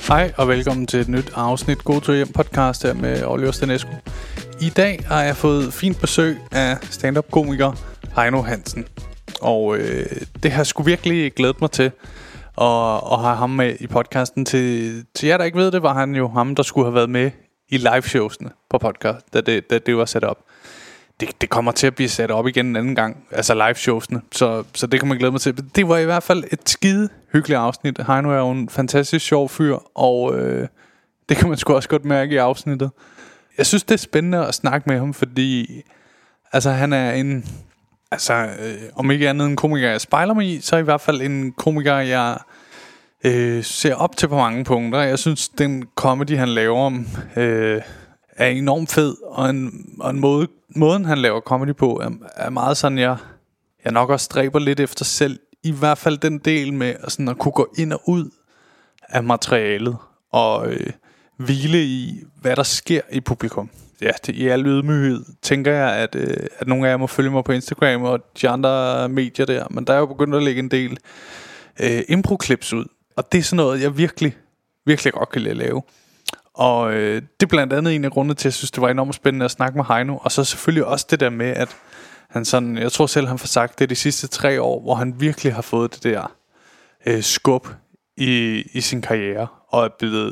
Hej og velkommen til et nyt afsnit God Tur Hjem podcast her med Oliver Stanescu. I dag har jeg fået fint besøg af stand-up komiker Heino Hansen. Og det har jeg sgu virkelig glædet mig til at have ham med i podcasten. Til jer der ikke ved det, var han jo ham der skulle have været med i liveshowsene på podcast, da det var sat op. Det kommer til at blive sat op igen en anden gang, altså liveshowsene, så det kan man glæde mig til. Det var i hvert fald et skide hyggeligt afsnit. Heino er jo en fantastisk sjov fyr, og det kan man sgu også godt mærke i afsnittet. Jeg synes det er spændende at snakke med ham, fordi altså han er en, om ikke andet en komiker jeg spejler mig i, så i hvert fald en komiker jeg ser op til på mange punkter. Jeg synes den comedy han laver er enormt fed, og en måden han laver comedy på er meget sådan jeg nok også stræber lidt efter selv. I hvert fald den del med sådan at kunne gå ind og ud af materialet og hvile i hvad der sker i publikum. Ja, i al ydmyghed tænker jeg at nogle af jer må følge mig på Instagram og de andre medier der, men der er jo begyndt at lægge en del impro-clips ud, og det er sådan noget jeg virkelig godt kan lide at lave. Og det er blandt andet en af grundene til at jeg synes det var enormt spændende at snakke med Heino. Og så selvfølgelig også det der med at han sådan, jeg tror selv han får sagt det de sidste 3 år, hvor han virkelig har fået det der skub i sin karriere og er blevet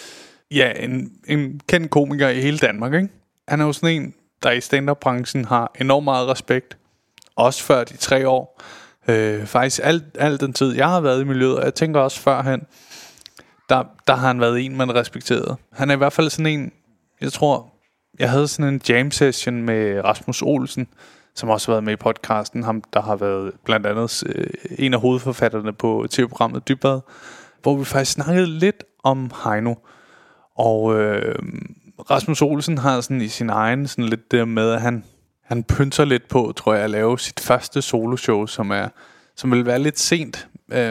en kendt komiker i hele Danmark, ikke? Han er jo sådan en der i stand-up branchen har enormt meget respekt, også før de 3 år, faktisk al den tid jeg har været i miljøet. Og jeg tænker også førhen der har han været en man respekterede. Han er i hvert fald sådan en, jeg tror jeg havde sådan en jam session med Rasmus Olsen, som også har været med i podcasten, ham der har været blandt andet en af hovedforfatterne på tv-programmet Dybbad, hvor vi faktisk snakkede lidt om Heino. Og Rasmus Olsen har sådan i sin egen sådan lidt der med at han pynser lidt på, tror jeg, at lave sit første soloshow, som vil være lidt sent.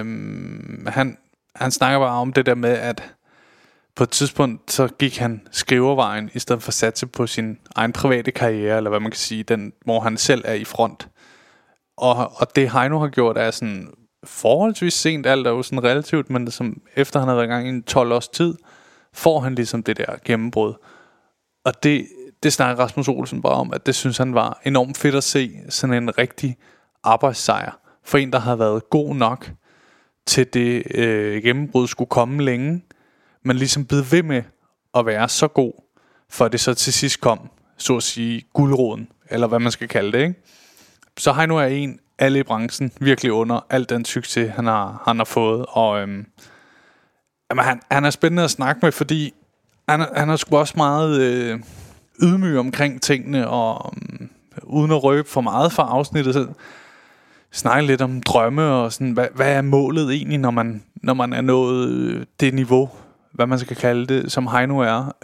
Han snakker bare om det der med, at på et tidspunkt, så gik han skrivervejen, i stedet for at satse på sin egen private karriere, eller hvad man kan sige, den, hvor han selv er i front. Og det Heino har gjort, er sådan forholdsvis sent, alt er jo sådan relativt, men som efter han har været i gang i 12 års tid, får han ligesom det der gennembrud. Og det snakker Rasmus Olsen bare om, at det synes han var enormt fedt at se, sådan en rigtig arbejdssejr, for en, der har været god nok til det gennembrud skulle komme længe, men ligesom blev ved med at være så god, for det så til sidst kom, så at sige, guldråden, eller hvad man skal kalde det, ikke? Så Heino er en, alle i branchen virkelig under al den succes, han har fået, og han er spændende at snakke med, fordi han er sgu også meget ydmyg omkring tingene, og uden at røbe for meget fra afsnittet, så snakke lidt om drømme og sådan, hvad er målet egentlig, når man er nået det niveau, hvad man skal kalde det, som Heino er,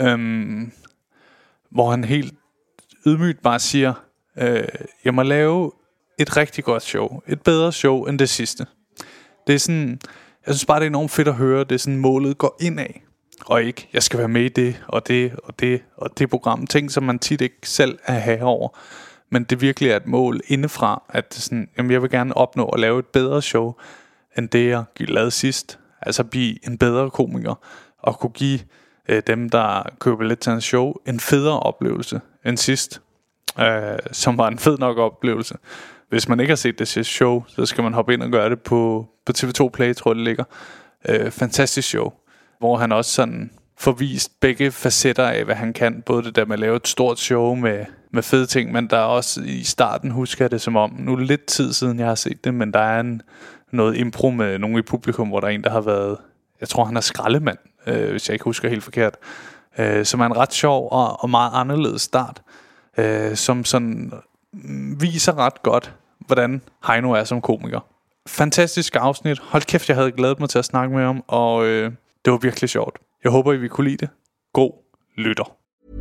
hvor han helt ydmygt bare siger, jeg må lave et rigtig godt show, et bedre show end det sidste. Det er sådan, jeg synes bare det er enormt fedt at høre, det er sådan målet går indad, og ikke jeg skal være med i det og det og det og det program, ting som man tit ikke selv er herover. Men det virkelig er et mål indefra, at sådan, jamen jeg vil gerne opnå at lave et bedre show, end det jeg lavede sidst. Altså blive en bedre komiker, og kunne give dem, der køber lidt til en show, en federe oplevelse end sidst. Som var en fed nok oplevelse. Hvis man ikke har set det sidste show, så skal man hoppe ind og gøre det på TV2 Play, tror jeg det ligger. Fantastisk show, hvor han også sådan får vist begge facetter af, hvad han kan. Både det der med at lave et stort show med fede ting, men der er også i starten, husker jeg det som om, nu er det lidt tid siden, jeg har set det, men der er noget impro med nogen i publikum, hvor der er en, der har været, jeg tror han er skraldemand, hvis jeg ikke husker helt forkert, som er en ret sjov og meget anderledes start, som sådan viser ret godt, hvordan Heino er som komiker. Fantastisk afsnit. Hold kæft, jeg havde glædet mig til at snakke med ham, og det var virkelig sjovt. Jeg håber, I vil kunne lide det. God lytter.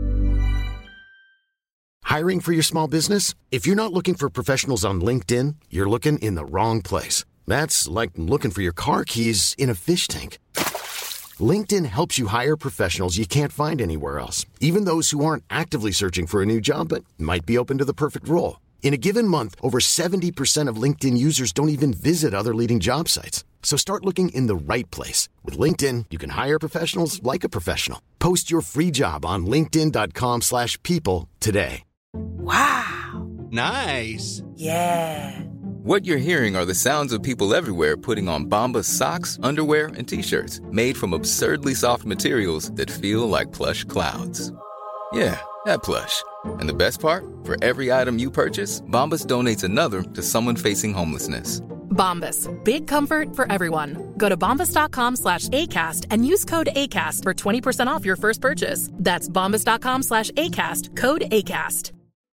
Hiring for your small business? If you're not looking for professionals on LinkedIn, you're looking in the wrong place. That's like looking for your car keys in a fish tank. LinkedIn helps you hire professionals you can't find anywhere else, even those who aren't actively searching for a new job but might be open to the perfect role. In a given month, over 70% of LinkedIn users don't even visit other leading job sites. So start looking in the right place. With LinkedIn, you can hire professionals like a professional. Post your free job on linkedin.com/people today. Wow. Nice. Yeah. What you're hearing are the sounds of people everywhere putting on Bombas socks, underwear, and T-shirts made from absurdly soft materials that feel like plush clouds. Yeah, that plush. And the best part? For every item you purchase, Bombas donates another to someone facing homelessness. Bombas. Big comfort for everyone. Go to bombas.com/ACAST and use code ACAST for 20% off your first purchase. That's bombas.com/ACAST. Code ACAST.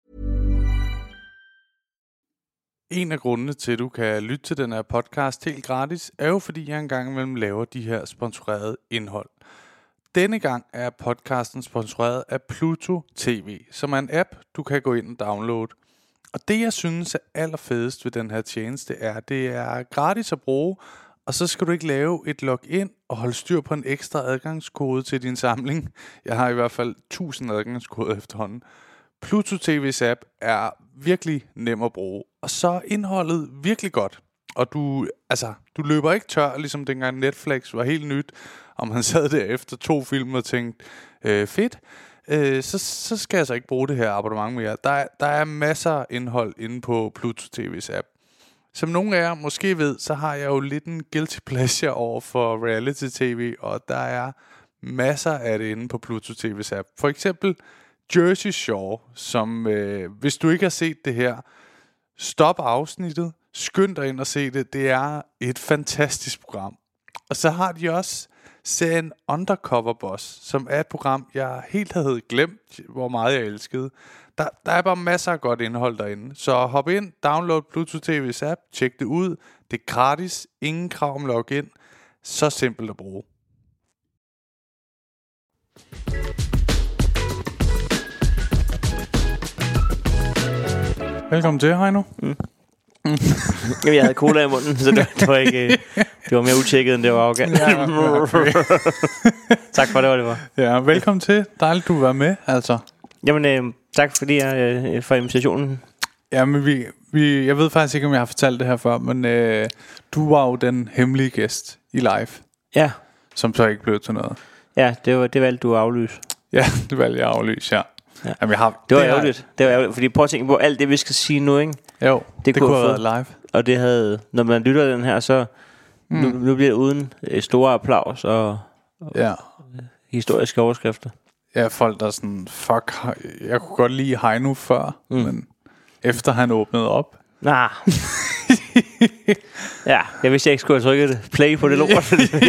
En af grundene til, at du kan lytte til den her podcast helt gratis, er jo fordi jeg engang imellem laver de her sponsorerede indhold. Denne gang er podcasten sponsoreret af Pluto TV, som er en app, du kan gå ind og downloade. Og det, jeg synes er allerfedest ved den her tjeneste, det er gratis at bruge, og så skal du ikke lave et login og holde styr på en ekstra adgangskode til din samling. Jeg har i hvert fald 1000 adgangskoder efterhånden. Pluto TV's app er virkelig nem at bruge, og så er indholdet virkelig godt. Og du løber ikke tør, ligesom dengang Netflix var helt nyt, og man sad der efter 2 film og tænkte, fedt, så skal jeg så ikke bruge det her abonnement mere. Der er masser af indhold inde på Pluto TV's app. Som nogle af jer måske ved, så har jeg jo lidt en guilty pleasure over for reality tv, og der er masser af det inde på Pluto TV's app. For eksempel Jersey Shore, som hvis du ikke har set det her, stop afsnittet, skynd dig ind og se det. Det er et fantastisk program. Og så har de også serien Undercover Boss, som er et program, jeg helt havde glemt, hvor meget jeg elskede. Der er bare masser af godt indhold derinde. Så hop ind, download Pluto TV's app, tjek det ud. Det er gratis, ingen krav om login. Så simpelt at bruge. Velkommen til, Heino. Jamen, jeg havde cola i munden, så det var ikke, det var mere utjekket, end det var arrogant. Ja, okay. Tak for det var. Ja, velkommen til. Dejligt, du var med, altså. Jamen, tak fordi jeg for invitationen. Ja, men jeg ved faktisk ikke, om jeg har fortalt det her før, men du var jo den hemmelige gæst i live. Ja. Som så ikke blev til noget. Ja, det valgte du at aflyse. Ja, det valgte jeg at aflyse, ja. Jamen, det var ærgerligt. Det var ærgerligt, fordi prøv at tænke på alt det, vi skal sige nu, ikke? Jo, det kunne have været live. Og det havde, når man lytter den her, så nu bliver det uden store applaus og historiske overskrifter. Ja, folk der er sådan, fuck, jeg kunne godt lide Heino før, men efter han åbnede op. Ja, jeg vidste, jeg ikke skulle have trykket play på det lort.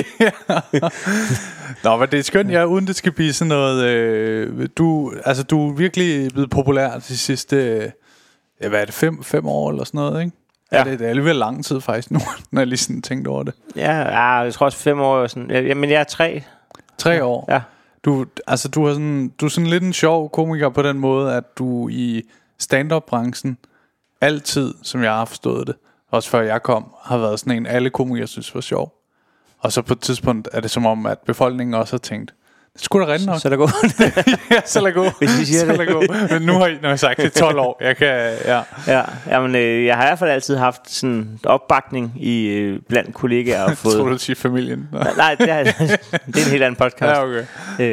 Nå, men det er skønt, uden det skal blive sådan noget. Du er virkelig blevet populær de sidste, hvad er det, 5 år eller sådan noget, ikke? Ja. Det er alligevel lang tid faktisk nu, når jeg lige sådan tænkte over det. Ja, jeg tror også 5 år. Sådan, men jeg er 3. 3 år? Ja. Du er sådan lidt en sjov komiker på den måde, at du i stand-up-branchen altid, som jeg har forstået det, også før jeg kom, har været sådan en, alle komikere synes var sjov. Og så på et tidspunkt er det som om, at befolkningen også har tænkt, det skulle da rent nok. Så lad gå. Ja, så lad gå. Hvis I siger det. Gå. Men nu har I sagt, det er 12 år. Jeg kan, Jamen, jeg har i hvert fald altid haft sådan opbakning blandt kollegaer. Og fået... Tror du sige familien? Nej, det er en helt anden podcast. Ja, okay.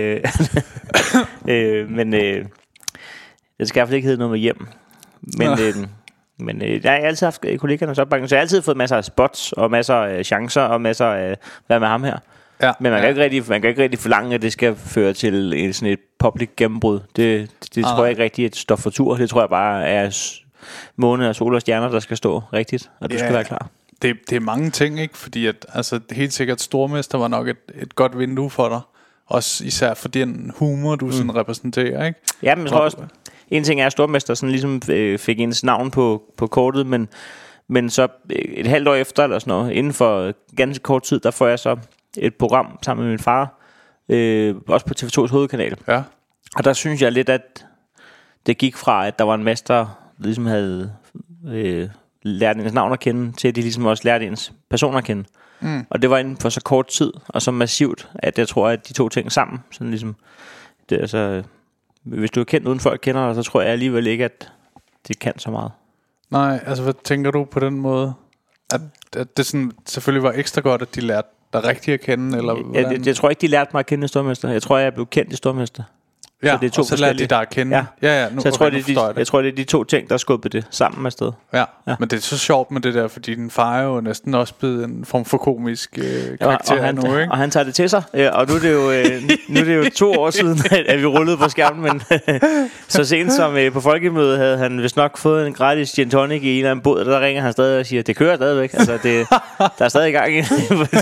Men det skal i hvert fald ikke hedde noget med hjem. Men jeg har altid haft kollegernes opbakning, så jeg har altid fået masser af spots og masser af chancer og masser af hvad med ham her. Ja, men man kan ikke rigtig forlange, at det skal føre til sådan et public gennembrud. Det tror jeg ikke rigtig et står for tur. Det tror jeg bare er måne og sol og stjerner, der skal stå rigtigt, og du skal være klar. Det er mange ting, ikke? Fordi at, helt sikkert Stormester var nok et godt vindue for dig. Også især for den humor, du sådan repræsenterer, ikke? Ja, men jeg tror også, en ting er, at Stormester sådan ligesom fik ens navn på kortet, men så et halvt år efter, eller sådan noget, inden for ganske kort tid, der får jeg så et program sammen med min far, også på TV2's hovedkanal. Ja. Og der synes jeg lidt, at det gik fra, at der var en masse, der ligesom havde lært ens navn at kende, til at de ligesom også lærte ens person at kende. Og det var inden for så kort tid, og så massivt, at jeg tror, at de to ting sammen, sådan ligesom, det, altså, hvis du er kendt uden folk kender dig, så tror jeg alligevel ikke, at det kan så meget. Nej, altså hvad tænker du på den måde? at det sådan, selvfølgelig var ekstra godt, at de lærte dig rigtigt at kende? Eller jeg tror ikke, de lærte mig at kende i Stormester. Jeg tror, jeg blev kendt i Stormester. Ja, så det er to og så lærte de dig at kende. Ja. Nu, så jeg tror, det er de to ting, der skubbede det sammen afsted. Ja, men det er så sjovt med det der, fordi din far er jo næsten også blevet en form for komisk karakter nu, ikke? Og han tager det til sig, og nu er det jo 2 år siden, at vi rullede på skærmen, men så sent som på folkemødet havde han vist nok fået en gratis gin tonic i en eller anden båd, der ringer han stadig og siger, det kører stadigvæk, altså der er stadig gang i.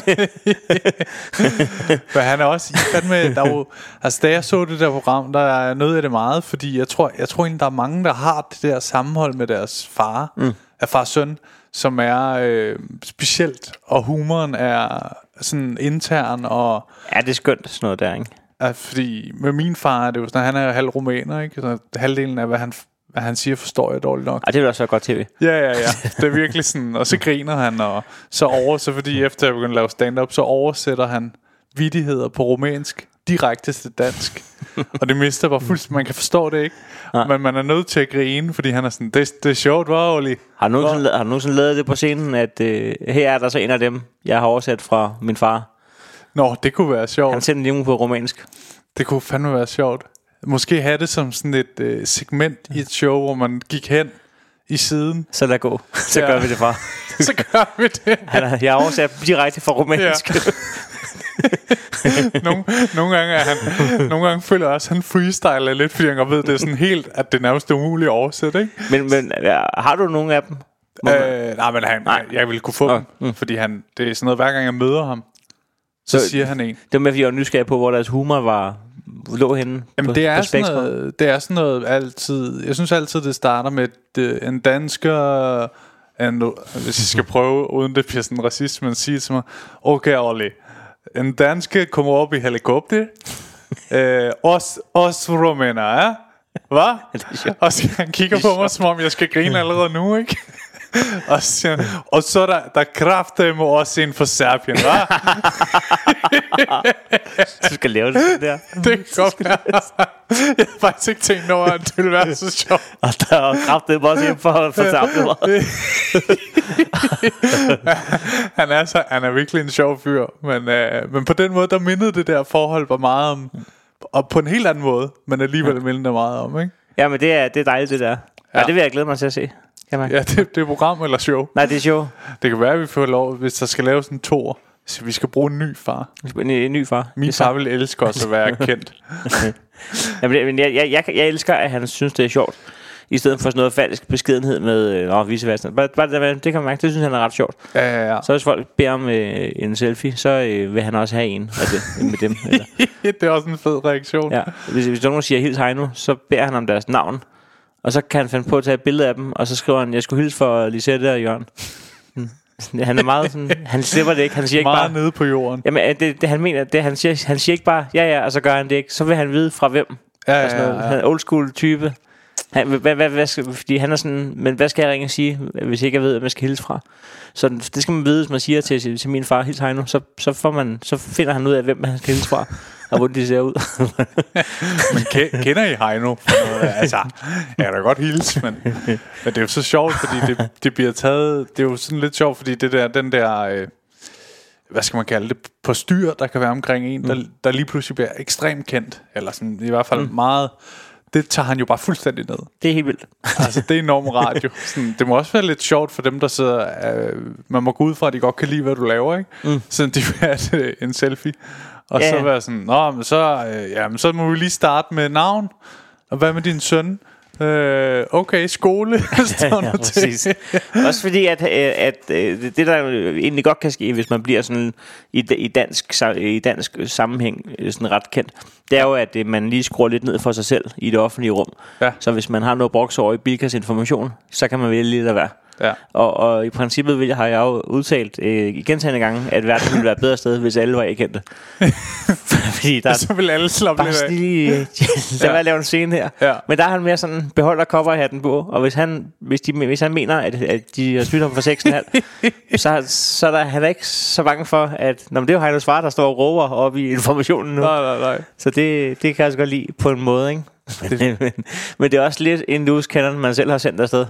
Men han er også med, da jeg så det der program, der er noget af det meget, fordi jeg tror egentlig, der er mange, der har det der sammenhold med deres far, af far og søn, som er specielt, og humoren er sådan intern, og... Ja, det er skønt, sådan noget der, ikke? Fordi med min far er det jo sådan, han er halv rumæner, ikke? Så halvdelen af, hvad han siger, forstår jeg dårligt nok. Det er også godt tv. Ja. Det er virkelig sådan, og så griner han, og så fordi efter jeg begyndte at lave stand-up, så oversætter han vittigheder på rumænsk direkte til dansk. Og det mister bare fuldstændig. Man kan forstå det ikke. Men man er nødt til at grine, fordi han er sådan, det er sjovt, var Oli. Har du nogensinde lavet det på scenen, at her er der så en af dem, jeg har oversat fra min far? Nå, det kunne være sjovt. Han sendte lige på rumænsk. Det kunne fandme være sjovt. Måske have det som sådan et segment i et show, hvor man gik hen i siden. Så lad gå. Så gør vi det, far. Så gør vi det. Jeg har oversat direkte fra rumænsk. Ja. nogle gange føler jeg også, at han freestyler lidt, fordi han godt ved, det er sådan helt, at det nærmest er umuligt at oversætte, ikke? Men har du nogle af dem? Jeg ville kunne få dem, fordi det er sådan noget, hver gang jeg møder ham, så siger han en. Det var med, fordi jeg var nysgerrig på, hvor deres humor lå henne. Jamen, det er sådan noget altid. Jeg synes altid, det starter med en dansker. Hvis jeg skal prøve, uden det bliver sådan racist, men sige til mig, okay, Olli, en dansker kommer op i helikopter, os rumæner, ja? Hvad? Og så han kigger på mig, som om jeg skal grine allerede nu, ikke? Og så der kræfter med også en for Serbien, hva'? Du skal lave det sådan der. Det kan godt være. Jeg har faktisk ikke tænkt over, at det ville være så sjovt. Og der er kræfter med også en for Serbien. Han er virkelig en sjov fyr. Men på den måde, der mindede det der forhold var meget om, og på en helt anden måde, men alligevel mindede det meget om, ikke? Ja, men det er dejligt, det der. Ja, det vil jeg glæde mig til at se. Ja, det er program eller show? Nej, det er show. Det kan være, at vi får lov, hvis der skal laves en tour, så vi skal bruge en ny far. En ny far. Min far vil elske også at være kendt. Jamen, jeg elsker, at han synes, det er sjovt. I stedet for sådan noget falsk beskedenhed med viceversa. Det kan man mærke, det synes han er ret sjovt. Ja. Så hvis folk beder om en selfie, så vil han også have en med dem. Eller. Det er også en fed reaktion. Ja. Hvis nogen siger hils hej nu, så beder han om deres navn. Og så kan han finde på at tage et billede af dem. Og så skriver han, jeg skulle hilse for Lisette og Jørgen. Han er meget sådan, han slipper det ikke. Han siger ikke meget bare nede på jorden. Jamen det han mener, det han siger ikke bare ja, og så gør han det ikke. Så vil han vide fra hvem. Ja. Han er old school type. Fordi han er sådan, men hvad skal jeg ringe og sige, hvis ikke jeg ved, at man skal hilse fra? Så det skal man vide, hvis man siger til min far, hils hej nu, så finder han ud af, hvem man skal hilse fra, og hvordan de ser ud. Men kender I Heino? Altså, jeg kan da godt hilse, men det er jo så sjovt, fordi det bliver taget. Det er jo sådan lidt sjovt, fordi den der hvad skal man kalde det, på styr, der kan være omkring en, der lige pludselig bliver ekstremt kendt, eller sådan i hvert fald meget. Det tager han jo bare fuldstændig ned. Det er helt vildt. Altså det er enormt radio. Sådan, det må også være lidt sjovt for dem, der sidder. Man må gå ud fra, at de godt kan lide, hvad du laver, ikke? Så de vil have en selfie. Og så være sådan, nå, men så må vi lige starte med navn. Og hvad med din søn? Okay, skole. Ja, præcis. Også fordi at det der egentlig godt kan ske, hvis man bliver sådan i dansk sammenhæng sådan ret kendt, det er jo at man lige skruer lidt ned for sig selv i det offentlige rum. Ja. Så hvis man har noget brugt over i Bilkas information, så kan man vælge lidt at være. Ja. Og i princippet har jeg jo udtalt gentagne gange, at verden ville være et bedre sted, hvis alle var ikke-kendte. Fordi der så vil alle slappe lidt af. Der var lavet en scene her. Ja. Men der er han mere sådan, beholder cowboyhatten på. Og hvis han mener, at de har snydt ham for 6,5, så er han ikke så bange for, at det er jo Heinos far, der står og råber op i informationen nu. Nej. Så det kan jeg også godt lide på en måde, ikke? Men det er også lidt en loose cannon, man selv har sendt afsted.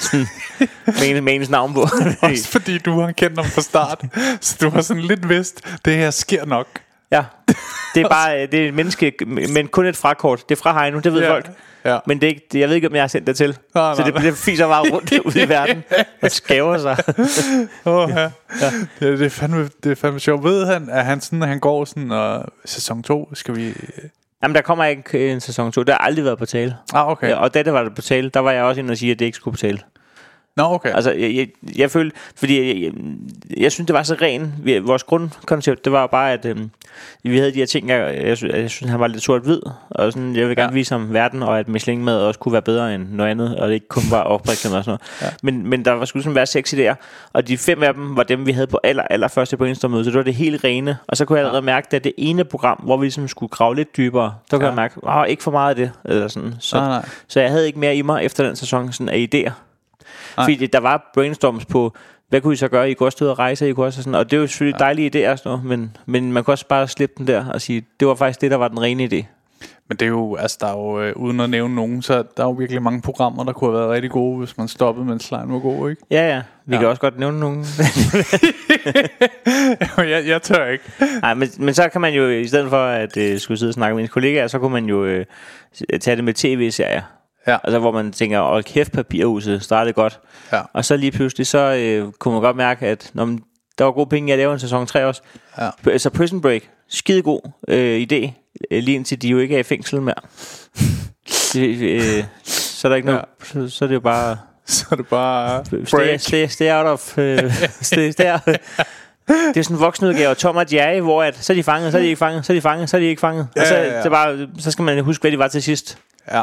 med ens navn på. Også fordi du har kendt ham fra start. Så du har sådan lidt vidst, det her sker nok. Ja, det er bare det er et menneske, men kun et frakort. Det er fra Heino, det ved folk. Ja. Men det er ikke, jeg ved ikke, om jeg har sendt det til. Nej, så det fiser bare rundt ude i verden og skæver sig. Ja. Det er fandme sjovt. Ved han, at han går sådan, og sæson 2, skal vi... Jamen, der kommer ikke en sæson 2. Det har aldrig været på tale. Okay. Ja, og da det var på tale, der var jeg også inde og sige, at det ikke skulle på tale. Nå, okay. Altså, jeg følte, fordi jeg synes, det var så ren. Vores grundkoncept, det var bare, at vi havde de her ting, jeg synes, han var lidt sort-hvid, og sådan, jeg vil gerne vise ham verden, og at Michelin-mad også kunne være bedre end noget andet, og det ikke kun var opbrikset og sådan noget. Men der var skulle sådan være 6 idéer, og de 5 af dem var dem, vi havde på allerførste brainstorm-møde, så det var det helt rene, og så kunne jeg allerede mærke, at det ene program, hvor vi ligesom skulle grave lidt dybere, der kunne jeg mærke, ikke for meget af det, eller sådan. Så jeg havde ikke mere i mig efter den sæson sådan, af idéer. Fordi der var brainstorms på, hvad kunne I så gøre? I kunne også stå ud og rejse, I kunne også sådan, og det er jo selvfølgelig dejlige idéer og sådan noget, men man kunne også bare slippe den der og sige, det var faktisk det, der var den rene idé. Men det er jo, altså der er jo, uden at nævne nogen, så der er jo virkelig mange programmer, der kunne have været rigtig gode, hvis man stoppede, mens slime var god, ikke? Ja. Vi kan også godt nævne nogen. jeg tør ikke. Nej, men så kan man jo, i stedet for at skulle sidde og snakke med ens kollegaer, så kunne man jo tage det med tv-serier. Ja. Altså hvor man tænker, kæft, Papirhuset startede godt. Ja. Og så lige pludselig, så kunne man godt mærke, at der var gode penge, jeg lavede en sæson 3 også. Ja. Så Prison Break, skidegod idé, lige indtil de jo ikke er i fængsel mere. Så er der ikke noget, så er det jo bare... Så er det bare... Stay out of... stay. Det er sådan en voksenudgave af Tom og Jerry, hvor at, så er de fanget, så er de ikke fanget, så er de fanget, så er de ikke fanget. Og så skal man huske, hvad de var til sidst. Ja.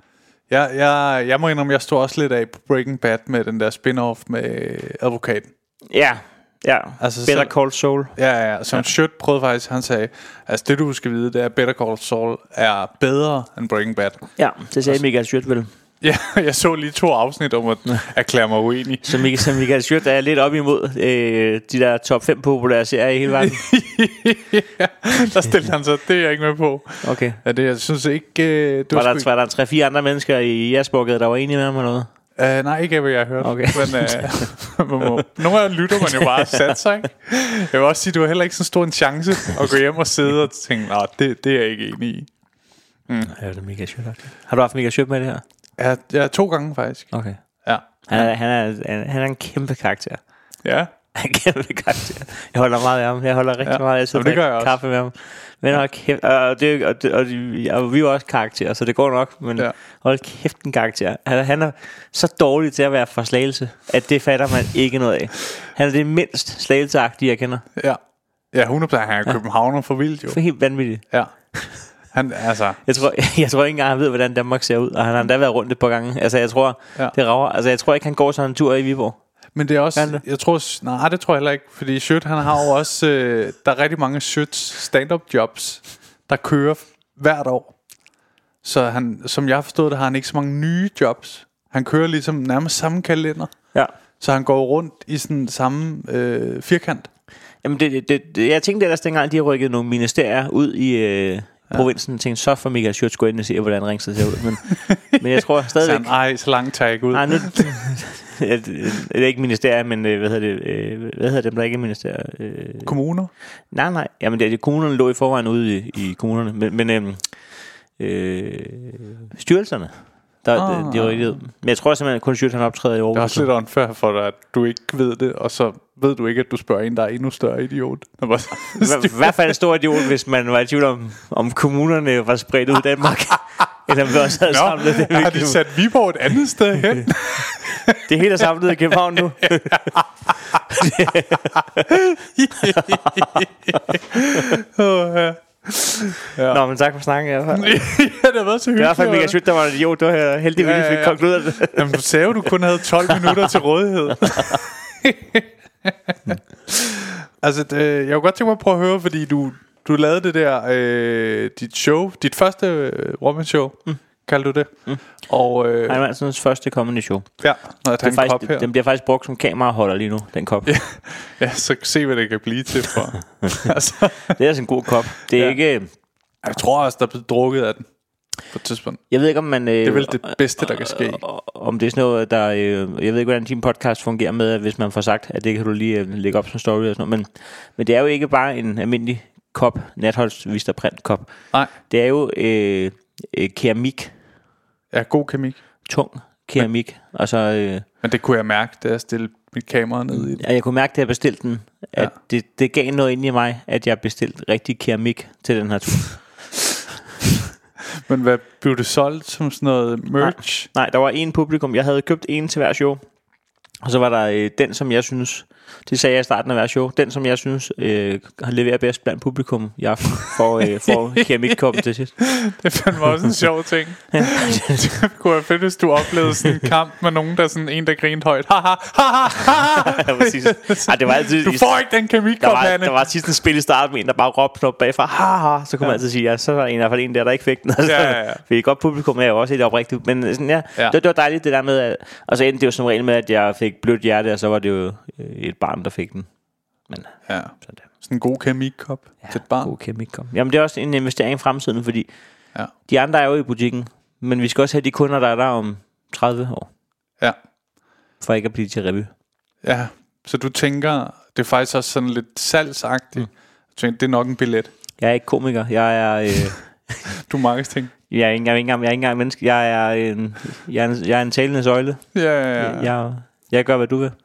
Jeg må indrømme, jeg stod også lidt af på Breaking Bad med den der spin-off med advokaten. Ja. Altså, Better Call Saul. Ja. Som Schødt prøvede faktisk, han sagde, altså det du skal vide, det er, Better Call Saul er bedre end Breaking Bad. Ja, det sagde Michael Schødt vel. Ja, jeg så lige 2 afsnit om at erklære mig uenig. Så Michael Schødt er lidt op imod de der top 5 populære serier i hele verden. Ja, der stillede han så, det er jeg ikke med på. Okay. Ja, det jeg synes ikke... var der 3-4 andre mennesker i Jasborgade, der var enige med ham eller noget? Nej, ikke hvad jeg har hørt. Okay. Men nogle af lytter man jo bare sat sig, ikke? Jeg vil også sige, det var heller ikke så stor en chance at gå hjem og sidde og tænke, nej, det er jeg ikke enig i. Ja, det er Michael Schødt. Har du haft Michael Schødt med det her? Ja, 2 gange faktisk. Okay. Ja. Han er en kæmpe karakter. Ja. En kæmpe karakter. Jeg holder meget af ham. Jeg holder rigtig meget af at sidde og kaffe med ham. Men hold kæft, og vi er jo også karakterer, så det går nok. Men hold kæft en karakter. Han er så dårlig til at være for Slagelse, at det fatter man ikke noget af. Han er det mindst slagelseagtige, jeg kender. Ja, 100%. Han er københavner for vildt jo. For helt vanvittigt. Ja. Han, altså. Jeg tror ikke engang, han ved, hvordan Danmark ser ud. Og han har endda været rundt et par gange. Altså, jeg tror, det rager. Altså, jeg tror ikke, han går sådan en tur i Viborg. Men det er også, jeg tror, nej, det tror jeg heller ikke. Fordi Schødt, han har jo også, der er rigtig mange Schødts stand-up jobs, der kører hvert år. Så han, som jeg har forstået det, har han ikke så mange nye jobs. Han kører ligesom nærmest samme kalender. Ja. Så han går rundt i sådan samme firkant. Jamen, jeg tænkte ellers dengang, de har rykket nogle ministerier ud i... provinsen tænkte så for Michael Schødt gå ind og se, hvordan Ringsted ser ud. Men jeg tror stadigvæk... så langt tager jeg ikke ud. Nej, nu... det er ikke ministerier, men hvad hedder dem, der ikke er ministerier? Kommuner? Nej. Jamen, kommunerne lå i forvejen ude i kommunerne. Men styrelserne, de var ikke. Men jeg tror simpelthen, at kun Schødt han optræder i Aarhus. Det er også lidt unfair for dig, at du ikke ved det, og så ved du ikke, at du spørger en, der er endnu større idiot. I hvert fald en stor idiot, hvis man var i tvivl om kommunerne var spredt ud i Danmark. Eller vi også havde samlet det. Har de sat Viborg et andet sted hen? Det hele er samlet i København nu. Ja. Nå, men tak for snakken i hvert fald. Ja, det har været så hyggeligt. Det er i hvert fald Michael Schødt, der var en idiot. Det var heldigvis, vi konkluderet det. Jamen, du sagde jo, du kun havde 12 minutter til rådighed. Altså, jeg kunne godt tænke mig at prøve at høre, fordi du lavede det der, dit show, dit første one-man-show, kaldte du det? Og han var sådan første kommende show. Ja, og den kop her. Den bliver faktisk brugt som kameraholder lige nu, den kop. Ja, så se hvad det kan blive til for. Altså. Det er altså en god kop. Det er ikke... Jeg tror også, der er blevet drukket af den. på et tidspunkt. Jeg ved ikke, om man... Det er vel det bedste, der kan ske. Om det er sådan noget, der... jeg ved ikke, hvordan din podcast fungerer med, at hvis man får sagt, at det kan du lige lægge op som story og sådan noget. Men det er jo ikke bare en almindelig kop, Natholds Vista Print kop. Nej. Det er jo keramik. Ja, god keramik. Tung keramik. Og så... Men det kunne jeg mærke, da jeg stillede mit kamera ned i det. Ja, jeg kunne mærke, da jeg bestilte den, at det gav noget ind i mig, at jeg bestilte rigtig keramik til den her tur. Men hvad blev det solgt som sådan noget merch? Nej, der var en publikum. Jeg havde købt en til hver show. Og så var der den, som jeg synes... Det sagde jeg i starten af hver show. Den, som jeg synes har leveret bedst blandt publikum i aften, for keramikkoppen til sidst. Det fandt mig også en sjov ting. Det kunne være fedt, hvis du oplevede sådan en kamp med nogen, der sådan en, der grinede højt. Præcis. Det var altid, du får ikke den keramikkop, Hanne. Der var sidst en spil i starten med en, der bare råbte op bagfra. Ha. Så kunne man altid sige, så var der i hvert fald en der ikke fik den. Fordi godt publikum er jo også helt oprigtigt. Men sådan, det var dejligt det der med, at, og så endte det jo som regel med, at jeg fik blødt hjerte, og så var det jo et barn, der fik den. Men, sådan en god keramikkop til et barn. God keramikkop. Jamen det er også en investering i fremtiden, fordi de andre er jo i butikken, men vi skal også have de kunder, der er der om 30 år. Ja. For ikke at blive til revy. Ja, så du tænker, det er faktisk også sådan lidt salgsagtigt. Det er nok en billet. Jeg er ikke komiker, jeg er... du er marketing. Jeg er ikke engang menneske. Jeg er en talende søjle. Ja. Jeg gør, hvad du vil.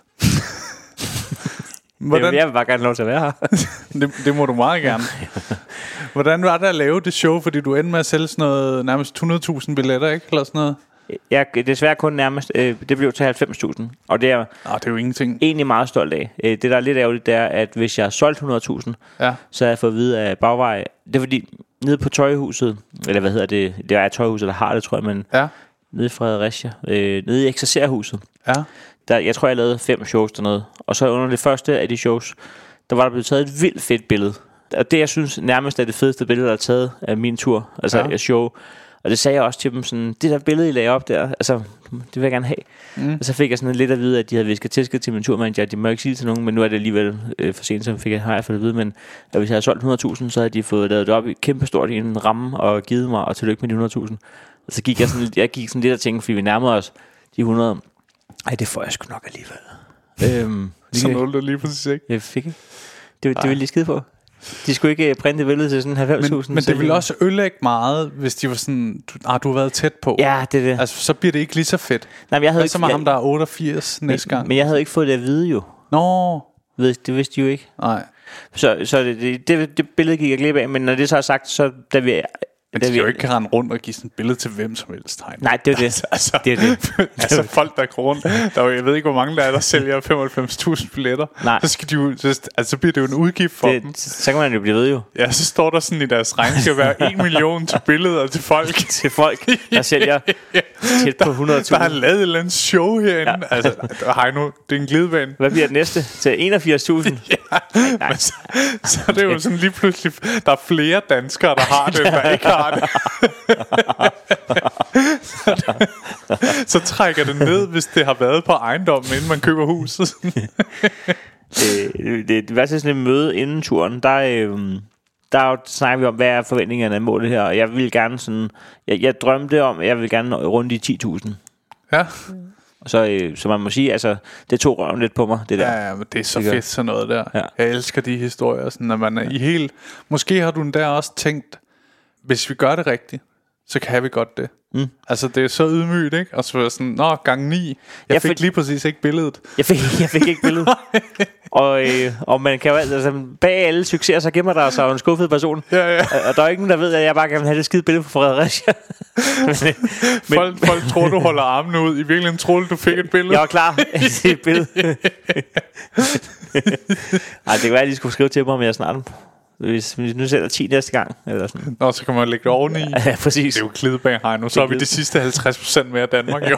Jeg vil bare gerne lov til at være her. det må du meget gerne. Hvordan var det at lave det show? Fordi du endte med at sælge sådan noget, nærmest 100.000 billetter, ikke? Eller sådan noget. Ja, desværre kun nærmest. Det blev til 90.000. Og det er, det er jo ingenting. Egentlig meget stolt af. Det, der er lidt ærgerligt, det er, at hvis jeg har solgt 100.000, så har jeg fået at vide af bagvej. Det er fordi, nede på Tøjhuset, eller hvad hedder det? Det er Tøjhuset, der har det, tror jeg, men nede i Fredericia, nede i Eksercerhuset. Jeg tror, jeg lavede 5 shows dernede. Og så under det første af de shows, der var der blevet taget et vildt fedt billede. Og det, jeg synes nærmest er det fedeste billede, der er taget af min tur, altså af show. Og det sagde jeg også til dem sådan, det der billede, I lagde op der, altså, det vil jeg gerne have. Og så fik jeg sådan lidt at vide, at de havde visket tilskud til min turmanager. De må ikke sige det til nogen, men nu er det alligevel for sent, så har jeg fået at vide. Men hvis jeg havde solgt 100.000, så havde de fået lavet det op i kæmpestort i en ramme og givet mig, og tillykke med de 100.000. Og så gik jeg gik sådan lidt og tænkte, fordi vi nærmede os de 100. Ej, det får jeg sgu nok alligevel. Så nåede du lige præcis ikke. Jeg fik ikke. Det ville de skide på. De skulle ikke printe billedet til sådan 90.000. Men det ville også ødelægge meget, hvis de var sådan, du har været tæt på. Ja, det er det. Altså, så bliver det ikke lige så fedt. Nej, men jeg havde ikke med ham, der er 88 næste gang. Men jeg havde ikke fået det at vide jo. Nå. Det vidste de jo ikke. Nej. Så det billede gik jeg glip af. Men når det så er sagt, så da vi... Men de jo ikke kan rende rundt og give sådan et billede til hvem som helst. Nej, det er det. Det er det. Altså folk, der går rundt. Jeg ved ikke, hvor mange der sælger 95.000 billetter. Nej. Så skal de jo, så bliver det jo en udgift for dem. Så kan man jo blive ved jo. Ja, så står der sådan i deres regnskab, at være 1 million til billeder til folk. Til folk, der sælger tæt på 100.000. Der har lavet et eller andet show herinde. Ja. Altså, nu, det er en glidebane. Hvad bliver det næste? Til 81.000? Ja. Nej. Så er det jo sådan lige pludselig, der er flere danskere, der har det, der ikke har det. Så trækker det ned, hvis det har været på ejendommen, inden man køber huset. Det var sådan et møde inden turen. Der snakker vi om, hvad er forventningerne af målet her. Og jeg vil gerne sådan, jeg drømte om, at jeg vil gerne rundt i 10.000. Ja. Og så man må sige, altså, det tog røven lidt på mig, det der. Ja, men det er så fedt sådan noget der. Ja. Jeg elsker de historier, sådan at man er i helt. Måske har du endda også tænkt, hvis vi gør det rigtigt, så kan vi godt det. Altså det er så ydmygt, ikke? Og så var sådan, gang 9. Jeg fik lige præcis ikke billedet. Jeg fik ikke billedet. og man kan jo altså, bag alle succeser, så gemmer der sig en skuffet person. Ja. Og der er ikke nogen, der ved, at jeg bare gerne vil have det skide billede på Fredericia. Folk tror, du holder armene ud. I virkeligheden troede du fik et billede. Jeg var klar til et billede. Ej, det kan være, at de skulle skrive til mig, om jeg snart hvis vi nu sælger 10 næste gang eller sådan. Nå, så kan man lægge det oveni. Ja, præcis. Det er jo klidebag her nu. Så er vi de sidste 50% mere af Danmark jo.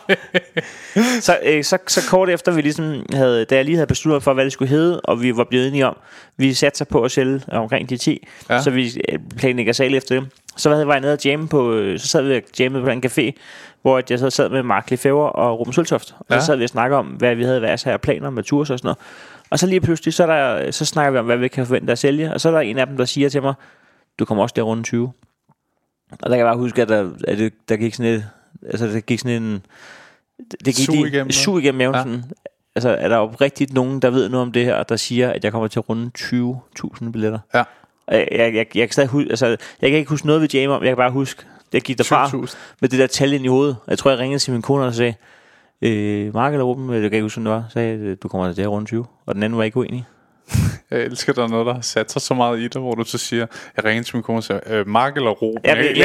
så kort efter vi ligesom havde, da jeg lige havde besluttet for, hvad det skulle hedde, og vi var blevet enige om, vi satte sig på at sælge omkring de 10, så vi planlægger salg efter det. Så var jeg nede og jamme på, så sad vi og jammede på en café, hvor jeg så sad med Mark Lefebvre og Ruben Søltoft. Og så sad vi og snakkede om, hvad vi havde været her planer med tours og sådan noget. Og så lige pludselig, så snakker vi om, hvad vi kan forvente at sælge. Og så er der en af dem, der siger til mig, du kommer også der rundt 20. Og der kan jeg bare huske, at der gik sådan et... Altså, der gik sådan en... Det gik sug igennem maven. Sådan. Altså, er der jo rigtigt nogen, der ved noget om det her, der siger, at jeg kommer til at runde 20.000 billetter? Ja. Jeg kan stadig huske... Altså, jeg kan ikke huske noget ved Jam om. Jeg kan bare huske, jeg gik derfra med det der tal ind i hovedet. Jeg tror, jeg ringede til min kone og sagde... Mark eller Ruben, jeg kan ikke huske, hvad det var, sagde, du kommer til at runde 20. Og den anden var ikke uenig. Jeg elsker, der er noget, der har sat sig så meget i dig, hvor du så siger, jeg ringer til min kone og siger, Mark eller Ruben?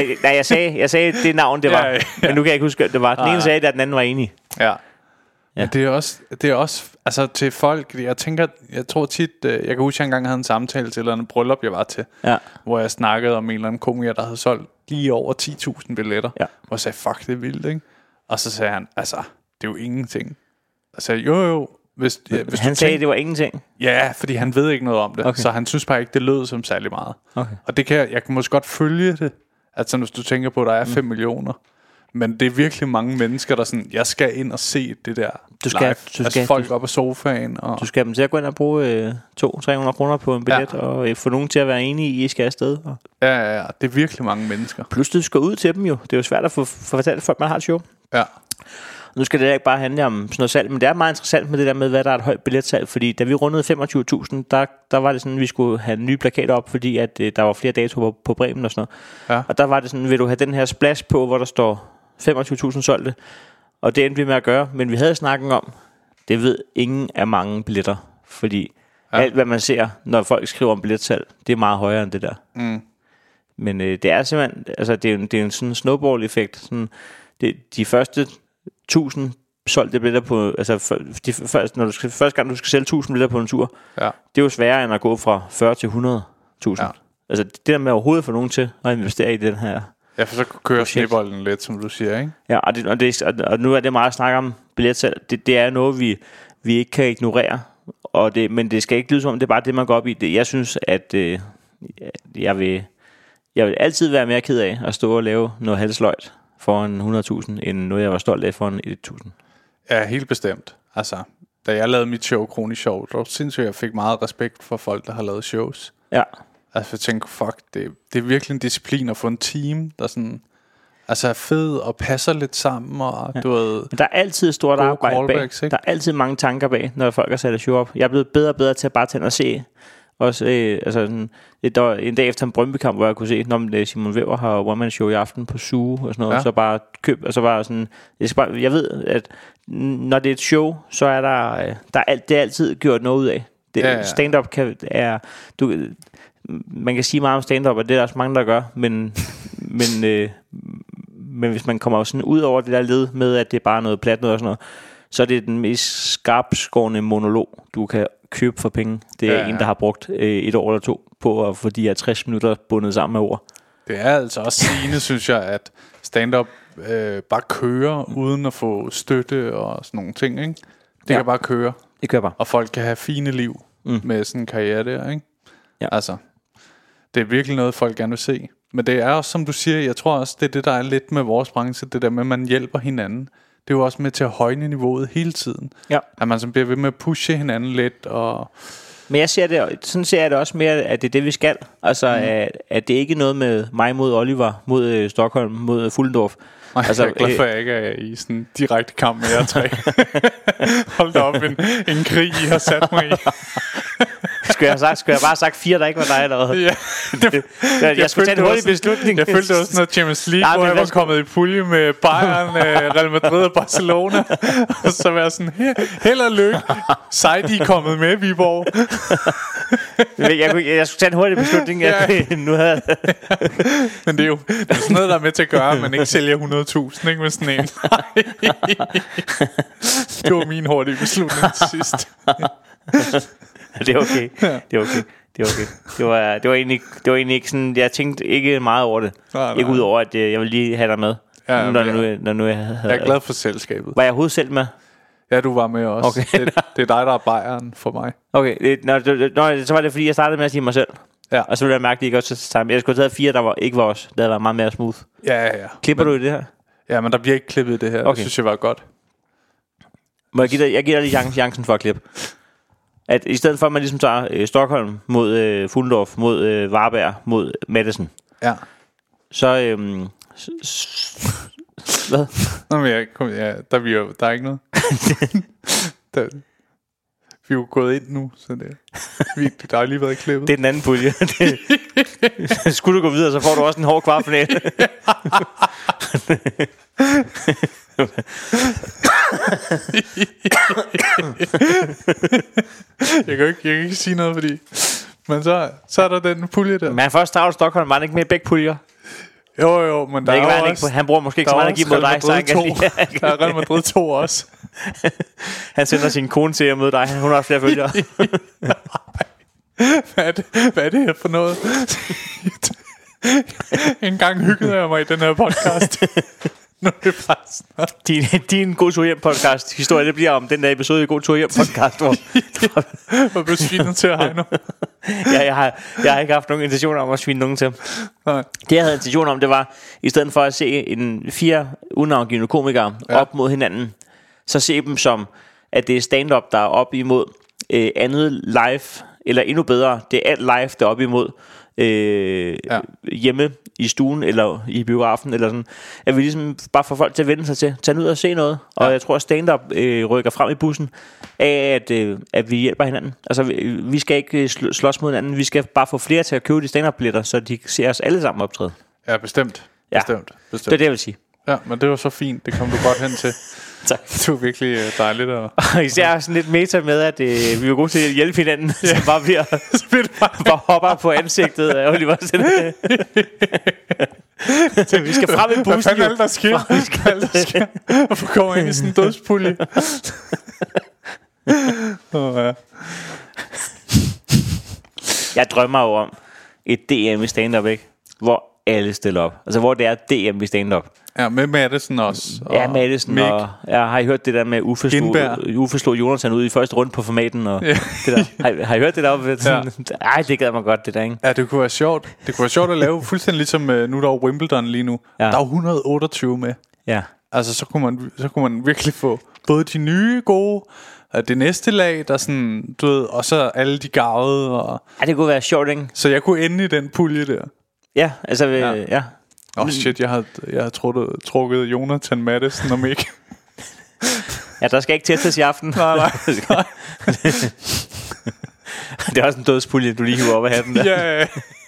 Jeg sagde det navn, det var. Men nu kan jeg ikke huske, det var. Den ene sagde, at den anden var enig. Ja. Men det er også altså til folk, jeg tror tit, jeg kan huske, at jeg engang havde en samtale til et eller andet bryllup, jeg var til, hvor jeg snakkede om en eller anden komiker, der havde solgt lige over 10.000 billetter, hvor jeg sagde, fuck, det er vildt, ikke? Og så sagde han, altså, det er jo ingenting. Og så sagde jo, hvis han sagde, det var ingenting? Ja, fordi han ved ikke noget om det, så han synes bare ikke, det lød som særlig meget. Og det jeg kan måske godt følge det, altså hvis du tænker på, at der er 5 millioner, men det er virkelig mange mennesker, der sådan, jeg skal ind og se det der live. Folk op af sofaen. Og du skal dem til at gå ind og bruge 200-300 kroner på en billet, og få nogen til at være enige i, I skal afsted. Ja, det er virkelig mange mennesker. Plus det skal ud til dem jo. Det er jo svært at få fortalt folk, man har et show. Ja. Nu skal det ikke bare handle om sådan noget salg, men det er meget interessant med det der med, hvad der er et højt billetsalg, fordi da vi rundede 25.000, der var det sådan, at vi skulle have nye plakater op, fordi at der var flere datoer på Bremen og sådan noget. Ja. Og der var det sådan, vil du have den her splash på, hvor der står 25.000 solgte, og det endte vi med at gøre, men vi havde snakken om, det ved ingen af mange billetter, fordi alt hvad man ser, når folk skriver om billetsalg, det er meget højere end det der. Men det er simpelthen, altså det er en sådan snowball-effekt, sådan, de første 1.000 solgte billetter på, altså første gang du skal sælge 1.000 billetter på en tur, det er jo sværere end at gå fra 40 til 100.000. Altså det der med overhovedet få nogen til at investere i den her. Ja, for så kører snebolden lidt, som du siger, ikke? Ja, og nu er det meget at snakke om billetsalg. Det er noget, vi ikke kan ignorere, men det skal ikke lyde som om, det er bare det, man går op i. Jeg synes, at jeg vil altid være mere ked af at stå og lave noget halvsløjt for en 100.000, end noget, jeg var stolt af for en 1.000. Ja, helt bestemt. Altså, da jeg lavede mit show, Kronisk Show, der synes jeg fik meget respekt for folk, der har lavet shows. Ja. Altså, jeg tænker, fuck, det er virkelig en disciplin at få en team, der sådan, altså er fed og passer lidt sammen, og du ved... Men der er altid et stort arbejde bag. Ikke? Der er altid mange tanker bag, når folk har sat et show op. Jeg er blevet bedre og bedre til at bare tænde og se. Også, altså sådan, en dag efter en Brøndby-kamp, hvor jeg kunne se, når Simon Væver har one-man-show i aften på Zoo og sådan noget, så bare køb, og så bare sådan, jeg ved, at når det er et show, så er det er altid gjort noget ud af. Stand-up man kan sige meget om stand-up, og det er der også mange, der gør, men hvis man kommer sådan ud over det der led med, at det er bare noget plat noget og sådan noget, så er det den mest skarpskårne monolog, du kan købe for penge. Det er en, der har brugt et år eller to på at få de her 60 minutter bundet sammen med ord. Det er altså også sigende, synes jeg, at stand-up bare kører uden at få støtte og sådan nogle ting, ikke? Det kan bare køre. Det kører bare. Og folk kan have fine liv med sådan en karriere der, ikke? Ja. Altså, det er virkelig noget, folk gerne vil se. Men det er også, som du siger, jeg tror også, det er det, der er lidt med vores branche, det der med, at man hjælper hinanden. Det er jo også med til at højne niveauet hele tiden. Ja. At man så bliver ved med at pushe hinanden lidt. Men sådan ser jeg det også mere, at det er det, vi skal. Altså, at det ikke er noget med mig mod Oliver, mod Stockholm, mod Fuglendorf. Nej, altså, jeg er glad for, at jeg ikke er i sådan en direkte kamp med jer tre. Hold da op, en krig, I har sat mig i. Skulle jeg bare have sagt 4, der ikke var dig eller hvad? Ja. Jeg skulle tage en hurtig beslutning. Jeg følte det var sådan noget Champions League, hvor jeg var kommet i pulje med Bayern, Real Madrid og Barcelona. Og så var jeg sådan, held og lykke. Sejt, I er kommet med, Viborg. Jeg skulle tage en hurtig beslutning. Nu havde Men det er jo sådan noget, der er med til at gøre, at man ikke sælger 100.000, ikke med sådan en. Det var min hurtige beslutning til sidst. Det er okay. Det er okay. Det var egentlig ikke sådan. Jeg tænkte ikke meget over det. Nej. Ikke ud over at jeg ville lige have dig med. Ja, når nu jeg er glad for selskabet. Var jeg overhovedet selv med? Ja, du var med også. Okay. Det er dig, der er Bayern for mig. Okay, så var det fordi jeg startede med at sige mig selv. Ja. Og så ville jeg mærke, at det ikke også sammen. Jeg skulle have taget 4, der ikke var os. Det havde været meget mere smooth. Ja. Klipper du i det her? Ja, men der bliver ikke klippet i det her. Okay. Det synes jeg var godt. Må jeg giver dig lige chancen for at klippe. At i stedet for at man ligesom tager Stockholm mod Fuglendorf, mod Varberg, mod Madison, Så hvad? Nå, men der er ikke noget. Vi er jo gået ind nu, så der har lige været klippet. Det er den anden pulje. Skulle du gå videre, så får du også en hård kvartfinale. Jeg kan ikke sige noget, fordi... Men så er der den pulje der. Men han først travlt Stockholm, var han ikke med i begge puljer? Jo, men der er jo også... Han bruger måske ikke så meget energi mod dig, så han kan lide. Der er Real Madrid 2 også. Han sender sin kone til at møde dig. Hun har flere følgere. Hvad er det her for noget? En gang hyggede jeg mig i den her podcast. Nu er det bare snart. Din God Tur Hjem podcast historie, det bliver om den der episode i God Tur Hjem podcast, hvor blev svinet til Heino. Jeg har ikke haft nogen intention om at svine nogen til. Nej. Det jeg havde intention om, det var i stedet for at se 4 unavngivne komikere op mod hinanden, så se dem som at det er stand-up, der er op imod andet live, eller endnu bedre, det er alt live, der er op imod hjemme i stuen eller i biografen eller sådan, at vi ligesom bare får folk til at vende sig til, tage ud og se noget. Og jeg tror at stand-up rykker frem i bussen af at vi hjælper hinanden. Altså vi skal ikke slås mod hinanden, vi skal bare få flere til at købe de stand-up billetter, så de ser os alle sammen optræde. Ja, bestemt. Det er det jeg vil sige. Ja, men det var så fint, det kom du godt hen til. Tak. Det var virkelig dejligt. Og især sådan lidt meta med, at vi var gode til at hjælpe hinanden, så bare bliver bare hopper på ansigtet af Oliver. Vi skal frem i bussen. Hvad fanden er det, der sker? Og få kommer ind i sådan en dødspulje. Jeg drømmer jo om et DM i stand-up, ikke? Hvor alle stiller op. Altså hvor det er DM i stand-up. Ja, med Madison også. Ja, Madison og har I hørt det der med Uffe slog Jonathan ud i første runde på formaten og det der. Har I hørt det der? Ej, det gad man godt det der, ikke? Ja, det kunne være sjovt. Det kunne være sjovt at lave fuldstændig ligesom nu der er Wimbledon lige nu. Ja. Der er 128 med. Ja. Altså så kunne man virkelig få både de nye gode, det næste lag der sådan, du ved, og så alle de garvede og ja, det kunne være sjovt, ikke? Så jeg kunne ende i den pulje der. Ja, altså ja. Shit, jeg havde trukket Jonathan Madison om ikke. Ja, der skal ikke testes i aften. Nej. Det er også en dødspulje, du lige hiver op af hatten der. Ja.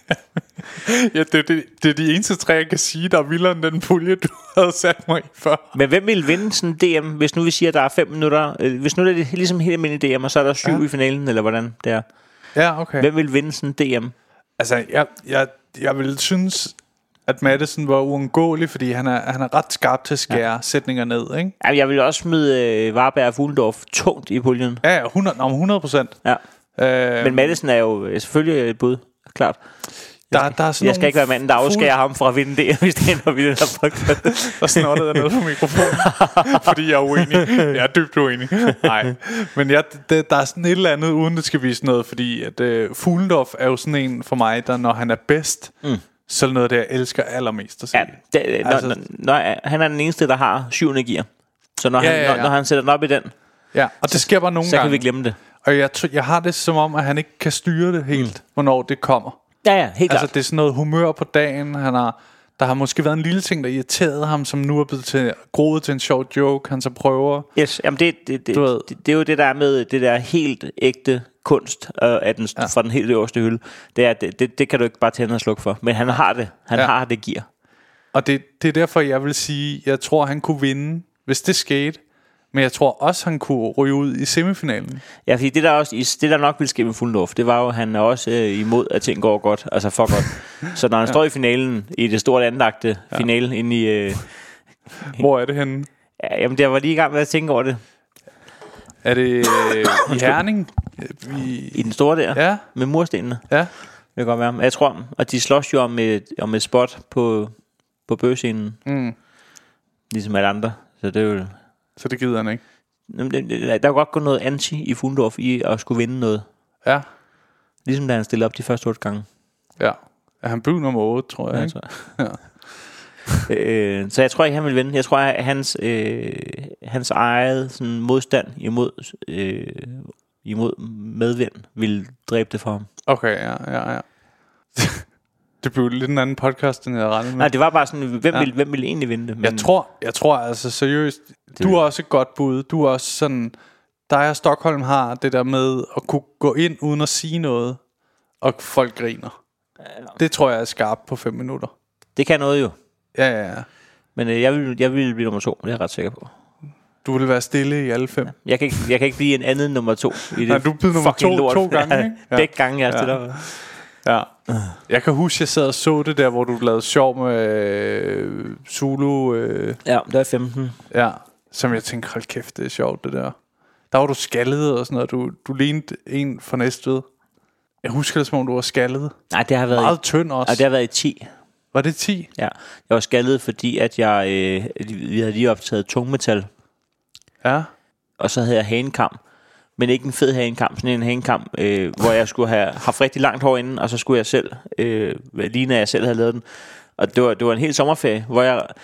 Ja, det er de eneste 3, jeg kan sige, der er vildere end den pulje, du havde sat mig i før. Men hvem vil vinde sådan DM, hvis nu vi siger, der er 5 minutter? Hvis nu er det ligesom helt almindelig DM, og så er der 7 i finalen, eller hvordan det er? Ja, okay. Hvem vil vinde sådan DM? Altså, jeg vil synes, at Madison var uundgåelig, fordi han er ret skarp til at skære sætninger ned, ikke? Ja, jeg vil også smide Varberg og Fuglendorf tungt i puljen. Ja, 100%. Ja. Men Madison er jo selvfølgelig et bud, klart. Jeg skal ikke være manden, der afskærer ham fra at vinde det, hvis det ender ved den her podcast. Der snottede jeg noget på mikrofonen, fordi jeg er uenig. Jeg er dybt uenig. Nej, men der er sådan et eller andet, uden det skal vise noget, fordi at Fuglendorf er jo sådan en for mig, der når han er bedst, så er noget, det jeg elsker allermest at se. Ja, når han er den eneste, der har 7 energier. Så når han sætter den op i den, og det sker bare nogle gange. Så kan vi glemme det. Og jeg har det som om, at han ikke kan styre det helt, hvornår det kommer. Ja, helt klart. Altså det er sådan noget humør på dagen. Der har måske været en lille ting, der irriterede ham, som nu er blevet groet til en sjov joke, han så prøver. Yes, jamen det er jo det der med det der helt ægte kunst fra den helt øverste hylde. Det kan du ikke bare tænde og slukke for. Men han har det. Han har det gear. Og det er derfor, jeg vil sige, jeg tror, han kunne vinde, hvis det skete. Men jeg tror også, han kunne ryge ud i semifinalen. Ja, fordi det der nok ville ske med Fuglendorf, det var jo, han er også imod, at ting går godt. Altså for godt. Så når han står i finalen, i det store anlagte finale, inde i... Hvor er det henne? Ja, jamen, jeg var lige i gang med at tænke over det. Er det i Herning? I den store der? Ja. Med murstenene? Ja. Det kan godt være. Jeg tror, at de slås jo om et spot på bøgescenen. Ligesom alle andre. Så det er jo... Så det gider han ikke. Der kan godt gå noget anti i Fuglendorf i at skulle vinde noget. Ja. Ligesom da han stillede op de første 8 gange. Ja. Er han byen nummer 8, tror jeg, ikke? Ja. Så jeg tror ikke, han vil vinde. Jeg tror, at hans eget sådan, modstand imod medvind vil dræbe det for ham. Okay, ja. Det blev lidt en anden podcast, end jeg havde regnet med. Nej, det var bare sådan, hvem ville egentlig vinde det? Men jeg tror altså seriøst, du er også et godt bud. Du er også sådan, dig og Stockholm har det der med at kunne gå ind uden at sige noget, og folk griner. Det tror jeg er skarpt på 5 minutter. Det kan noget jo. Ja. Men jeg vil blive nummer 2, det er jeg ret sikker på. Du vil være stille i alle 5. Jeg kan ikke blive en anden nummer 2 i det. Nej, du blev nummer 2 gange, ikke? Ja. Begge gange, jeg stiller. Ja. Jeg kan huske, jeg sad og så det der, hvor du lavede sjov med Zulu. Ja, det var 15. Ja, som jeg tænkte, hold kæft, det er sjovt det der. Der var du skaldet og sådan noget. Du lignede en fra Næstved. Jeg husker det, som om du var skaldet. Nej, det har været meget tynd også. Nej, det har været i 10. Var det 10? Ja, jeg var skaldet, fordi at vi havde lige optaget tungmetal. Ja. Og så havde jeg hanekam. Men ikke en fed hanekam, sådan en hanekam, hvor jeg skulle have haft rigtig langt hår inden, og så skulle jeg selv, lige når jeg selv havde lavet den. Og det var en hel sommerferie, hvor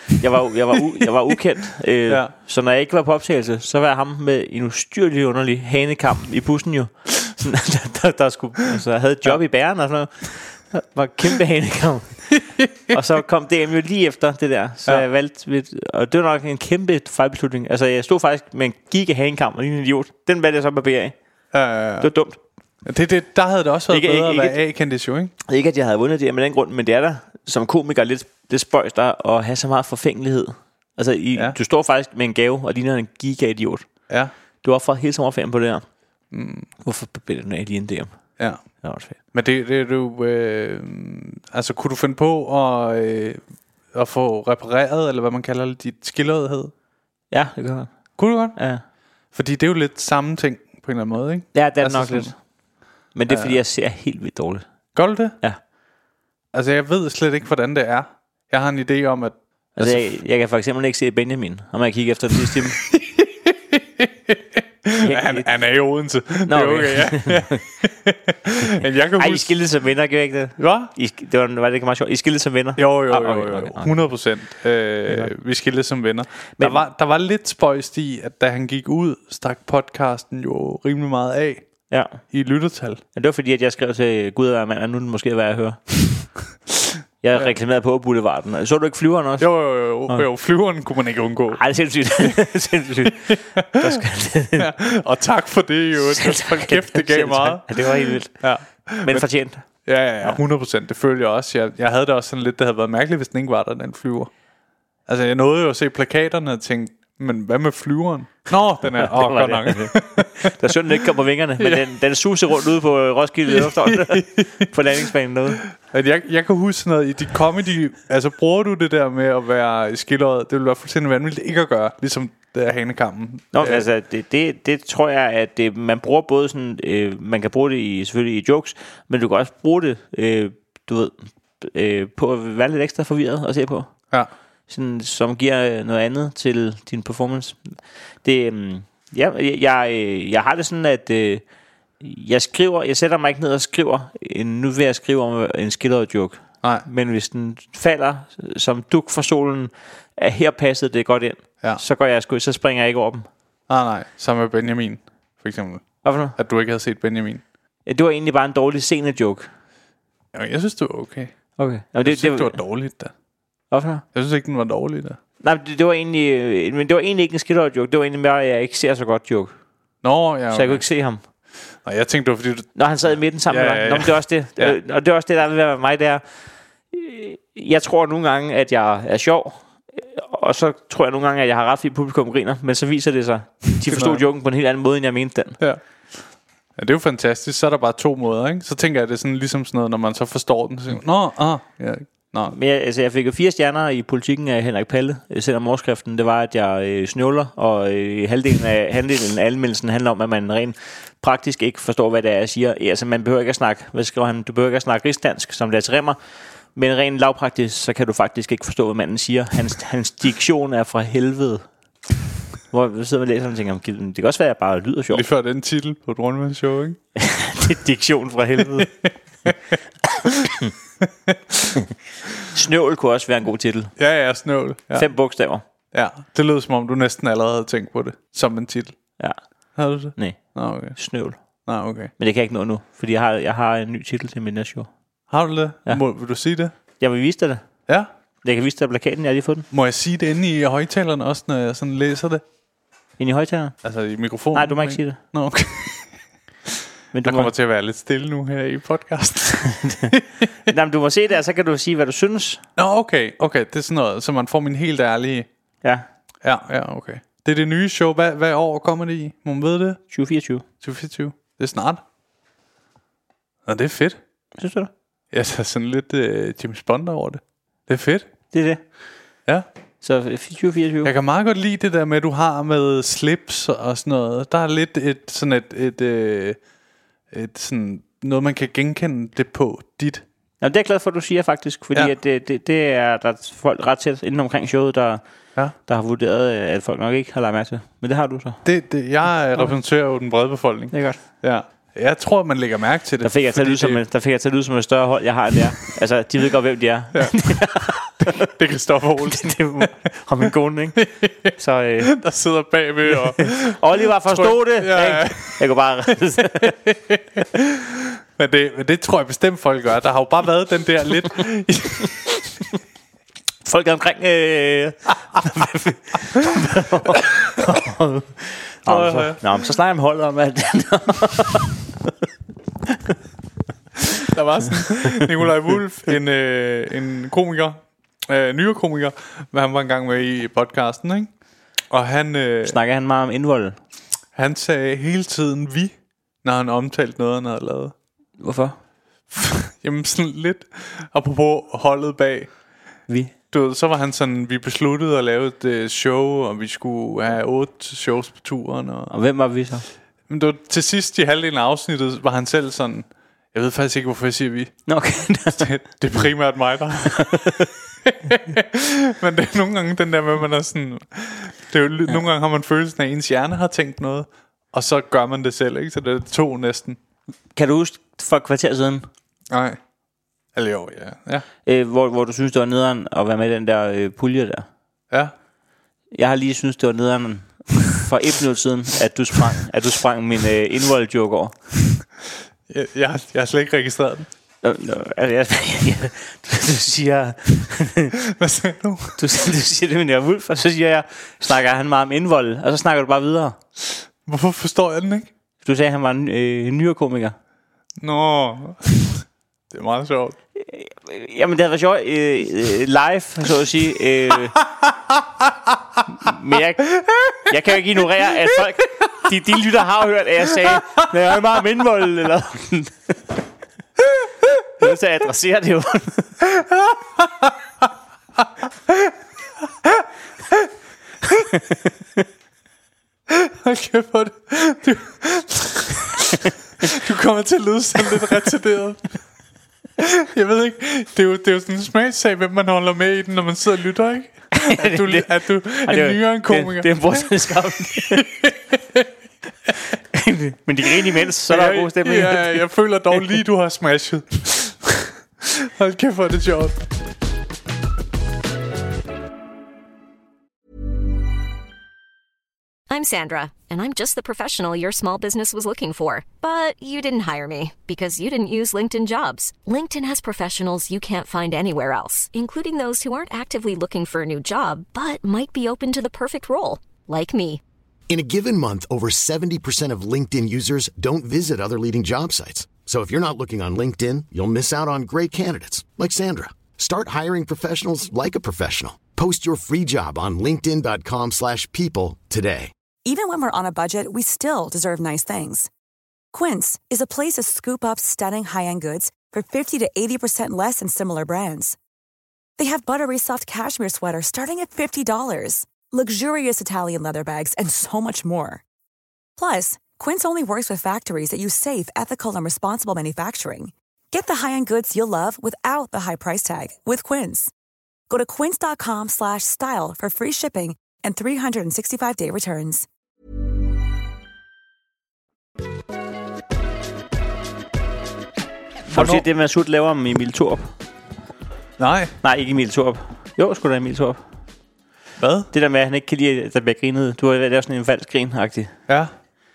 jeg var ukendt. Ja. Så når jeg ikke var på optagelse, så var jeg ham med en ustyrlig underlig hanekam i bussen jo. Der skulle, altså, jeg havde et job i bæren og sådan noget. Det var kæmpe hanekam. Og så kom DM jo lige efter det der. Så jeg valgte, og det var nok en kæmpe fejlbeslutning. Altså jeg stod faktisk med en giga-hanekam og en idiot. Den valgte jeg så barbere af. Det var dumt. Der havde det også været bedre at være A-kendis jo, ikke? Ikke at jeg havde vundet det med den grund, men det er der som komiker lidt spøjs der at have så meget forfængelighed. Altså du står faktisk med en gave og ligner en giga-idiot. Ja. Du har offret hele sommerferien på det her. Hvorfor barberer du af lige en DM? Ja. Det var fedt. Men det du altså kunne du finde på at få repareret, eller hvad man kalder det, dit skildrighed? Ja, det gør jeg. Kunne du godt? Ja. Fordi det er jo lidt samme ting på en eller anden måde, ikke? Ja, det er altså nok sådan, lidt. Men det er fordi jeg ser helt vildt dårligt. Gør du det? Ja. Altså jeg ved slet ikke hvordan det er. Jeg har en idé om at altså jeg kan for eksempel ikke se Benjamin, om jeg kigger efter den sidste time. Han er i Odense. Nå, det er okay, ja. Men jeg kan huske... I skilte som venner, gør ikke det? Hvad? Var det ikke meget sjovt? I skilte som venner? Jo. 100%. Vi skilte som venner. Men der var lidt spøjst i, at da han gik ud, stak podcasten jo rimelig meget af. Ja. I lyttertal. Ja, det var fordi, at jeg skrev til Gud og mand, og nu er det måske hvad jeg hører. Jeg reklamerede på Boulevarden. Så du ikke Flyveren også? Jo, Flyveren kunne man ikke undgå. Ej, det er sindssygt. Ja, og tak for det jo. Hold kæft, det gav meget. Ja, det var helt vildt. Ja. Men fortjent. Ja, 100%. Det følte jeg også. Jeg havde det også sådan lidt, det havde været mærkeligt, hvis den ikke var der, den flyver. Altså, jeg nåede jo at se plakaterne og tænkte, men hvad med Flyveren? Nå, den er godt nok. Der er synd, den ikke kommer på vingerne, men den suser rundt ude på Roskilde Lufthavn på landingsbanen noget. Jeg kan huske noget i dit comedy. Altså, bruger du det der med at være i skildret? Det ville være fuldstændig vanvittigt ikke at gøre, ligesom det er hanekampen. Nå, altså, det tror jeg, at man bruger både sådan... man kan bruge det selvfølgelig i jokes, men du kan også bruge det, du ved, på at være lidt ekstra forvirret at se på. Ja. Sådan, som giver noget andet til din performance. Jeg har det sådan, at jeg sætter mig ikke ned og skriver, nu vil jeg skrive om en skildret joke. Nej. Men hvis den falder som dug for solen, er her passet det godt ind, så springer jeg ikke over dem. Nej, sammen med Benjamin, for eksempel. Hvorfor noget? At du ikke havde set Benjamin. Ja, det var egentlig bare en dårlig scene joke. Ja, jeg synes, det var okay. Okay. Jeg synes ikke, det var dårligt da. Hvorfor? Jeg synes ikke, den var dårlig da. Nej, det var egentlig, men det var egentlig ikke en skildret joke. Det var egentlig mere, at jeg ikke ser så godt joke. Nå, ja. Okay. Så jeg kunne ikke se ham. Nej, jeg tænkte, det var fordi Når han sad i midten sammen med dig. Nå, men det er også det. Ja. Og det er også det, der vil være mig der. Jeg tror nogle gange, at jeg er sjov. Og så tror jeg nogle gange, at jeg har ret, fordi publikum griner. Men så viser det sig, de forstod joken på en helt anden måde, end jeg mente den. Ja. Ja, det er jo fantastisk. Så er der bare 2 måder, ikke? Så tænker jeg, det er sådan ligesom sådan noget, når man så forstår den. Så ja. Nå. Men jeg fik jo 4 stjerner i Politikken af Henrik Palle, selvom overskriften det var, at jeg snøvler, og halvdelen af anmeldelsen handler om, at man rent praktisk ikke forstår, hvad det er, jeg siger. Altså, man behøver ikke at snakke, hvad skriver han? Du behøver ikke at snakke rigsdansk, som Lasse Rimmer, men rent lavpraktisk, så kan du faktisk ikke forstå, hvad manden siger. Hans diktion er fra helvede. Hvor sidder man og læser og tænker, det kan også være, at jeg bare lyder sjovt. Lige før den titel på et rundvandsshow, ikke? Det er diktion fra helvede. Snøvl kunne også være en god titel. Ja, snøvl. Ja. 5 bogstaver. Ja, det lød som om du næsten allerede havde tænkt på det som en titel. Ja. Havde du det? Nej. Okay. Snøvl. Okay. Men det kan jeg ikke nå nu, fordi jeg har en ny titel til min næste show. Har du det? Ja. Vil du sige det? Jeg vil vise dig det. Ja. Jeg kan vise dig plakaten, jeg har lige fået den. Må jeg sige det inde i højtalerne også, når jeg sådan læser det? Ind i højtaleren? Altså i mikrofonen? Nej, du må ikke sige det. Nå, okay. Men der kommer til at være lidt stille nu her i podcasten. Nej, men du må se det, og så kan du sige, hvad du synes. Nå, okay. Det er sådan noget, så man får min helt ærlige... Ja. Ja, okay. Det er det nye show. Hvad år kommer det i? Må man vide det? 2024. 2024. Det er snart. Og det er fedt. Synes du det? Jeg tager sådan lidt James Bond over det. Det er fedt. Det er det. Ja. Så 2024. Jeg kan meget godt lide det der med, at du har med slips og sådan noget. Der er lidt et sådan noget, man kan genkende det på dit. Ja, det er jeg glad for, at du siger faktisk, fordi at det er der folk ret tæt inden omkring showet, der har vurderet, at folk nok ikke har lagt mærke til. Men det har du så. Jeg repræsenterer jo den brede befolkning. Det er godt. Ja. Jeg tror, man lægger mærke til det. Der fik jeg til at lyde som et større hold, jeg har end det er. Altså, de ved godt, hvem de er. Ja. Det kan Stoffer Olsen. Det og min kone, ikke? Så, der sidder bagved og... Oliver forstod det. Ja. Jeg kunne bare... men det tror jeg bestemt folk gør. Der har jo bare været den der lidt... Folk er omkring... Så snakker jeg med holdet om, at... Der var sådan Nikolaj Wulff, en komiker, nyere komiker, hvad han var engang med i podcasten, ikke? Og han... snakker han meget om indvold? Han sagde hele tiden vi, når han omtalte noget, han havde lavet. Hvorfor? Jamen sådan lidt, apropos holdet bag. Vi? Du ved, så var han sådan, vi besluttede at lave et show, og vi skulle have 8 shows på turen. Og hvem var vi så? Men det var, til sidst i halvdelen af afsnittet var han selv sådan, jeg ved faktisk ikke, hvorfor jeg siger vi. Okay. det er primært mig, der. Men det er nogle gange den der med, man er sådan, det er jo, nogle gange har man følelsen af, at ens hjerne har tænkt noget, og så gør man det selv, ikke? Så det er 2 næsten. Kan du huske for et kvarter siden? Nej. Eller jo, ja. Hvor du synes, det var nederen at være med i den der pulje der. Ja. Jeg har lige synes, det var nederen for 1 minut siden, at du sprang min indvold-joke over. Jeg har slet ikke registreret den. Du siger... Hvad siger du? Du siger det med Nikolaj Wulff, og så siger jeg, snakker han meget om indvold, og så snakker du bare videre. Hvorfor forstår jeg den ikke? Du sagde, at han var en nyere komiker. Nå, det er meget sjovt. Jamen, det havde været sjovt live, så at sige. Men jeg kan jo ikke ignorere, at folk, de lytter har hørt, at jeg sagde, at jeg er meget om indvold, eller... Jeg er nødt til at adressere det jo. Okay, for det. Du kommer til at lyde sådan lidt retarderet. Jeg ved ikke. Det er jo sådan en smagssag, hvem man holder med i den, når man sidder og lytter, ikke? Er du en nyere komiker? Det er en brugselskab. Men de griner imens, så er der god stemning. Ja, jeg føler dog lige, du har smashet. Hold kæft, hvor er det sjovt. I'm Sandra, and I'm just the professional your small business was looking for. But you didn't hire me because you didn't use LinkedIn Jobs. LinkedIn has professionals you can't find anywhere else, including those who aren't actively looking for a new job, but might be open to the perfect role, like me. In a given month, over 70% of LinkedIn users don't visit other leading job sites. So if you're not looking on LinkedIn, you'll miss out on great candidates like Sandra. Start hiring professionals like a professional. Post your free job on linkedin.com/people today. Even when we're on a budget, we still deserve nice things. Quince is a place to scoop up stunning high-end goods for 50 to 80% less than similar brands. They have buttery soft cashmere sweaters starting at $50, luxurious Italian leather bags, and so much more. Plus, Quince only works with factories that use safe, ethical, and responsible manufacturing. Get the high-end goods you'll love without the high price tag with Quince. Go to quince.com/style for free shipping and 365-day returns. Har du set det med, at Sut laver om Emil Thorup? Nej. Nej, ikke Emil Thorup. Jo, sgu da Emil Thorup. Hvad? Det der med, at han ikke kan lide, at der bliver grinet. Du har lavet sådan en falsk grin-agtig. Ja.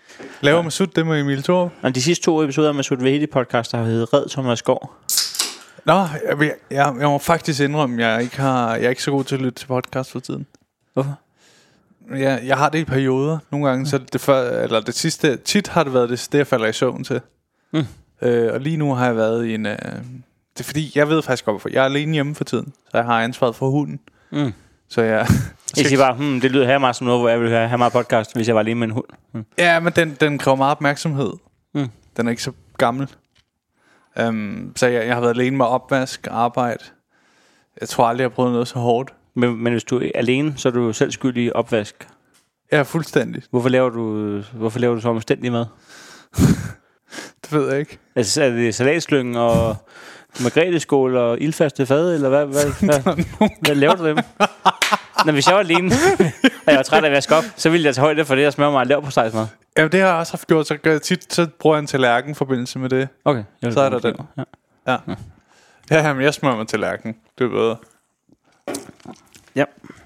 Laver med Sut det med Emil Thorup? Og de sidste 2 episoder med Sut Vehedi podcast har heddet Red Thomas Skov. Nå, jeg må faktisk indrømme, jeg er ikke så god til at lytte til podcast for tiden. Hvorfor? Jeg har det i perioder. Nogle gange, så det sidste, tit har det været det jeg falder i søvn til. Og lige nu har jeg været i en... det er fordi, jeg ved faktisk godt, hvorfor. Jeg er alene hjemme for tiden, så jeg har ansvaret for hunden. Så jeg siger bare, det lyder her meget som noget, hvor jeg ville have meget podcast, hvis jeg var alene med en hund. Ja, men den kræver meget opmærksomhed. Den er ikke så gammel. Så jeg har været alene med opvask, arbejde. Jeg tror aldrig, jeg har prøvet noget så hårdt. Men hvis du er alene, så er du selv skyldig i opvask. Ja, fuldstændig. Hvorfor laver du så omstændig mad? Det ved jeg ikke. Altså er det salatslyngen og margreteskål og ildfaste fad, eller hvad laver du dem? Når hvis jeg var alene, og jeg var træt af at vaske op, så ville jeg tage højde for det og smøre mig og lave på stegsmad. Ja, det har jeg også haft gjort, så bruger jeg en tallerken i forbindelse med det. Okay. Så er der den. Ja, men jeg smører mig tallerken. Det er bedre. Ja.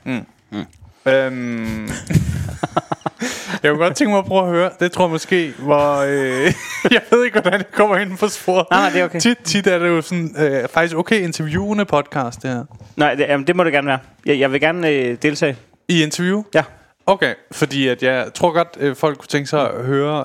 Jeg kunne godt tænke mig at prøve at høre. Det tror jeg måske hvor jeg ved ikke hvordan jeg kommer ind på sporet. Nej, det er okay. Tit er det jo sådan faktisk okay interviewende podcast det her. Nej, det må det gerne være. Jeg vil gerne deltage. I interview? Ja. Okay, fordi at jeg tror godt folk kunne tænke sig at høre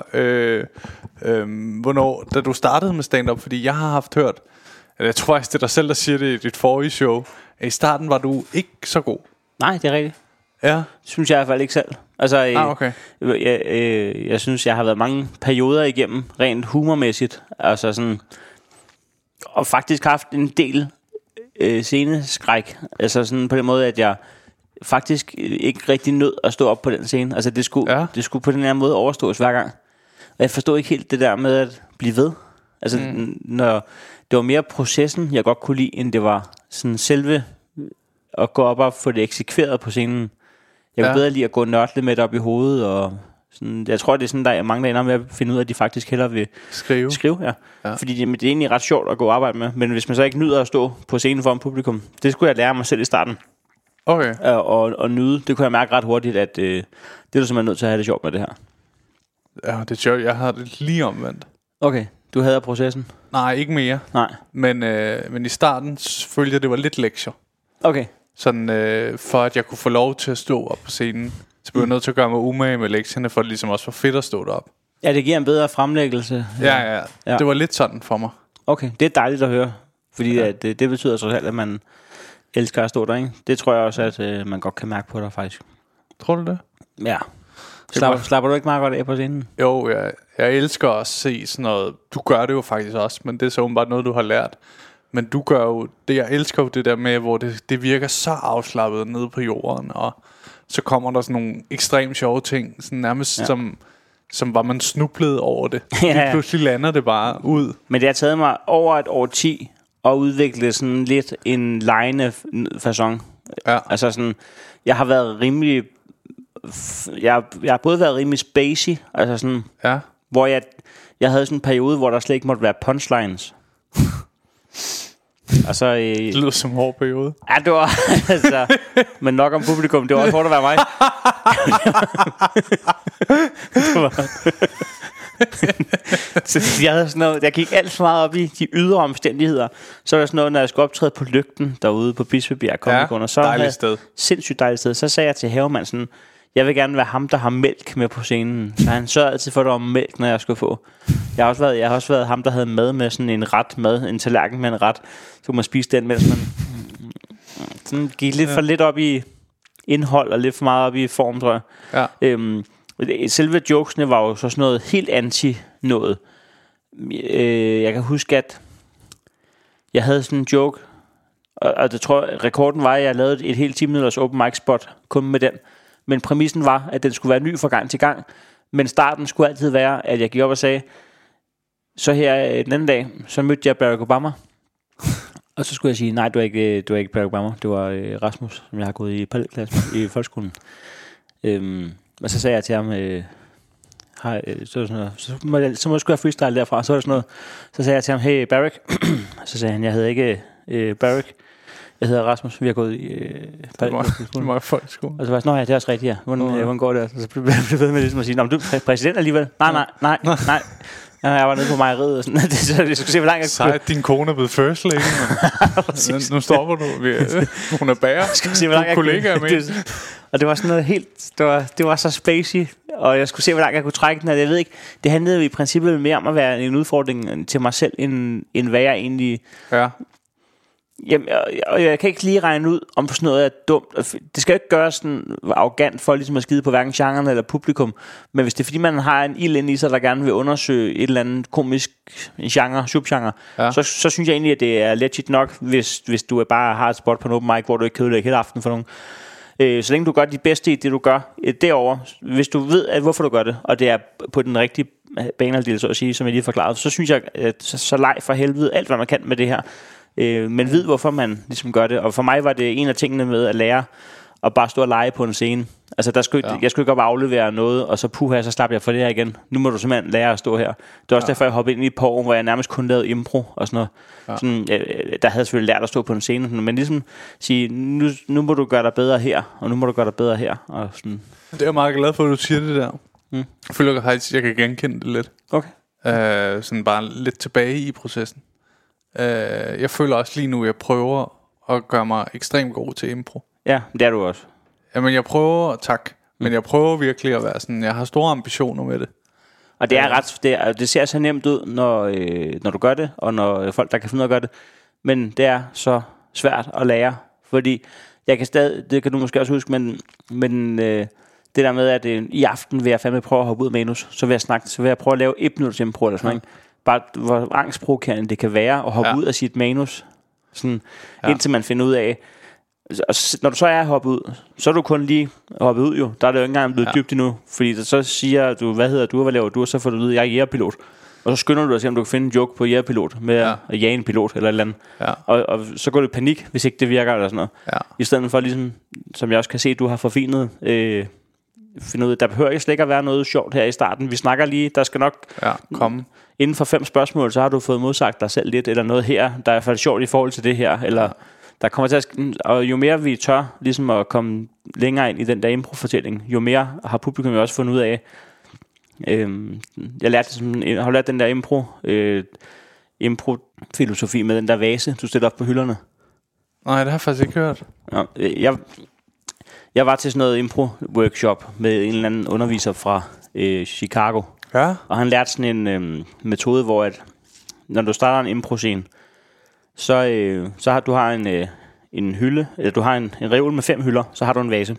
hvornår da du startede med stand-up. Fordi jeg har haft hørt, jeg tror faktisk det er dig selv der siger det i dit forrige show, at i starten var du ikke så god. Nej, det er rigtigt. Ja. Det synes jeg i hvert fald ikke selv. Altså, okay. Jeg synes jeg har været mange perioder igennem rent humormæssigt. Altså sådan, og faktisk haft en del sceneskræk. Altså sådan på den måde at jeg faktisk ikke rigtig nød at stå op på den scene. Altså det skulle på den her måde overstås hver gang. Og jeg forstod ikke helt det der med at blive ved. Altså når det var mere processen jeg godt kunne lide, end det var sådan selve at gå op og få det eksekveret på scenen. Jeg kan bedre lide at gå og nørde lidt med det op i hovedet og sådan. Jeg tror det er sådan der er mange der ender med at finde ud af at de faktisk hellere vil skrive ja. Fordi det er egentlig ret sjovt at gå og arbejde med. Men hvis man så ikke nyder at stå på scenen foran publikum, det skulle jeg lære mig selv i starten. Okay. Og nyde, det kunne jeg mærke ret hurtigt at det er du simpelthen nødt til at have det sjovt med det her. Ja, det er sjovt. Jeg har det lige omvendt. Okay, du hader processen? Nej, ikke mere. Nej. Men i starten følte jeg det var lidt lektier. Okay. Sådan for at jeg kunne få lov til at stå op på scenen, så blev jeg nødt til at gøre mig umage med lektierne, for det ligesom også var fedt at stå derop. Ja, det giver en bedre fremlæggelse. Ja. Det var lidt sådan for mig. Okay, det er dejligt at høre. Fordi at det betyder så selv, at man elsker at stå der, ikke? Det tror jeg også, at man godt kan mærke på dig, faktisk. Tror du det? Ja. Slapper du ikke meget godt af på scenen? Jo, jeg elsker også at se sådan noget. Du gør det jo faktisk også, men det er så åbenbart noget, du har lært. Men du gør jo det, jeg elsker jo det der med, hvor det virker så afslappet nede på jorden, og så kommer der sådan nogle ekstremt sjove ting, sådan nærmest som var man snublede over det. Ja. Pludselig lander det bare ud. Men det har taget mig over et årti at udvikle sådan lidt en legende facon. Ja. Altså sådan, jeg har været rimelig, jeg har både været rimelig spacey, altså sådan, hvor jeg havde sådan en periode, hvor der slet ikke måtte være punchlines. Altså, det lyder som en hård periode. Ja, det var altså, men nok om publikum. Det var også hårdt at være mig. Så jeg havde sådan noget, jeg gik alt for meget op i de ydre omstændigheder. Så var der sådan noget, når jeg skulle optræde på Lygten derude på Bispebjerg Comedy, og så dejligt sted. Sindssygt dejligt sted. Så sagde jeg til Havemann sådan, jeg vil gerne være ham, der har mælk med på scenen. Så han sørgede altid for, at der var mælk, når jeg skulle få. Jeg har også været ham, der havde mad med sådan en ret mad, en tallerken med en ret. Så kunne man spise den, mens man sådan gik lidt for lidt op i indhold og lidt for meget op i form, tror jeg. Ja. Selve jokesene var jo så sådan noget helt anti-noget. Jeg kan huske, at jeg havde sådan en joke, og det tror jeg, rekorden var, at jeg lavede et helt 10 minutters open mic spot kun med den. Men præmissen var, at den skulle være ny fra gang til gang. Men starten skulle altid være, at jeg gik op og sagde, så her den anden dag, så mødte jeg Barack Obama. Og så skulle jeg sige, nej, du er ikke Barack Obama. Det var Rasmus, som jeg har gået i parallelklasse i folkeskolen. Og så sagde jeg til ham, så må jeg freestyle derfra. Så var det sådan noget. Så sagde jeg til ham, hey Barack. Så sagde han, jeg hedder ikke Barack. Jeg hedder Rasmus, vi har gået i Det var folkeskole. Og så var jeg sådan, ja, det er også rigtigt, ja. Hvordan går det? Og så blev jeg ved med ligesom at sige, du er præsident alligevel? Nej. Ja, jeg var nede på mejeriet og sådan. Så jeg skulle se, hvor langt jeg kunne. Din kone er blevet first lady, nu stopper du. Hun er bager. Skal se, hvor langt jeg kollegaer med. Og det var sådan noget helt... Det var så spacey. Og jeg skulle se, hvor langt jeg kunne trække den. Og jeg ved ikke, det handlede jo i princippet mere om at være en udfordring til mig selv, end hvad jeg egentlig... Ja. Jamen, og jeg kan ikke lige regne ud, om sådan noget er dumt. Det skal jo ikke gøres sådan arrogant for ligesom at skide på hverken genren eller publikum. Men hvis det er fordi, man har en ild inde i sig, der gerne vil undersøge et eller andet komisk genre, subgenre, så synes jeg egentlig, at det er legit nok, hvis du bare har et spot på en open mic, hvor du ikke kedelig hele aften for nogen. Så længe du gør dit bedste i det, du gør derovre, hvis du ved, at hvorfor du gør det, og det er på den rigtige banehalvdel, så at sige, som jeg lige forklarede, så synes jeg, at så leg for helvede alt, hvad man kan med det her. Men ved, hvorfor man ligesom gør det. Og for mig var det en af tingene med at lære at bare stå og lege på en scene. Altså, jeg skulle ikke op og aflevere noget, og så så slap jeg for det her igen. Nu må du simpelthen lære at stå her. Det var også derfor, jeg hoppede ind i et par år, hvor jeg nærmest kun lavede impro og sådan noget. Ja. Sådan, der havde jeg selvfølgelig lært at stå på en scene, men ligesom sige, nu må du gøre dig bedre her, og nu må du gøre dig bedre her. Og sådan. Det er jeg meget glad for, at du siger det der. Jeg føler faktisk, jeg kan genkende det lidt. Okay. Sådan bare lidt tilbage i processen. Jeg føler også lige nu, at jeg prøver at gøre mig ekstremt god til impro. Ja, det er du også. Jamen jeg prøver, men jeg prøver virkelig at være sådan, jeg har store ambitioner med det. Og det er det ser så nemt ud, når du gør det, og når folk der kan finde ud af at gøre det. Men det er så svært at lære, fordi jeg kan stadig, det kan du måske også huske, men det der med, at i aften vil jeg fandme prøve at hoppe ud manus, så vil jeg prøve at lave 1 minuts impro eller sådan noget. Bare hvor angstprovokerende det kan være at hoppe ud af sit manus, sådan, indtil man finder ud af. Og når du så er hoppet ud, så er du kun lige hoppet ud jo. Der er det jo ikke engang blevet dybt endnu. Fordi så siger du, hvad hedder du, hvad laver du? Og så får du ud, jeg er jægerpilot. Og så skynder du dig at se, om du kan finde en joke på jægerpilot med at jage en pilot eller et eller andet. Ja. Og så går du i panik, hvis ikke det virker eller sådan noget. Ja. I stedet for ligesom, som jeg også kan se, du har forfinet, finde ud af, der behøver ikke slet ikke at være noget sjovt her i starten. Vi snakker lige, der skal nok komme. Inden for 5 spørgsmål, så har du fået modsagt dig selv lidt, eller noget her, der er i hvert fald sjovt i forhold til det her, eller der kommer til at og jo mere vi tør ligesom at komme længere ind i den der impro-fortælling, jo mere har publikum jo også fundet ud af. Jeg har lært den der impro-filosofi med den der vase, du stiller op på hylderne. Nej, det har jeg faktisk ikke hørt. Jeg var til sådan noget impro-workshop med en eller anden underviser fra Chicago. Ja. Og han lærte sådan en metode, hvor at, når du starter en impro-scene, så har du en hylde, eller du har en reol med 5 hylder, så har du en vase.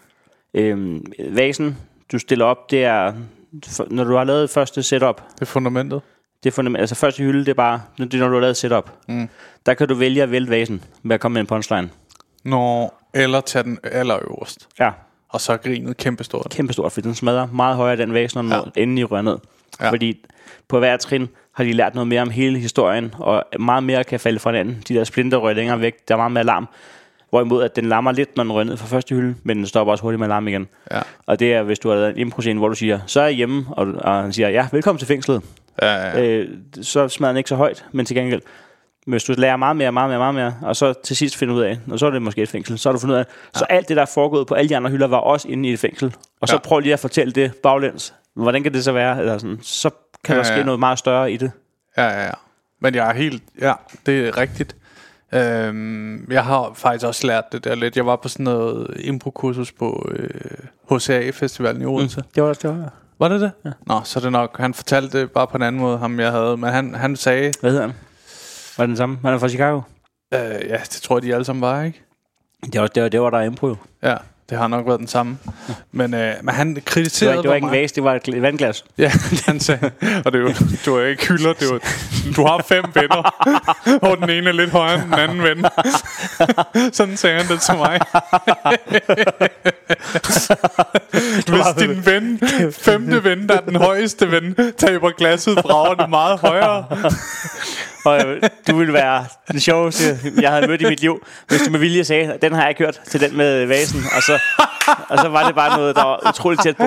Vasen, du stiller op, det er, når du har lavet første setup. Det er fundamentet. Altså første hylde, det er bare, når du har lavet setup. Der kan du vælge at vælte vasen med at komme med en punchline. Eller tage den allerøverst. Ja. Og så er grinet kæmpestort. Kæmpestort, fordi den smadrer meget højere den vase, når den endelig rører ned. Ja. Fordi på hver trin har de lært noget mere om hele historien, og meget mere kan falde fra hinanden. De der splinter rører længere væk, der er meget mere larm. Hvorimod at den larmer lidt, når den rører ned fra første hylde, men den stopper også hurtigt med larm igen. Ja. Og det er, hvis du har lavet en impro-scene, hvor du siger, så er jeg hjemme, og han siger, ja, velkommen til fængslet. Ja. Så smadrer den ikke så højt, men til gengæld, hvis du lærer meget mere, og så til sidst finder ud af, og så er det måske et fængsel, så har du fundet ud af, så alt det, der er foregået på alle de andre hylder, var også inde i et fængsel. Og så prøv lige at fortælle det baglæns. Hvordan kan det så være? Eller sådan, så kan der ske noget meget større i det. Ja. Men jeg er helt, det er rigtigt. Jeg har faktisk også lært det der lidt. Jeg var på sådan noget impro-kursus på HCA-festivalen i Odense. Det var også det. Var det det? Ja. Nå, så er det nok. Han fortalte det bare på en anden måde, ham jeg havde. Men han sagde... Hvad hedder han? Var det den samme? Han er fra Chicago? Ja, det tror jeg, de alle sammen var, ikke? Det var der impro jo. Ja, det har nok været den samme. Men han kritiserede... Det var ikke en vase, det var et vandglas. Ja, han sagde... Og det var, du er ikke hylder, det var... Du har 5 venner, hvor den ene er lidt højere end den anden ven. Sådan sagde han det til mig. Hvis din ven, 5. ven, der er den højeste ven, taber glasset fra det meget højere. Og du ville være den sjoveste, jeg havde mødt i mit liv, hvis du med vilje sagde, den har jeg kørt til den med vasen, og så var det bare noget, der var utroligt tæt på.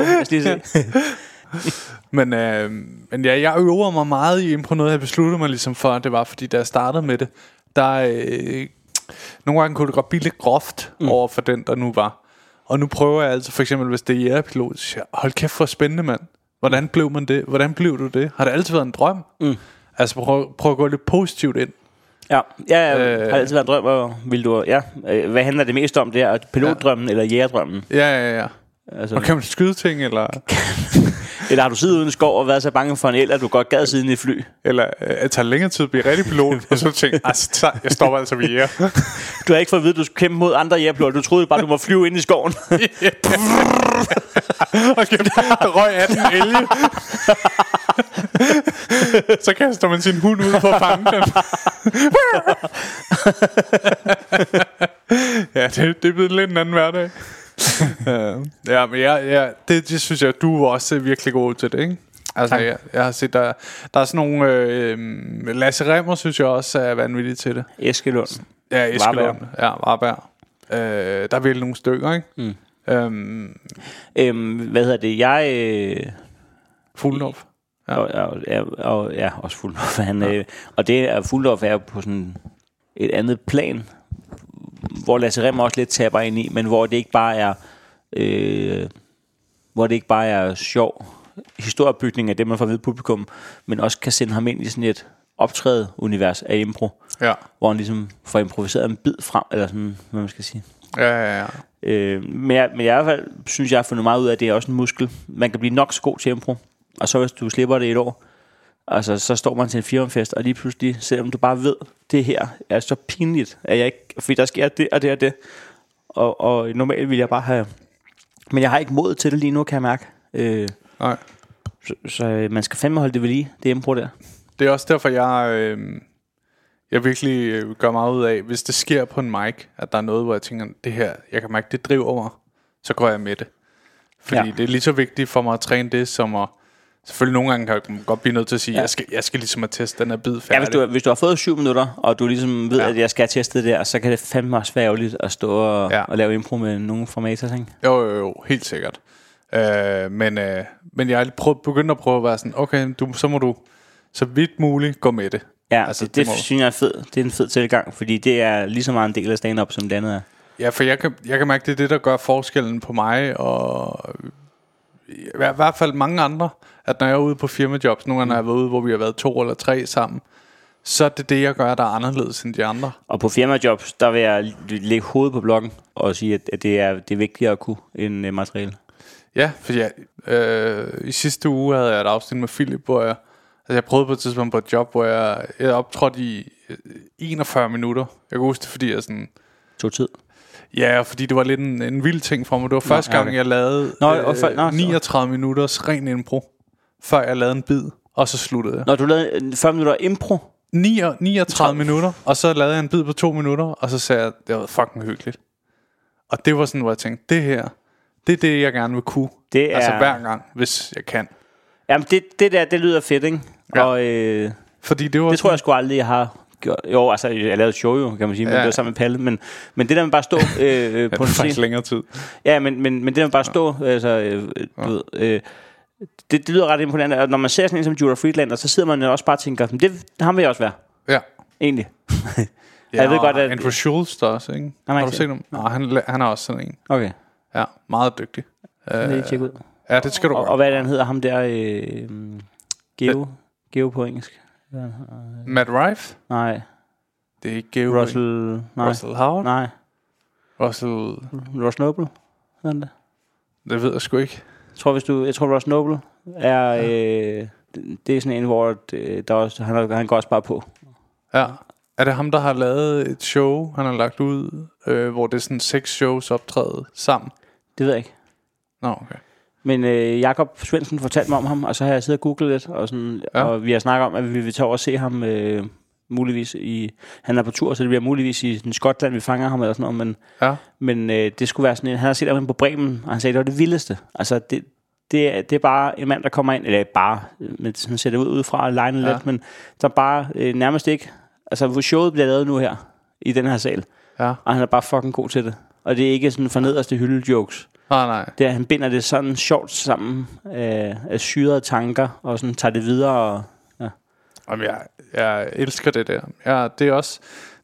Men jeg øver mig meget i impro. Noget jeg besluttede mig ligesom for, det var fordi da jeg startede med det, der nogle gange kunne det godt blive lidt groft over for den, der nu var. Og nu prøver jeg altså, for eksempel hvis det er jægerpilot, så siger jeg, hold kæft, hvor spændende, mand. Hvordan blev man det? Hvordan blev du det? Har det altid været en drøm? Altså prøv at gå lidt positivt ind. Ja, har altid været en drøm, og vil du... Ja, hvad handler det mest om der? Pilotdrømmen eller jægerdrømmen? Ja. Altså, og kan man skyde ting, eller... Eller har du siddet uden i skov og været så bange for en el, at du godt gad siden i et fly? Eller at tage længere tid at blive rigtig pilot, og så tænkte jeg stopper altså ved jæger. Du har ikke fået at vide, at du skulle kæmpe mod andre jægerpiloter. Du troede bare, du må flyve ind i skoven. Og der røg 18 elge. Så kaster man sin hund ud for at fange den. Ja, det er blevet lidt en anden hverdag. Ja, men det synes jeg, du er også virkelig god til det, ikke? Altså, jeg har set, der er sådan nogle... Lasse Remmer, synes jeg også er vanvittig til det. Eskelund. Ja, Eskelund. Ja, Varberg. Der er virkelig nogle stykker, ikke? Hvad hedder det? Fuglendorf. Ja, også Fuglendorf. Og det er Fuglendorf er på sådan et andet plan, hvor Lasse Remmer også lidt taber ind i, men hvor det ikke bare er sjov historiebygning af det, man får ved publikum, men også kan sende ham ind i sådan et optræde-univers af impro, hvor han ligesom får improviseret en bid frem, eller sådan, hvad man skal sige. Ja. Men jeg i hvert fald synes, jeg har fundet meget ud af, at det er også en muskel. Man kan blive nok så god til impro, og så hvis du slipper det et år, altså så står man til en firmafest, og lige pludselig, selvom du bare ved, det her er så pinligt, at jeg ikke, fordi der sker det og det og det, og normalt vil jeg bare have, men jeg har ikke mod til det lige nu, kan jeg mærke. Nej. Så man skal fandme holde det ved lige, det impro der. Det er også derfor, jeg virkelig gør meget ud af, hvis det sker på en mic, at der er noget, hvor jeg tænker, det her, jeg kan mærke, det driver mig, så går jeg med det. Fordi det er lige så vigtigt for mig at træne det, som at, selvfølgelig nogle gange kan jeg godt blive nødt til at sige, jeg skal ligesom at teste den her bid færdig. Ja, hvis du har fået 7 minutter, og du ligesom ved, at jeg skal have testet det der, så kan det fandme også være ærgerligt at stå og lave impro med nogle formater, ikke? Jo, helt sikkert. Men jeg er begyndt at prøve at være sådan, okay, så må du så vidt muligt gå med det. Ja, altså, det synes jeg er fedt. Det er en fed tilgang, fordi det er lige så meget en del af stand-up, som det andet er. Ja, for jeg kan mærke, det er det, der gør forskellen på mig, og i hvert fald mange andre, at når jeg er ude på firmajobs, nogle gange har jeg været ude, hvor vi har været 2 eller 3 sammen, så er det, jeg gør, der er anderledes end de andre. Og på firmajobs, der vil jeg lægge hovedet på blokken og sige, at det er vigtigere at kunne end materiale. Ja, for i sidste uge havde jeg et afsnit med Philip, hvor jeg prøvede på et tidspunkt på et job, hvor jeg optrådte i 41 minutter. Jeg kan huske det, fordi jeg sådan... Tog tid? Ja, fordi det var lidt en vild ting for mig. Det var første gang, jeg lavede 39 minutters ren impro, før jeg lavede en bid, og så sluttede jeg. Når du lavede 40 minutter impro? 39 minutter, og så lavede jeg en bid på 2 minutter, og så sagde jeg, det var fucking hyggeligt. Og det var sådan, hvor jeg tænkte, det her, det er det, jeg gerne vil kunne. Altså hver gang, hvis jeg kan. Jamen, det lyder fedt, ikke? Ja. Og, fordi det var det tror jeg sgu aldrig, jeg har gjort. Jo, altså, jeg lavede et show jo, kan man sige, men det var sammen med Palle. Men det der med bare stå på en scene længere tid. Ja, men det der med bare stå, altså, det lyder ret imponerende. Og når man ser sådan en som Judah Friedlander, så sidder man jo også bare og tænker, det ham vil jeg også være. Ja. Egentlig. Ja, jeg ved godt, at Andrew Schultz der også, ikke? Har du set ham? Nej, han er også sådan en. Okay. Ja, meget dygtig. Det tjekke ud. Ja, det skal du gøre. Og hvad er det, han hedder? Ham der Geo på engelsk. Matt Rife? Nej. Det er ikke Geo. Russell Howard? Nej. Ross Noble? Hvad er det? Det ved jeg sgu ikke. Jeg tror Ross Noble er... det er sådan en, hvor der også, han går også bare på. Ja. Er det ham, der har lavet et show, han har lagt ud, hvor det er sådan 6 shows optrædet sammen? Det ved jeg ikke. Nå, okay. Men Jakob Svendsen fortalte mig om ham, og så har jeg siddet og googlet lidt, og, sådan, og vi har snakket om, at vi vil tage over og se ham muligvis han er på tur, så det bliver muligvis i Skotland, vi fanger ham eller sådan noget, men det skulle være sådan en, han har set ham på Bremen, og han sagde, det var det vildeste. Altså, det er bare en mand, der kommer ind, eller bare, men han ser det ud fra og legner lidt, men der er bare nærmest ikke, altså hvor showet bliver lavet nu her, i den her sal, og han er bare fucking god til det. Og det er ikke sådan for nederste hylde jokes. Nej. Det er, han binder det sådan sjovt sammen af syrede tanker, og sådan tager det videre. Og, Jamen, jeg elsker det der. Det er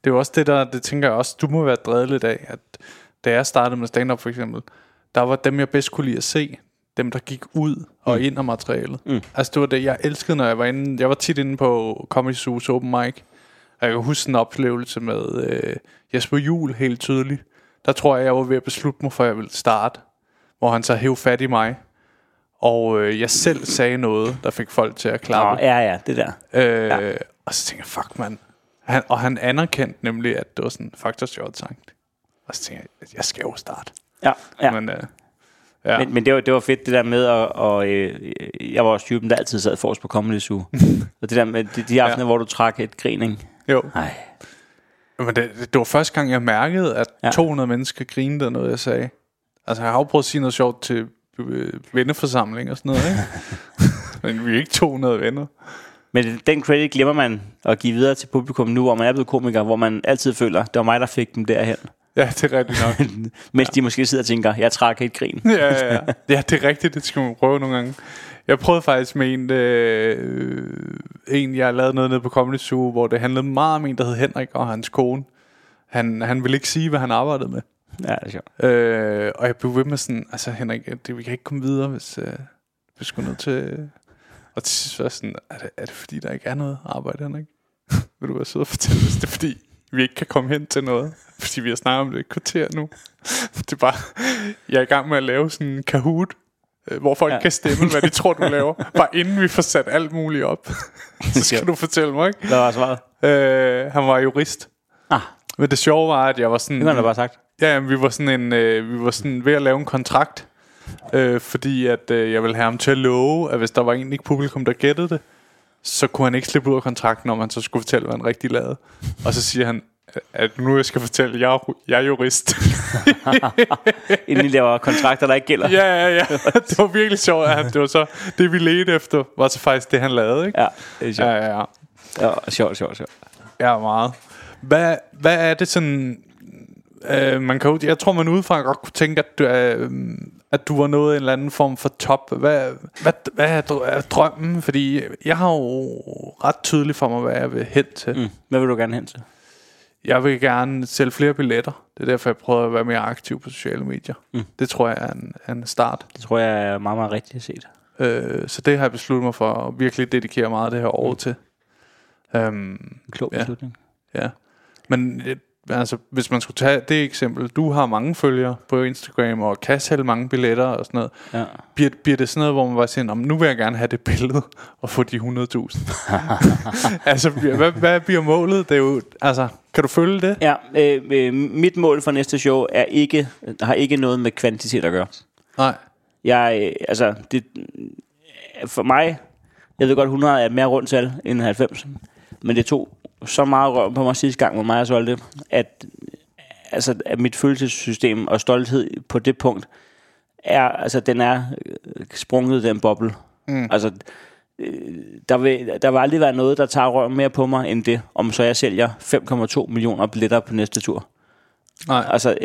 det er jo også det tænker jeg også, du må være drevet lidt af, at da jeg startede med stand-up for eksempel, der var dem, jeg bedst kunne lide at se, dem, der gik ud og ind af materialet. Altså, det var det, jeg elskede, når jeg var inde. Jeg var tit inde på Comedy Zoo's Open Mic, og jeg kan huske en oplevelse med Jesper Juhl helt tydeligt. Der tror jeg var ved at beslutte mig for, at jeg ville starte, hvor han så hævde fat i mig. Og jeg selv sagde noget, der fik folk til at klappe. Ja, det der. Og så tænkte jeg, fuck mand. Han anerkendte nemlig, at det var sådan faktisk sjovt sagt. Og så tænkte jeg skal jo starte. Ja. Men, men det var fedt det der med, og jeg var også typen, der altid sad forrest på Comedy Zoo. Og det der med de aftener, hvor du trak et grin, ikke? Jo. Men det var første gang, jeg mærkede, at 200 mennesker grinede af noget, jeg sagde. Altså, jeg har jo prøvet at sige noget sjovt til venneforsamling og sådan noget, ikke? Men vi er ikke 200 venner. Men den credit glemmer man at give videre til publikum nu, hvor man er blevet komiker, hvor man altid føler, det var mig, der fik dem derhen. Ja, det er rigtigt nok. Mens de måske sidder og tænker, jeg trækker et grin. Ja, det er rigtigt, det skal man prøve nogle gange. Jeg prøvede faktisk med en jeg lavede noget nede på Comedy Zoo, hvor det handlede meget om en, der hed Henrik og hans kone. Han ville ikke sige, hvad han arbejdede med. Ja, det er sjovt. Og jeg blev ved med sådan, altså Henrik, vi kan ikke komme videre, hvis vi skulle nødt til... Og til sidst var sådan, er det fordi, der ikke er noget arbejde, Henrik? Vil du være sød og fortælle os, det er fordi, vi ikke kan komme hen til noget? Fordi vi har snakket om det et kvarter nu. Det er bare, jeg er i gang med at lave sådan en Kahoot, hvor folk kan stemme, hvad de tror, du laver. Bare inden vi får sat alt muligt op. Så skal du fortælle mig, ikke? Hvad var svaret? Han var jurist. Men det sjove var, at jeg var sådan... Det kan du bare sagt. Ja, vi var sådan ved at lave en kontrakt. Fordi at jeg ville have ham til at love, at hvis der var egentlig ikke publikum, der gættede det, så kunne han ikke slippe ud af kontrakten, om han så skulle fortælle, hvad han rigtig lavede. Og så siger han, at nu jeg skal fortælle, jeg er jurist. Inden I laver kontrakter, der ikke gælder. Ja. Det var virkelig sjovt, at det var så det, vi ledte efter, var så faktisk det, han lavede, ikke? Ja, det er sjovt. Ja, sjovt. Ja, meget. Hvad er det sådan... jeg tror, man udefra godt kunne tænke, at du var nået en eller anden form for top. Hvad er drømmen? Fordi jeg har jo ret tydeligt for mig, hvad jeg vil hen til. Hvad vil du gerne hen til? Jeg vil gerne sælge flere billetter. Det er derfor, jeg prøver at være mere aktiv på sociale medier. Det tror jeg er en start. Det tror jeg er meget, meget rigtigt set. Så det har jeg besluttet mig for at virkelig dedikere meget af det her år til. Klog beslutning. Ja. Men altså, hvis man skulle tage det eksempel, du har mange følgere på Instagram og kan sælge mange billetter og sådan noget. Ja. Bliver det sådan noget, hvor man bare siger, nu vil jeg gerne have det billede og få de 100.000? Altså, hvad bliver målet? Det er jo, altså, kan du følge det? Ja, mit mål for næste show har ikke noget med kvantitet at gøre. Nej. For mig, jeg ved godt, 100 er et mere rundt tal end 90, men det tog så meget røv på mig sidste gang, hvor mig jeg solgte, at mit følelsessystem og stolthed på det punkt den er sprunget den boble. Altså, der vil aldrig være noget, der tager røv mere på mig end det, om så jeg sælger 5,2 millioner billetter på næste tur. Nej. Altså,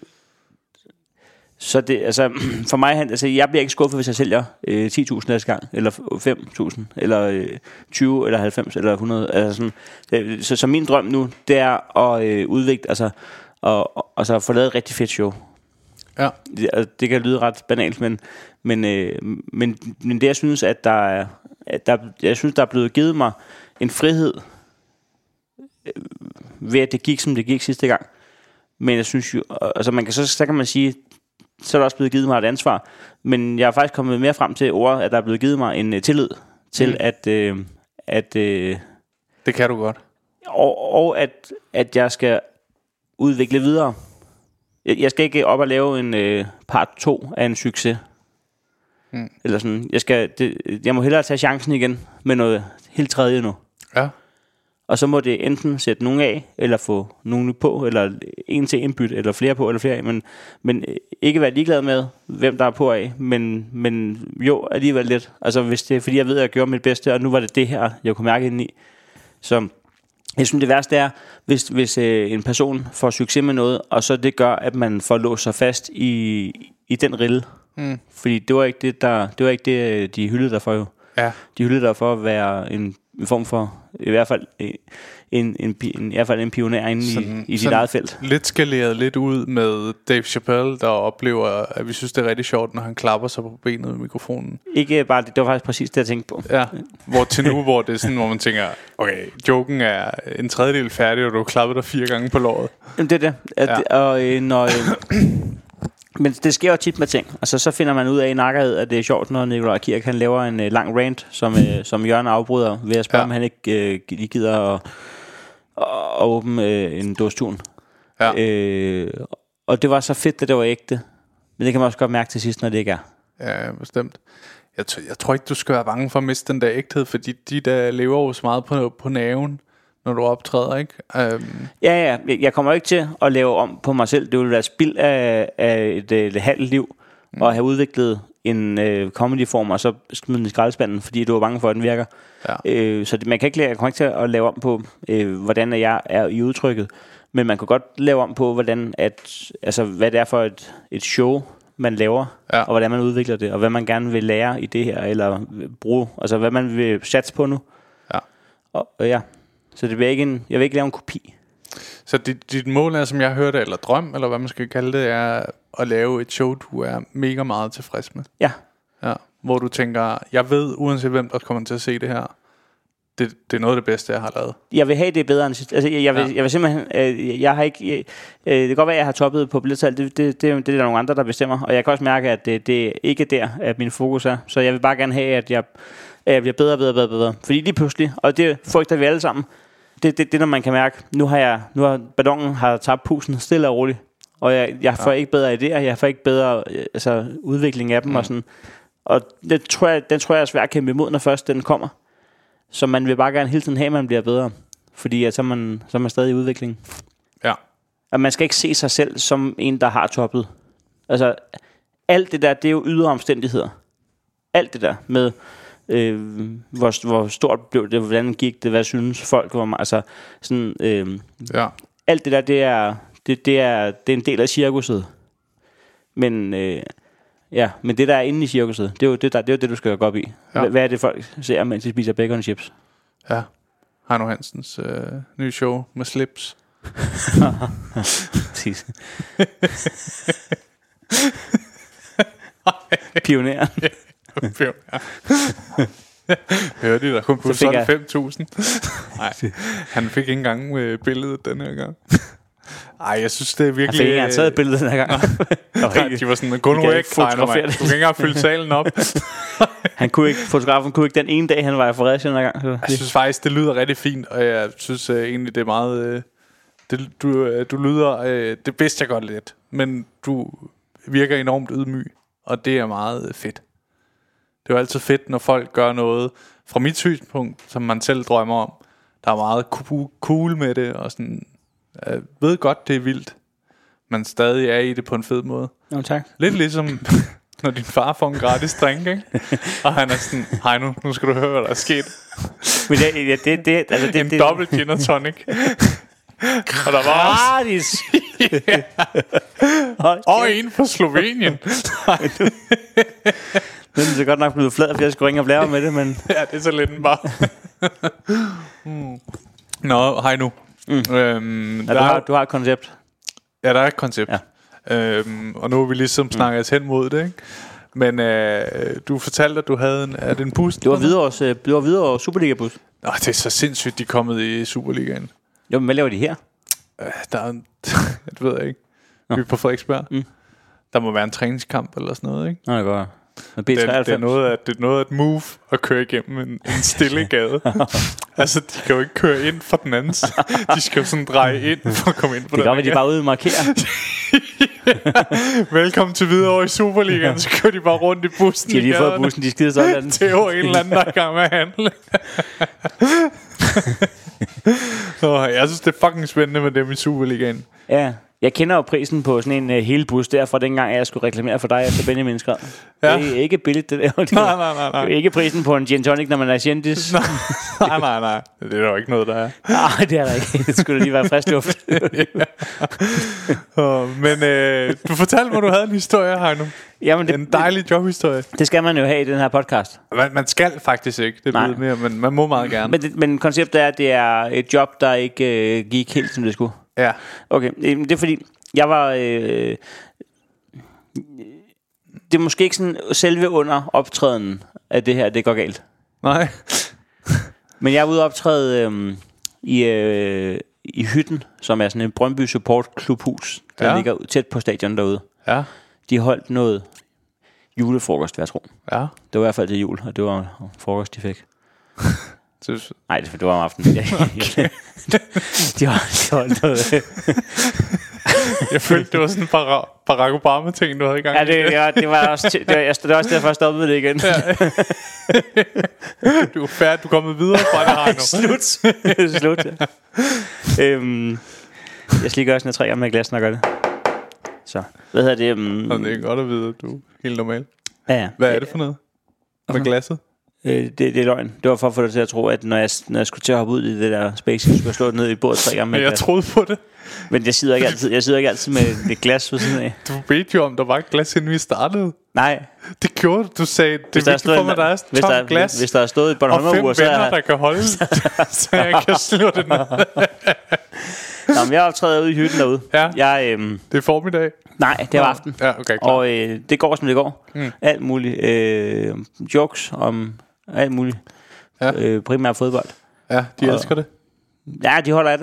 så det, altså, for mig, jeg bliver ikke skuffet, hvis jeg sælger 10.000 næste gang, eller 5.000, eller 20, eller 90, eller 100. Altså sådan, så min drøm nu, det er at udvikle, og få lavet et rigtig fedt show. Ja. Det kan lyde ret banalt, men det jeg synes, at der er blevet givet mig en frihed ved at det gik, som det gik sidste gang. Men jeg synes jo, altså så kan man sige, så er der også blevet givet mig et ansvar. Men jeg er faktisk kommet mere frem til ordet, at der er blevet givet mig en tillid til, at det kan du godt. Og at jeg skal udvikle videre. Jeg skal ikke op og lave en part 2 af en succes. Eller sådan. Jeg må hellere tage chancen igen med noget helt tredje nu. Ja. Og så må det enten sætte nogen af, eller få nogen på, eller en til indbytte, eller flere på, eller flere af. Men ikke være ligeglad med, hvem der er på af. Men jo, alligevel lidt. Altså hvis det er, fordi jeg ved, at jeg gjorde mit bedste, og nu var det her, jeg kunne mærke ind i. Så jeg synes, det værste er, hvis en person får succes med noget, og så det gør, at man får låst sig fast i den rille. Fordi det var ikke det, de hyldede der for jo. Ja. De hyldede der for at være en form for, i hvert fald en pioner inde i dit eget felt. Lidt skaleret lidt ud med Dave Chappelle, der oplever, at vi synes, det er rigtig sjovt, når han klapper sig på benet med mikrofonen. Ikke bare det var faktisk præcis det, jeg tænkte på. Ja, hvor til nu, hvor det er sådan, hvor man tænker, okay, joken er en tredjedel færdig, og du har klappet dig 4 gange på låret. Jamen det er det. Og når... Men det sker jo tit med ting. Altså så finder man ud af i nakkerhed, at det er sjovt, når Nikolaj Kirk han laver en lang rant, som Jørgen afbryder ved at spørge, om han ikke gider at åbne en dåstun. Ja. Og det var så fedt, at det var ægte. Men det kan man også godt mærke til sidst, når det ikke er. Ja, bestemt. Jeg tror ikke, du skal være bange for at miste den der ægthed, fordi de der lever jo så meget på naven, når du optræder, ikke? Ja, jeg kommer ikke til at lave om på mig selv. Det ville være spild af et halvt liv at have udviklet en comedyform og så smide den i skraldespanden, fordi du er bange for, at den virker. Ja. Så man kan ikke jeg kommer ikke til at lave om på, hvordan jeg er i udtrykket, men man kan godt lave om på, hvordan hvad det er for et show, man laver, og hvordan man udvikler det, og hvad man gerne vil lære i det her, eller bruge, altså hvad man vil satse på nu. Ja. Og ja. Så det bliver ikke jeg vil ikke lave en kopi. Så dit mål er, som jeg hørte, eller drøm, eller hvad man skal kalde det, er at lave et show, du er mega meget tilfreds med. Ja. Hvor du tænker, jeg ved, uanset hvem der kommer til at se det her, det er noget af det bedste, jeg har lavet. Jeg vil have det bedre end sidst. Altså, jeg vil simpelthen, jeg har ikke, det kan godt være, at jeg har toppet på billedtal. Det er der nogle andre, der bestemmer. Og jeg kan også mærke, at det ikke er der, at min fokus er. Så jeg vil bare gerne have, at jeg bliver bedre. Fordi lige pludselig, og det frygter vi alle sammen, det når man kan mærke, nu har ballonen tabt pusten stille og roligt, og jeg får ikke bedre idéer, jeg får ikke bedre udvikling af dem og sådan. Og den tror jeg er svært at kæmpe imod, når først den kommer. Så man vil bare gerne hele tiden have, at man bliver bedre, fordi så er man stadig i udvikling. Ja. Og man skal ikke se sig selv som en, der har toppet. Altså alt det der, det er jo ydre omstændigheder. Alt det der med hvor stort blev det, hvordan gik det, hvad synes folk om, altså sådan alt det der, det er en del af cirkuset. Men men det der er inde i cirkuset, det er jo det du skal gå op i. Hvad er det folk ser, mens de spiser bacon chips? Ja. Heino Hansens nye show med slips. Præcis. Pioneren. Hørte I, der kun på sådan 5.000? Nej, han fik ikke engang billedet den her gang. Ej, jeg synes det er virkelig. Han fik ikke engang taget billedet den her gang. Nej, de var sådan, gå nu væk, Heino, du kan ikke engang fylde salen op. Fotografen kunne ikke den ene dag, han var i Fredericia den her gang. Jeg synes faktisk, det lyder rigtig fint, og jeg synes egentlig, det er meget. Du lyder, det bedste jeg godt lidt, men du virker enormt ydmyg, og det er meget fedt. Det er jo altid fedt, når folk gør noget fra mit synspunkt, som man selv drømmer om. Der er meget cool med det, og sådan, jeg ved godt, det er vildt, men stadig er i det på en fed måde. Jo, tak. Lidt ligesom, når din far får en gratis drink, ikke? Og han er sådan, Heino, nu skal du høre, hvad der er sket. Men det en dobbelt gin og tonic. Og der var gratis. Og en fra Slovenien. Den er så godt nok blevet flad, for jeg skulle ringe og blære med det, men ja, det er så lidt en bare. Nå, hej nu. Du har et koncept. Ja, der er et koncept. Ja. Og nu har vi ligesom snakket os hen mod det, ikke? Men du fortalte, at du havde en bus. Det var videre Superliga-bus. Nå, det er så sindssygt, de er kommet i Superligaen. Jo, men hvad laver de her? Der er det ved jeg ikke. Vi er på Frederiksberg. Der må være en træningskamp eller sådan noget, ikke? Nå, det går. Det er noget af et move at køre igennem en stille gade. Altså, de kan jo ikke køre ind fra den anden. De skal jo sådan dreje ind for at komme ind på den. Det kan godt, de bare ude og markere. Velkommen til Hvidovre i Superligaen. Så kører de bare rundt i bussen. De har lige fået bussen, de skider sådan. Det er jo en eller anden, der er i gang med at handle. Jeg synes, det er fucking spændende med dem i Superligaen. Ja. Jeg kender jo prisen på sådan en hele bus der fra dengang, jeg skulle reklamere for dig efter Benjamin Skred. Ja. Det er ikke billigt, det der. Nej. Det er ikke prisen på en gin tonic, når man er kendis. Nej. Det er jo ikke noget, der er. Nej, det er der ikke. Det skulle lige være frisk luft. Men du fortalte mig, du havde en historie her nu. Jamen, en dejlig jobhistorie. Det skal man jo have i den her podcast. Man skal faktisk ikke, det er mere, men man må meget gerne. Men konceptet er, at det er et job, der ikke gik helt, som det skulle. Ja. Okay, det er fordi, jeg var... det er måske ikke sådan selve under optræden af det her, det går galt. Nej. Men jeg er ude og optræde i Hytten, som er sådan en Brøndby Support klubhus, der ligger tæt på stadion derude. Ja. De holdt noget julefrokost, hvad jeg tror. Ja. Det var i hvert fald til jul, og det var frokost, de fik. Nej, det var om aftenen. De holdt noget. Jeg følte, det var sådan en Barack Obama-ting, du havde i gang. Ja, det var også derfor, jeg stoppede det igen. Du er færdig, du er kommet videre fra det her nu. Slut. Jeg slikker også 3 gange med glas, når jeg gør det. Så, hvad hedder det? Det er godt at vide, at du er helt normal. Ja. Hvad er det for noget? Med glasset? Det er løgn. Det var for at få dig til at tro, at når jeg skulle til at hoppe ud i det der space, skulle jeg slå det ned i bordet 3 gange med glas. Jeg troede på det. Men jeg sidder ikke altid med et glas ved siden af. Du bedte jo om, der var et glas, inden vi startede. Nej. Det gjorde du. sagde, det er vigtigt for mig, der er et tomt glas. Hvis der er stået et Bornholmer-ur, så og 5 venner, der kan holde så jeg kan slå det ned. Nå, men jeg optræder ude i Hytten derude. Ja. Det er formiddag. Nej, det er aften. Ja, okay, klar. Og det går, som det går. Alt muligt. Jokes om alt muligt. Primært fodbold. Ja, de elsker det. Ja, de holder af det.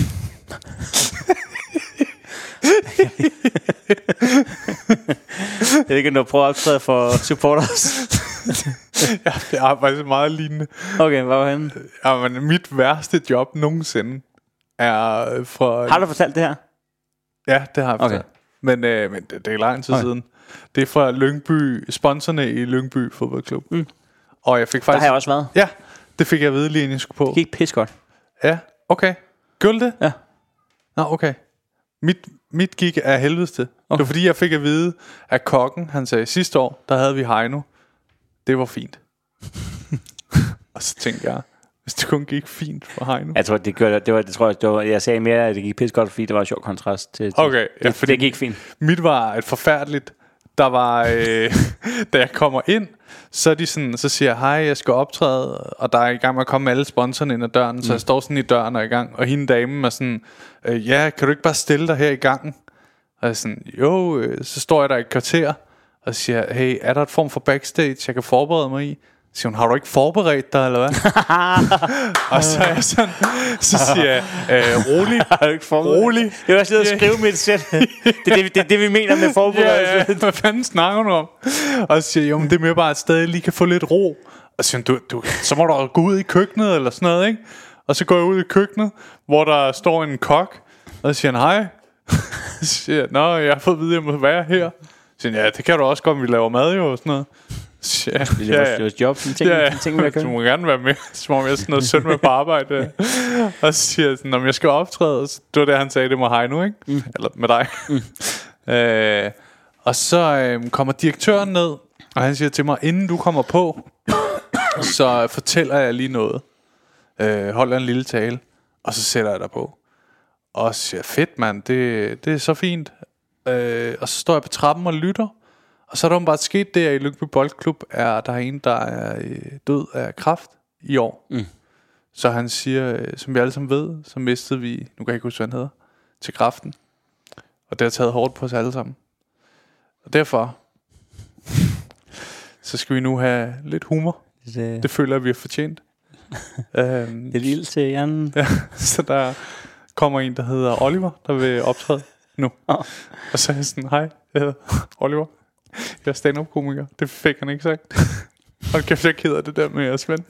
Jeg ved ikke, om du prøver at optræde for supporters. Ja, det er faktisk meget lignende. Okay, hvad var henne? Ja, men mit værste job nogensinde er fra... Har du fortalt det her? Ja, det har jeg fortalt. Men det er lang tid siden. Det er fra Lyngby, sponsorerne i Lyngby fodboldklub. Og jeg fik faktisk... Der har jeg også været. Ja, det fik jeg at vide lige inden jeg skulle på. Det gik pis godt. Ja, okay. Gjorde det? Ja. Nå, okay. Mit gik af helvedes til. Okay. Det var fordi jeg fik at vide at kokken, han sagde sidste år, der havde vi Heino. Det var fint. Og så tænkte jeg, hvis det kun gik fint for Heino. Jeg tror jeg sagde mere, at det gik pis godt, fordi det var en sjov kontrast til okay, ja, det gik fint. Mit var et forfærdeligt. Der var da jeg kommer ind, så er de sådan, så siger jeg, hej, jeg skal optræde, og der er i gang med at komme alle sponsorerne ind ad døren, så jeg står sådan i døren og er i gang, og hende damen er sådan, ja, kan du ikke bare stille dig her i gangen? Og jeg er sådan, jo, så står jeg der i et kvarter, og siger, hey, er der et form for backstage, jeg kan forberede mig i? Så siger hun, har du ikke forberedt dig, eller hvad? Og så er jeg sådan, så siger jeg, rolig. Jeg var siddet og skrive mit sæt. Det er det, vi mener med forberedelse. Ja, hvad fanden snakker du om? Og så siger jeg, jo, men det er mere bare, at stadig lige kan få lidt ro. Og så siger hun, så må du gå ud i køkkenet, eller sådan noget, ikke? Og så går jeg ud i køkkenet, hvor der står en kok, og så siger han, hej. Så siger jeg, nå, jeg har fået at vide, at jeg må være her. Så siger han, ja, det kan du også godt, vi laver mad jo, og sådan noget. Ja, det er vores job. Du må gerne være med. Så må jeg sådan noget sødt med på arbejde. Og så siger jeg sådan, om jeg skal optræde. Det var det han sagde, det må Heino, ikke? Eller med dig. Og så kommer direktøren ned, og han siger til mig, inden du kommer på, så fortæller jeg lige noget. Holder en lille tale. Og så sætter jeg dig på. Og så siger jeg, fedt mand, det er så fint. Og så står jeg på trappen og lytter. Og så er der bare sket det, at i Lyngby Boldklub der er en, der er død af kræft i år. Så han siger, som vi alle sammen ved, så mistede vi, nu kan jeg ikke huske, hvad han hedder, til kræften. Og det har taget hårdt på os alle sammen. Og derfor, så skal vi nu have lidt humor. Det føler jeg, vi har fortjent. Lidt ild til hjernen. Ja, så der kommer en, der hedder Oliver, der vil optræde nu. Og så er jeg sådan, hej, jeg hedder Oliver. Jeg er stand-up-komiker. Det fik han ikke sagt. Hold kæft, jeg keder det der med jeres ven.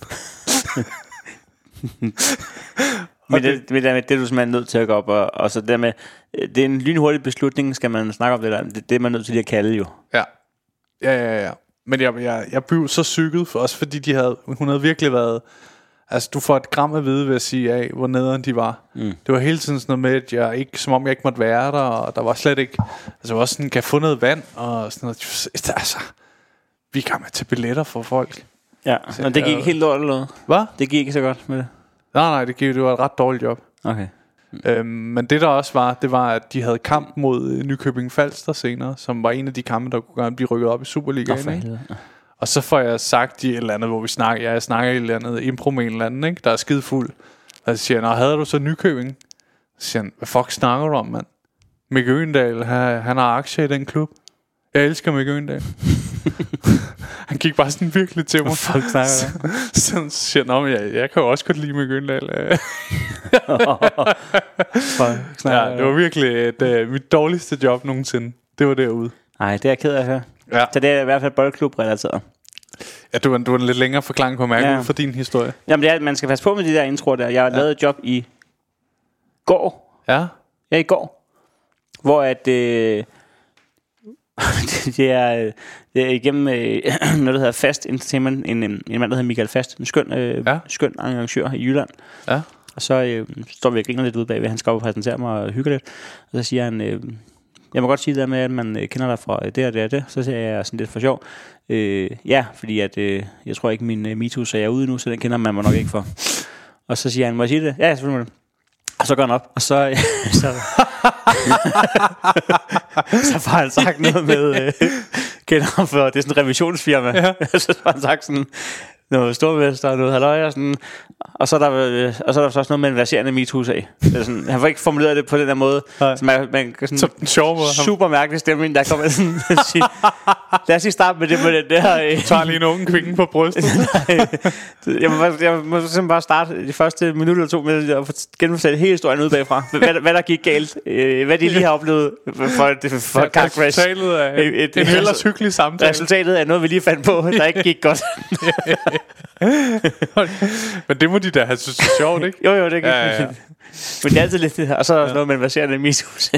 Men det du simpelthen er nødt til at gå op og så der med, det er en lynhurtig beslutning, skal man snakke om det der. Det er man nødt til at kalde jo. Ja. Men jeg blev så psyket, også fordi hun havde virkelig været Altså, du får et gram at vide ved at sige af, hvor nederen de var. Det var hele tiden sådan noget med, at som om jeg ikke måtte være der, og der var slet ikke... Altså, også sådan, kan jeg få noget vand, og sådan noget. Altså, vi kan med til billetter for folk. Ja, men det gik ikke helt dårligt eller noget? Hvad? Det gik ikke så godt med det? Nej, det var et ret dårligt job. Okay. Men det der også var, det var, at de havde kamp mod Nykøbing Falster senere, som var en af de kampe, der kunne gerne blive rykket op i Superligaen. Og så får jeg sagt et eller andet, hvor jeg snakker et eller andet impro med en eller anden, ikke, der er skide fuld. Og så siger han, havde du så Nykøbing? Så siger han, hvad fuck snakker du om, mand? Mikke Øgendal, han har aktier i den klub. Jeg elsker Mikke Øgendal. Han gik bare sådan virkelig til mig. Hvad fuck snakker du? Så siger han, jeg kan jo også godt lide Mikke Øgendal. Ja, det var virkelig mit dårligste job nogensinde. Det var derude. Nej, det er jeg ked af at høre. Ja. Så det er i hvert fald boldklub-relateret. Ja, du var en lidt længere forklaring på mærke ud for din historie. Jamen, det er, man skal passe på med de der introer der. Jeg har lavet et job i går. Ja? Ja, i går. Hvor at... det er igennem noget, der hedder Fast Entertainment. En mand, der hedder Michael Fast. En skøn arrangør i Jylland. Ja. Og så står vi og griner lidt ude bagved. Han skal op og præsentere mig og hygge lidt. Og så siger han... jeg må godt sige det der med, at man kender dig fra det og det og det. Så siger jeg sådan lidt for sjov. Ja, fordi at, jeg tror ikke, min MeToo er ude nu, så den kender man mig nok ikke for. Og så siger han, må jeg sige det? Ja, selvfølgelig. Og så går han op, og så får han sagt noget med, kender ham for, det er sådan en revisionsfirma. Ja. Så har han sagt sådan, noget stormester og noget halløj og sådan. Og så er der så også noget med en verserende MeToo-sag. Han får ikke formuleret det på den der måde. Så man kan sådan den sjove måde. Super mærkelig stemning, der kommer sådan at sige, lad os lige starte med det med den der. Du tager lige en unge kvinde på brystet. Jeg må simpelthen bare starte de første minut eller 2 med at genfortælle hele historien ud bagfra. Hvad der gik galt. Hvad de lige har oplevet for et car crash. Resultatet af en ellers hyggelig samtale. Resultatet af noget, vi lige fandt på, der ikke gik godt. Men det må de da have så sjovt, ikke? Jo, det kan ja. Men det er altid lidt det her. Og så er der sådan noget med en verserende MeToo.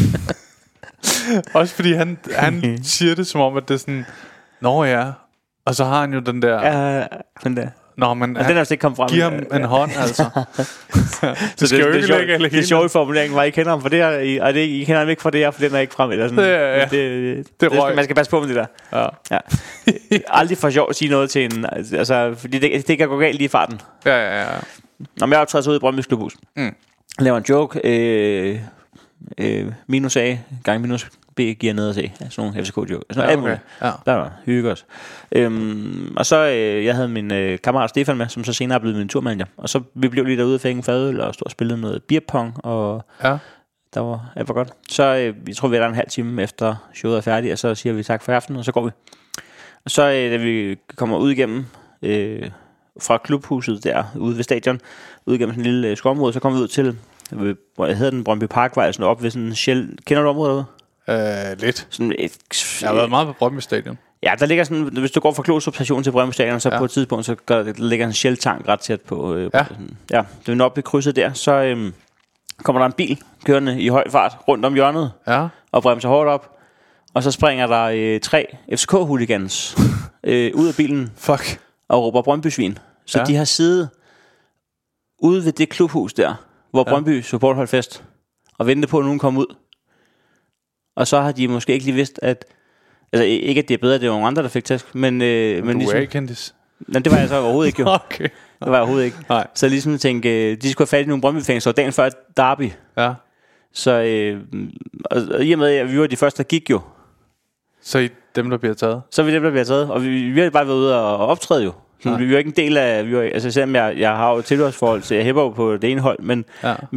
Også fordi han siger det som om, at det er sådan, nå ja. Og så har han jo den der... Ja, den der. Nå, men den er også ikke kommet frem. Giver ham en hånd, altså. Det skal jo ikke lægge alle hele. Det sjove formulering var, I kender ham for det her, og I kender ham ikke for det her, for den er ikke frem. Eller sådan. Det man skal passe på med det der. Ja. Aldrig for sjov at sige noget til en... Altså, fordi det kan gå galt lige i farten. Ja. Når jeg optræder så ud i Brøndby's Klubhus, laver en joke, minus A, gang minus B giver ned og C. Sådan nogle FCK-joke. Sådan noget der var hygge os. Og så, jeg havde min kammerat Stefan med, som så senere er blevet min turmanager. Og så vi blev lige derude og fik en fadøl og stod og spillede noget beerpong. Og der var alt for godt. Så jeg tror, vi er der en halv time efter showet er færdigt, og så siger vi tak for aften, og så går vi. Og så da vi kommer ud igennem fra klubhuset der ude ved stadion, ud igennem sådan en lille skovområde, så kommer vi ud til, hvor jeg hedder den Brøndby Parkvej, sådan op ved sådan en Shell. Kender du området derude? Lidt. Sådan jeg har været meget på Brøndby Stadion. Ja, der ligger sådan, hvis du går fra Klostrup station til Brøndby Stadion, så på et tidspunkt, så der ligger en Shell-tank ret tæt på. Ja, det er op ved krydset der, så kommer der en bil kørende i høj fart rundt om hjørnet, og bremser hårdt op, og så springer der 3 FCK-hooligans ud af bilen. Fuck. Og råber Brøndby-svin. Så de har siddet ude ved det klubhus der, hvor Brøndby support holdt fest, og ventet på, at nogen kom ud. Og så har de måske ikke lige vidst, at... Altså ikke, at det er bedre, at det var nogle andre, der fik tæsk, men du ligesom, er ikke kendis. Men det var jeg så overhovedet ikke, jo. Okay. Det var jeg overhovedet ikke. Nej. Så ligesom tænkte, de skulle have fat i nogle Brøndby-fans, så dagen før derby. Ja. Så og i og med, at vi var de første, der gik jo. Så I dem, der bliver taget? Så er vi dem, der bliver taget. Og vi har bare været ude og optræde jo. Så vi var ikke en del af... altså selvom jeg har jo tilhørsforhold til... Jeg hæpper jo på det ene hold, men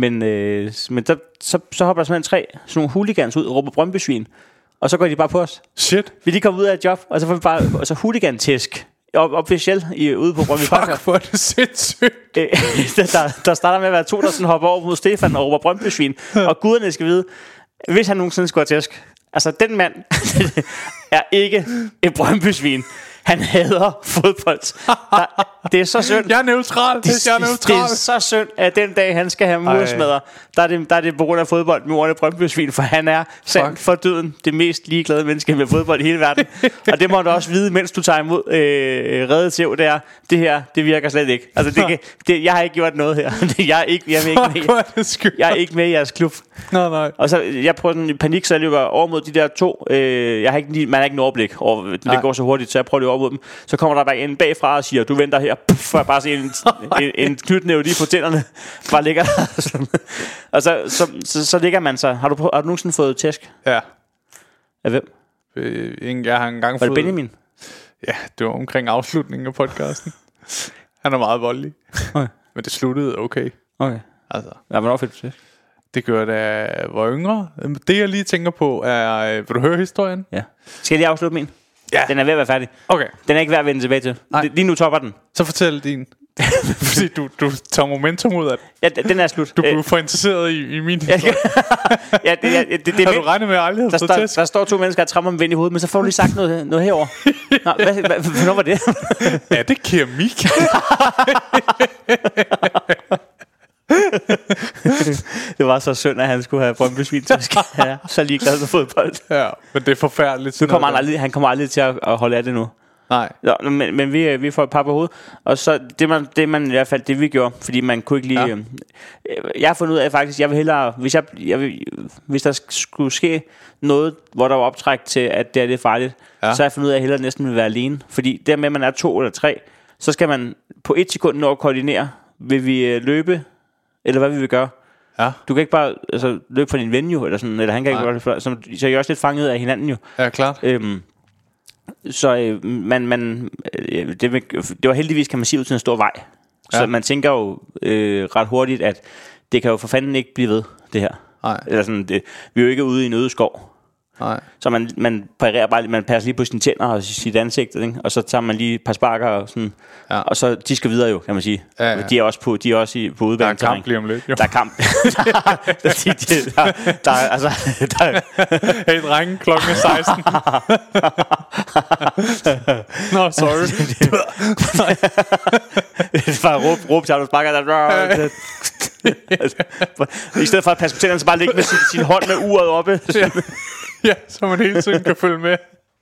så hopper der simpelthen 3 sådan nogle hooligans ud og råber Brøndby-svin. Og så går de bare på os. Shit. Vi lige kommer ud af et job, og så får vi bare hooligan-tæsk op ved Shell ude på Brøndby Park. Fuck, hvor er det sindssygt. Der starter med at være 2, der sådan hopper over mod Stefan og råber Brøndby-svin. Og guderne skal vide, hvis han nogensinde skulle have tæsk. Altså, den mand er ikke et Brøndby-svin. Han hader fodbold. Der Det er så synd. Jeg er neutral. Det er så synd, at den dag han skal have mursmadder, der er det på grund af fodbold med ordene Brøndby-svin, for han er sandt for døden det mest ligeglade menneske med fodbold i hele verden. Og det må du også vide, mens du tager imod reddet tæv, det her, det virker slet ikke. Altså jeg har ikke gjort noget her. Jeg er ikke med i jeres klub. Nej. Og så jeg prøver sådan i panik, så jeg løber over mod de der to. Man har ikke en overblik over, det går så hurtigt, så jeg prøver at løbe over mod dem. Så kommer der bare en bagfra og siger, du venter her. For jeg bare se en knytnæve lige på tænderne. Bare ligger der. Og så ligger man så. Har du nogensinde fået tæsk? Ja. Af hvem? Jeg har engang fået... Var det Benjamin? Ja, det var omkring afslutningen af podcasten. Han er meget voldelig. Okay. Men det sluttede okay. Okay. Altså. Ja, hvornår fik du tæsk? Det gør da jeg var yngre. Det jeg lige tænker på er... Vil du høre historien? Ja. Skal jeg lige afslutte min? Ja. Den er ved at være færdig. Okay. Den er ikke værd at vende tilbage til. Lige nu topper den. Så fortæl din. Fordi du tager momentum ud af det. Ja, den er slut. Du blev for interesseret i min historie. Ja, det har du regnet med, at jeg aldrig har fået tæsk? Der står 2 mennesker, der trammer med vind i hovedet, men så får du lige sagt noget herover. Nå, hvornår var det? Ja, det er keramik. Det var så synd, at han skulle have Brøndby-svin til ja, så ligeglad med fodbold. Ja, men det er forfærdeligt. Han kommer aldrig til at holde af det nu. Nej. Ja, men vi får et par på hovedet. Og så det man i hvert fald det vi gjorde, fordi man kunne ikke lige jeg har fundet ud af faktisk, jeg vil hellere hvis der skulle ske noget, hvor der var optræk til at det er farligt, så har jeg fundet ud af at jeg hellere næsten vil være alene, fordi dermed at man er 2 eller 3, så skal man på 1 sekund nå at koordinere. Vil vi løbe, eller hvad vil vi gøre? Ja. Du kan ikke bare løbe fra din ven jo, eller sådan, eller han kan ikke gøre det for, så er jeg også lidt fanget af hinanden jo. Ja, klart. Så det var heldigvis, kan man sige, ud til en stor vej. Så man tænker jo ret hurtigt, at det kan jo for fanden ikke blive ved, det her. Nej. Eller sådan, vi er jo ikke ude i en øde skov. Nej. Så man parerer bare, man passer lige på sine tænder og sit ansigt, ikke? Og så tager man lige et par sparker og sådan, og så de skal videre jo, kan man sige. Ja. De er også på udebane. Der er kamp lige om lidt. Jo. Der er kamp. Hey drenge, klokken er 16. Nå, sorry. Det var råb til, at du sparker der. I stedet for at passe på tænderne, så bare ligge med sin hånd med uret oppe. Ja, så man hele tiden kan følge med.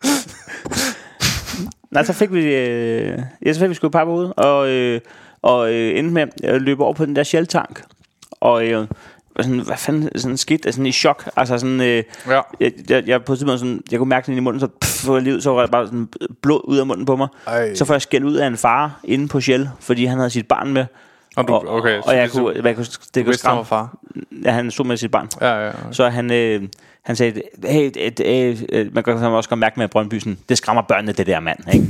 Nej, så fik vi sgu et par på hovedet, og endte med at løbe over på den der Shell-tank. Og sådan, hvad fanden, sådan skidt, sådan i chok. Altså sådan, jeg på et tidspunkt sådan, jeg kunne mærke den i munden, så var der bare sådan blod ud af munden på mig. Ej. Så får jeg skæld ud af en far inde på Shell, fordi han havde sit barn med. Og jeg kunne skræmme far. Ja, han stod med sit barn. Ja, okay. Så han sagde, hey, man kan også godt mærke med Brøndbysen, det skræmmer børnene, det der mand, ikke?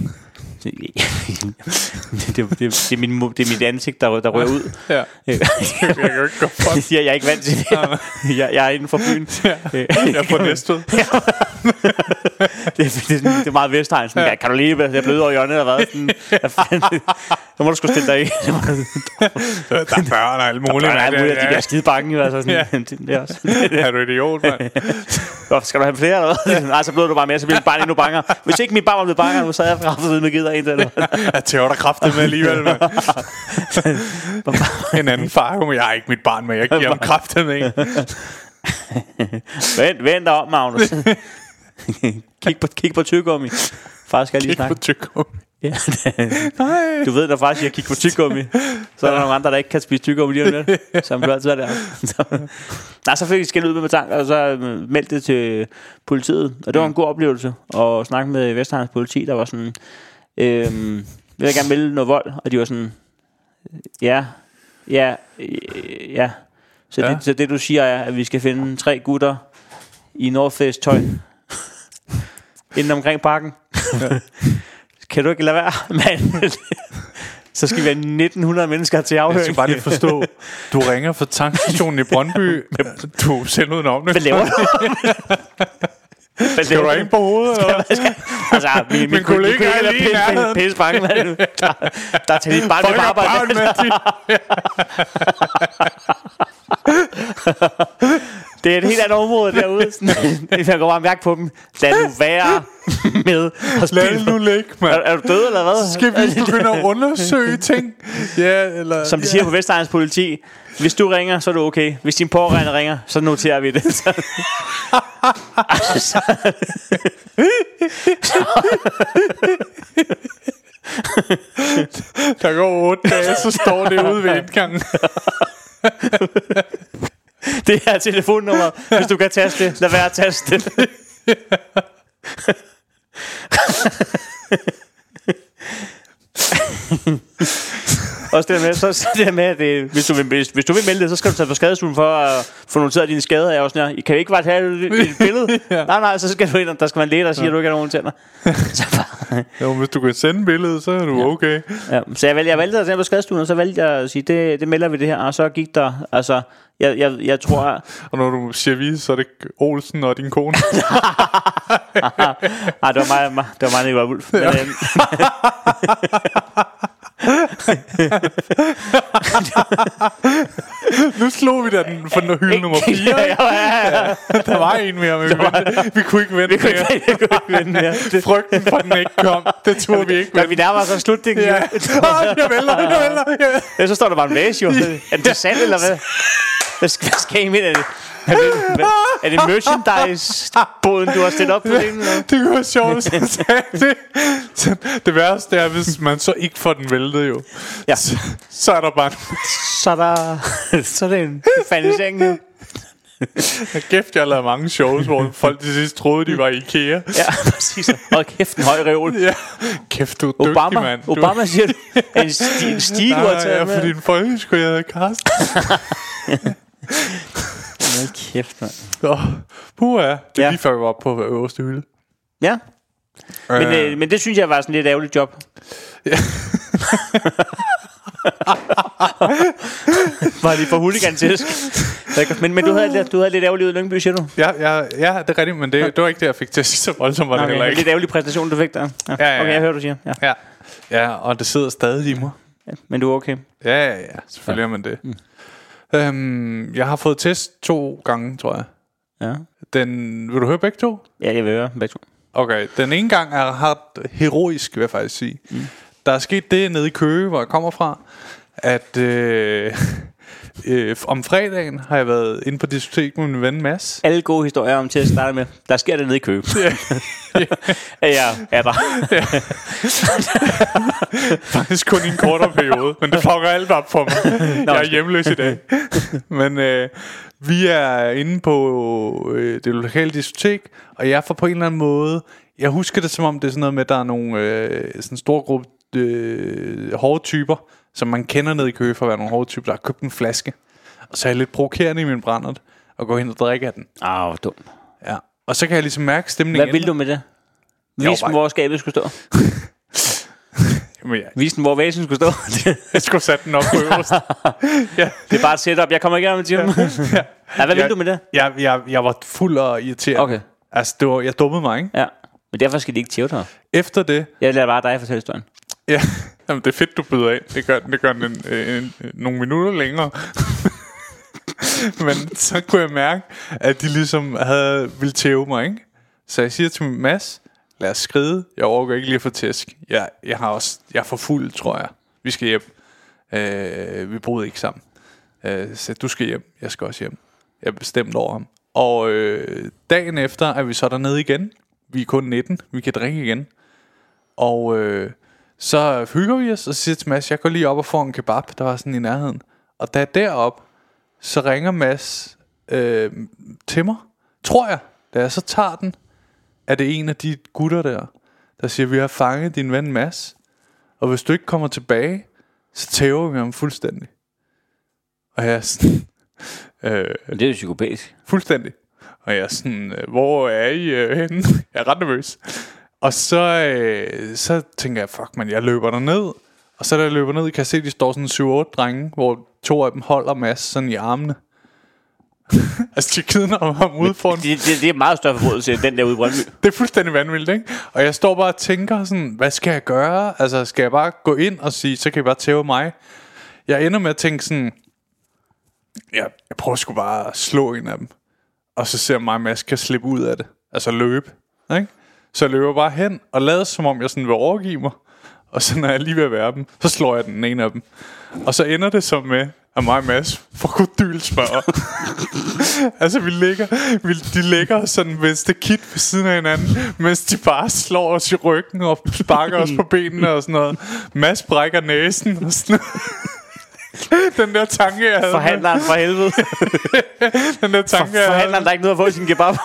det er mit ansigt, der rører ud. Ja. Jeg kan ikke gå for. Jeg er ikke vant til det. Jeg er inden for byen. Jeg er på Næstved. Det er meget Vestegn. Kan du lige jeg bløde over hjørnet eller hvad? Så må du sgu stille dig i. Der er børn og alle mulige. Der er alle mulige, de bliver skide bange. Er du idiot, mand? Skal du have flere eller hvad? Nej, så bløder du bare mere, så bliver barn endnu bangere. Hvis ikke mit barn var blevet bangere, så havde jeg kraftet med gider en eller jeg tæver dig kraftet med alligevel, mand. En anden far, jeg har ikke mit barn med, jeg giver ham kraftet med en. Vent dig om, Magnus. Kig på tyggegummi. Far skal lige snakke. Kig på tyggegummi. Ja, du ved, når far siger kig på tyggegummi, så er der nogle andre, der ikke kan spise tyggegummi lige om lidt. Så man altid der. Så fik jeg skæld ud med tank, og så meldte det til politiet. Og det var en god oplevelse at snakke med Vestegns politi, der var sådan, vil jeg gerne melde noget vold, og de var sådan, ja. Så det du siger er, at vi skal finde 3 gutter i North Face tøj inden omkring parken. Kan du ikke lade være, mand? Så skal vi være 1900 mennesker til afhøring. Jeg skal bare lige forstå. Du ringer fra tankstationen i Brøndby. Du er selv uden om det. Hvad laver du? Skal du have en på hovedet? Altså, min kollega er lige nærheden. Pisse bange, mand. Der tager dit barn med arbejde. Det er et helt andet område derude. Jeg kan bare mærke på dem. Lad nu være. med. Lad det nu ligge, mand. Er du død, eller hvad? Skal vi begynde at undersøge ting? Ja, eller... Som de siger på Vestegns politi, hvis du ringer, så er du okay. Hvis din pårørende ringer, så noterer vi det. Der går 8 dage, så står det ude ved indgangen. Det er telefonnummer. Hvis du kan taste det, lad være at taste det. Også det med, at hvis du vil melde det, så skal du tage på skadestuen for at få noteret dine skader. Jeg også kan vi ikke bare tage et billede? Ja. Nej, så skal du ind, der skal man læge, der siger, at du ikke har nogen tænder. Jo, hvis du kan sende billedet, så er du okay. Ja. Så jeg valgte at tage på skadestuen, og så valgte jeg at sige, det melder vi det her. Og så gik der, altså, jeg tror... Og når du siger vi, så er det Olsen og din kone. Nej, det var mig, Nicolai Wulff. Ja. Nu slog vi da den for den hylde nummer 4. Ja. Der var en mere, men vi kunne ikke vente mere. Frygten for den ikke kom. Det turde vi ikke. Men vi nærmer os slutningen. Ja. Jeg vælter. Ja, så står der bare en vase, jo. Er det sandt, eller hvad? Hvad skal I med det? Er det merchandise-båden, du har stillet op på det? Det kunne være sjovt, hvis man sagde det. Det værste er, hvis man så ikke får den væltet, jo. Ja. Så er der bare... Så er det en fanisering, jo. Kæft, jeg har lavet mange shows, hvor folk til sidst troede, de var i IKEA. Ja, præcis. Og kæft, en høj reol. Ja. Kæft, du er dygtig, mand. Obama siger, en stige, du har taget med. Ja, fordi en folkeskole, jeg havde Karsten. Kæft, mand. Puha. Det er lige før vi var på øverste hylde. Ja. Men det synes jeg var sådan lidt ærgerligt job. Ja. Var lige for huligantisk. Men du havde lidt ærgerligt ud i Lyngby, siger du? Ja, det er rigtigt, men det var ikke det, jeg fik til at sige så voldsomt, var det heller ikke. Lidt ærgerlig præstation, du fik der. Ja. Okay, jeg hører, du siger. Ja, og det sidder stadig i mig. Ja, men du er okay? Ja, selvfølgelig er man det. Jeg har fået test 2 gange, tror jeg. Ja. Vil du høre begge 2? Ja, jeg vil høre begge 2. Okay, den ene gang er ret heroisk, vil jeg faktisk sige. Der er sket det nede i Køge, hvor jeg kommer fra, at om fredagen har jeg været inde på diskotek med min ven Mads. Alle gode historier om til at starte med. Der sker det nede i Køge. Ja, er der. Faktisk kun i en kortere periode, men det fucker alt op for mig. Jeg er hjemløs i dag. Men vi er inde på det lokale diskotek, og jeg får på en eller anden måde... Jeg husker det som om det er sådan noget med, at der er nogle sådan en stor gruppe hårde typer, som man kender ned i Køge for at være nogle hårde typer, der har købt en flaske. Og så er jeg lidt provokerende i min brændert og går hen og drikker den. Hvor dum. Ja. Og så kan jeg ligesom mærke stemningen. Hvad vil du med det? Vis dem, hvor skabet skulle stå. Vis dem, hvor vasen skulle stå. Jeg skulle sætte den op på øverst. Ja. Det er bare et setup. Jeg kommer ikke igennem med timen. Hvad vil du med det? Jeg var fuld og irriteret. Okay. Altså, jeg dummede mig, ikke? Ja. Men derfor skal de ikke tæve dig. Efter det... Jeg lader bare dig fortælle historien. Ja, jamen, det er fedt, du byder ind. Det gør den nogle minutter længere. Men så kunne jeg mærke, at de ligesom ville tæve mig, ikke? Så jeg siger til Mads, lad os skride. Jeg overgår ikke lige at få tæsk. Jeg er for fuld, tror jeg. Vi skal hjem. Vi boede ikke sammen. Så du skal hjem. Jeg skal også hjem. Jeg er bestemt over ham. Og dagen efter er vi så dernede igen. Vi er kun 19. Vi kan drikke igen. Og så hygger vi os og siger til Mads, jeg går lige op og får en kebab, der var sådan i nærheden. Og da jeg derop, så ringer Mads til mig, tror jeg. Da jeg så tager den, er det en af de gutter der siger, vi har fanget din ven Mads, og hvis du ikke kommer tilbage, så tæver vi ham fuldstændig. Og jeg er sådan... det er jo psykopatisk. Fuldstændig. Og jeg er sådan, hvor er I henne? Jeg er ret nervøs. Og så tænker jeg, fuck man, jeg løber derned. Og så da jeg løber ned, kan jeg se, at de står sådan 7-8 drenge, hvor 2 af dem holder Mads sådan i armene. Altså, de kidnapper ham ude foran. Det er meget større forbrydelse end den der ude i Brøndby. Det er fuldstændig vanvittigt, ikke? Og jeg står bare og tænker sådan, hvad skal jeg gøre? Altså, skal jeg bare gå ind og sige, så kan I bare tæve mig? Jeg ender med at tænke sådan, jeg prøver sgu bare at slå en af dem. Og så ser mig og Mads kan slippe ud af det. Altså løbe, ikke? Så jeg løber bare hen og lader som om jeg sådan vil overgive mig. Og så når jeg er lige ved at være dem, så slår jeg den ene af dem. Og så ender det så med, at mig og Mads får kodylsmør. Altså de ligger sådan med stakit ved siden af hinanden, mens de bare slår os i ryggen og sparker os på benene og sådan noget. Mads brækker næsen og sådan noget. Den der tanke jeg havde. Forhandleren for helvede. Den der tanke jeg Forhandleren der ikke noget at få i sin kebab.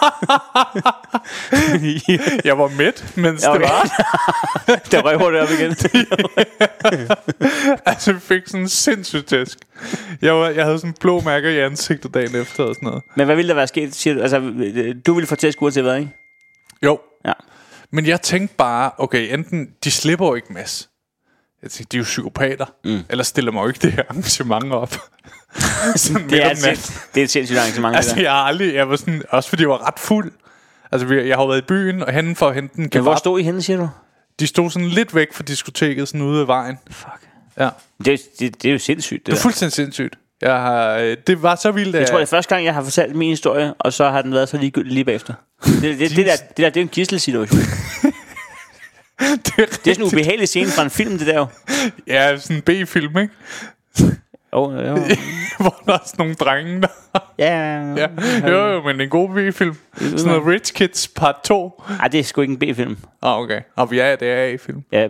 Jeg var mæt, mens det var. Der røg hurtigt op igen. Altså vi fik sådan en sindssygt tæsk. Jeg havde sådan blå mærker i ansigtet dagen efter og sådan noget. Men hvad ville der være sket, siger du? Altså du ville få tæsk uanset hvad, ikke? Jo. Ja. Men jeg tænkte bare, okay, enten de slipper jo ikke Mads. Jeg tænkte, de er jo psykopater. Eller stiller mig jo ikke det her arrangement op. Det er et sindssygt arrangement. Altså jeg var sådan, også fordi jeg var ret fuld. Altså jeg har været i byen og henne for at hente en kebab. Men hvor stod I henne, siger du? De stod sådan lidt væk fra diskoteket, sådan ude af vejen. Fuck. Ja. Det er jo sindssygt. Det er fuldstændig sindssygt. Det var så vildt. Jeg tror det er første gang jeg har fortalt min historie, og så har den været så ligegyldig lige bagefter. Det er en gidselsituation. Det er sådan en ubehagelig scene fra en film, det der jo. Ja, sådan en B-film, ikke? Jo. Hvor der er sådan nogle drenge der. Ja. Jo, men en god B-film. Sådan noget Rich Kids part 2. Ej, det er sgu ikke en B-film. Okay. Og det er A-film. Ja.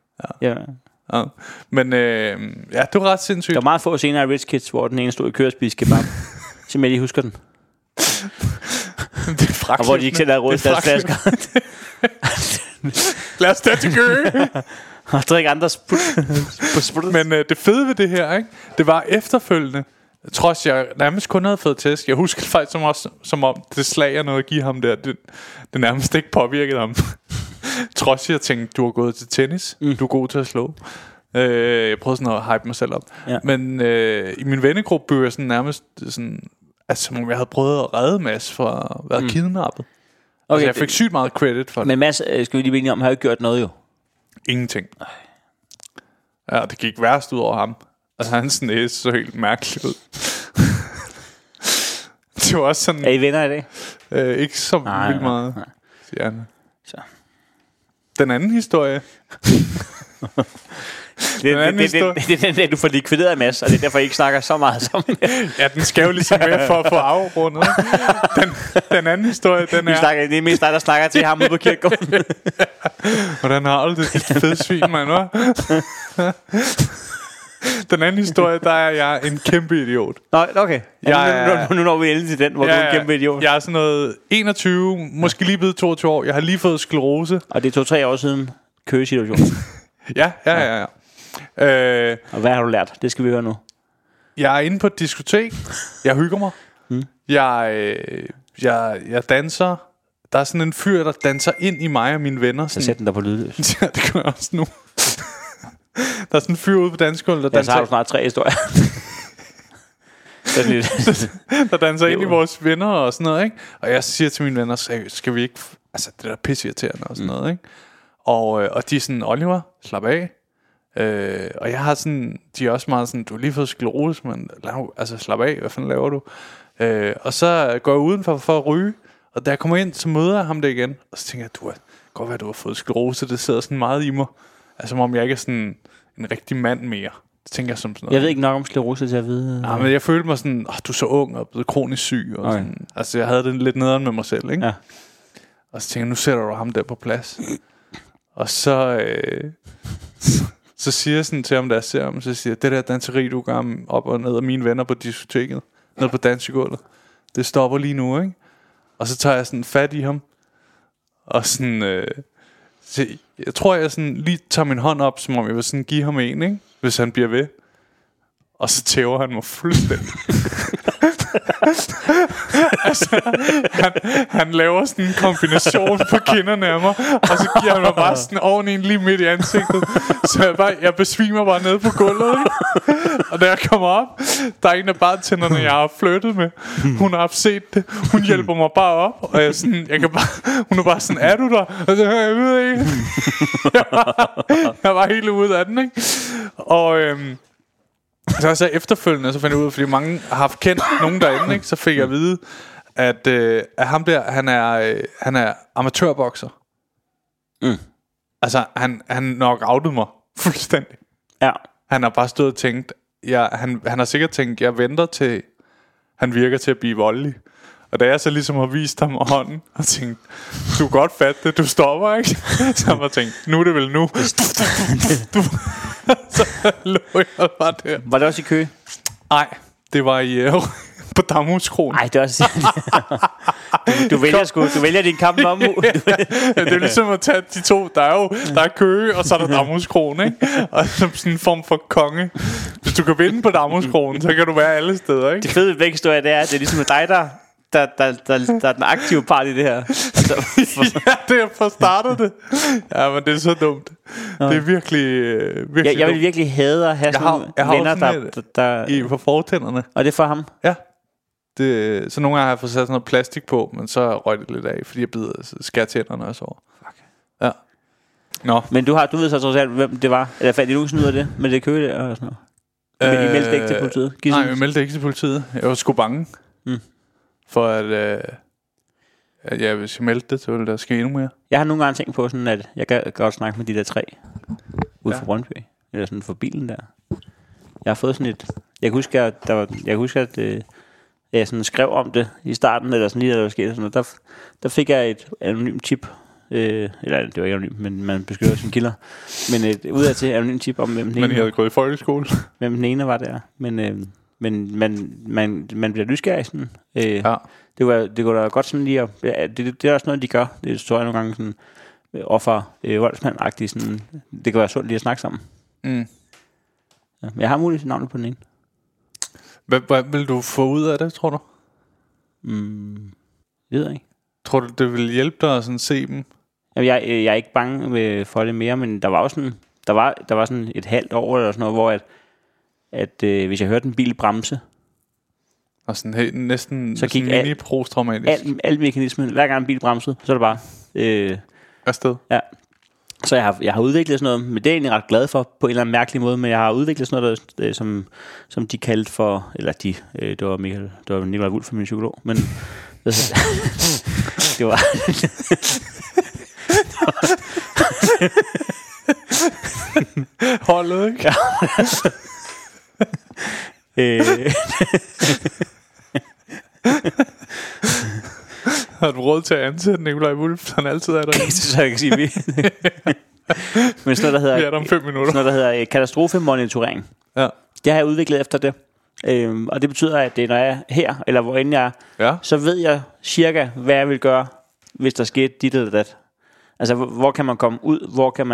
Men det var ret sindssygt. Der var meget få scener af Rich Kids, hvor den ene stod i kørespis kebab. Som jeg lige husker den. Det er fragtligt. Og hvor de ikke selv havde råd til deres flasker. Lad os tage til Køge. Og drikke andre sprut. Men det fede ved det her, ikke? Det var efterfølgende, trods jeg nærmest kun havde fået test. Jeg husker det faktisk som om det slag jeg nåede at give ham der, det nærmest ikke påvirkede ham. Trods jeg tænkte, du har gået til tennis. Du er god til at slå. Jeg prøvede sådan at hype mig selv op. Ja. Men i min vennegruppe blev jeg sådan nærmest sådan, altså, som om jeg havde prøvet at redde Mads for at være kidnappet. Okay, altså, jeg fik sygt meget credit for det. Men Mads, skal vi lige blive om, har jo ikke gjort noget jo. Ingenting. Ja, det gik værst ud over ham. Altså hans næse så helt mærkeligt ud. Det var også sådan. Er I venner i dag? Ikke så vildt meget. Nej. Så. Den anden historie. Det er den der, du får likvideret af Mads, og det er derfor, I ikke snakker så meget sammen. Ja, den skal jo ligesom med for at få afrundet. Den anden historie, den er... Det er mest dig, der snakker til ham ude på kirkegården. Hvordan har du det? Fed svin, mand, hva'? Den anden historie, der er jeg en kæmpe idiot. Nå, okay. Nu når vi endelig til den, hvor du er en kæmpe idiot. Jeg er sådan noget 21, måske lige blevet 22 år. Jeg har lige fået sklerose. Og det er 2-3 år siden køgesituationen. Ja. Og hvad har du lært? Det skal vi høre nu. Jeg er inde på et diskotek. Jeg hygger mig. Jeg danser. Der er sådan en fyr, der danser ind i mig og mine venner. Så sæt den der på lydløs. Ja, det gør jeg også nu. Der er sådan en fyr ude på dansegulvet, der danser. Så har du snart 3 historier. Der danser ind i vores venner og sådan noget, ikke? Og jeg siger til mine venner, skal vi ikke... Altså, det der pisseirriterende og sådan noget, ikke? Og de er sådan, Oliver, slap af. Og jeg har sådan... De er også meget sådan, du har lige fået sklerose, men altså, slap af, hvad fanden laver du? Og så går jeg udenfor for at ryge. Og da jeg kommer ind, så møder jeg ham der igen. Og så tænker jeg, godt være, du har fået sklerose. Det sidder sådan meget i mig. Altså, som om jeg ikke er sådan en rigtig mand mere. Det tænker jeg som sådan noget. Jeg ved ikke nok om sklerose til at vide. Nej, men jeg følte mig sådan, du er så ung og blevet kronisk syg. Og sådan. Altså, jeg havde det lidt nederen med mig selv, ikke? Ja. Og så tænker jeg, nu sætter du ham der på plads. Og så siger jeg sådan til ham, da jeg ser ham, så siger jeg, det der danseri, du gør op og ned af mine venner på diskoteket, ned på dansegulvet, det stopper lige nu, ikke? Og så tager jeg sådan fat i ham, og sådan, jeg tror, jeg sådan lige tager min hånd op, som om jeg vil sådan give ham en, ikke? Hvis han bliver ved. Og så tæver han mig fuldstændig. Altså, han laver sådan en kombination på kinderne af mig, og så giver han mig bare sådan oven en lige midt i ansigtet. Så jeg besvimer bare nede på gulvet, ikke? Og da jeg kommer op, der er en af bartenderne, jeg har flyttet med. Hun har haft set det. Hun hjælper mig bare op, og hun er bare sådan, er du der? Og så jeg ved ikke. Jeg var helt ude af den, ikke? Og så efterfølgende, så fandt jeg ud af, fordi mange har haft kendt nogen derinde, ikke? Så fik jeg at vide, at ham der, han er amatørbokser. Altså, han knock-outede mig fuldstændig. Ja. Han har bare stået og tænkt, han har sikkert tænkt, jeg venter til, han virker til at blive voldelig. Og da jeg så ligesom har vist ham hånden og tænkt, du kan godt fatte det, du stopper, ikke? Så han har tænkt, nu er det vel nu. Så lå jeg bare der. Var det også i Køge? Nej, det var i på Damhuskroen. Nej, det er også du vælger din kamp om. Ja, det er ligesom at tage de to. Der er Køge, og så er der Damhuskroen, ikke? Og sådan en form for konge. Hvis du kan vinde på Damhuskroen, så kan du være alle steder, ikke? Det fede væk historie, det er, at det er ligesom dig, der er den aktive part i det her. Altså, ja, det er for startet det. Ja, men det er så dumt. Det er virkelig jeg vil virkelig hade at have sådan venner, der i for fortænderne. Og det er for ham? Ja. Så nogle gange har jeg fået sat sådan noget plastik på, men så røg det lidt af, fordi jeg skærer tænderne også over. Fuck. Ja. Nå. Men du ved så trods alt, hvem det var? Eller fandt I nogen ud af det? Med det Køge der og sådan noget? Men I meldte ikke til politiet? Nej, jeg meldte ikke til politiet. Jeg var sgu bange. For at hvis jeg meldte det, så ville der ske endnu mere. Jeg har nogle gange tænkt på sådan, at jeg kan godt snakke med de der 3 ude fra Brøndby. Eller sådan for bilen der. Jeg har fået sådan et... Jeg kan huske, at jeg sådan skrev om det i starten, eller sådan lige da der var sket sådan noget. Der fik jeg et anonymt tip. Eller det var ikke anonymt, men man beskytter sine kilder. Men et udadtil anonymt tip om, hvem den ene... Men I havde gået i folkeskole? Hvem den ene var der. Men man bliver nysgerrig sådan. Ja. Det går da godt sådan lige at... Det er også noget, de gør. Det tror jeg nogle gange sådan... voldsmand-agtigt sådan... Det kan være sundt lige at snakke sammen. Ja, men jeg har muligvis navnet på den ene. Hvad vil du få ud af det, tror du? Jeg ved ikke. Tror du, det vil hjælpe dig at sådan se dem? Jamen, jeg er ikke bange for det mere, men der var også sådan... Der var sådan et halvt år eller sådan noget, hvor at hvis jeg hørte en bil bremse, og sådan næsten så gik mini-posttraumatisk. Al mekanismen, hver gang en bil bremsede, så er det bare afsted. Ja. Så jeg har udviklet sådan noget, men det er jeg egentlig ret glad for på en eller anden mærkelig måde, men jeg har udviklet sådan noget der, som de kaldte for, eller det var Nikolaj Wulff, min psykolog, men det var holdet, ikke? Ja. Har du råd til at ansætte Nikolaj Wulff? Han altid er der. Så jeg kan sige vi. Men sådan noget, der hedder, om 5 minutter. Sådan noget, der hedder katastrofemonitorering. Ja. Det har jeg udviklet efter det. Og det betyder, at det, når jeg er her, eller hvor end jeg er, så ved jeg cirka, hvad jeg vil gøre, hvis der sker dit eller dat. Altså, hvor kan man komme ud? Hvor kan man...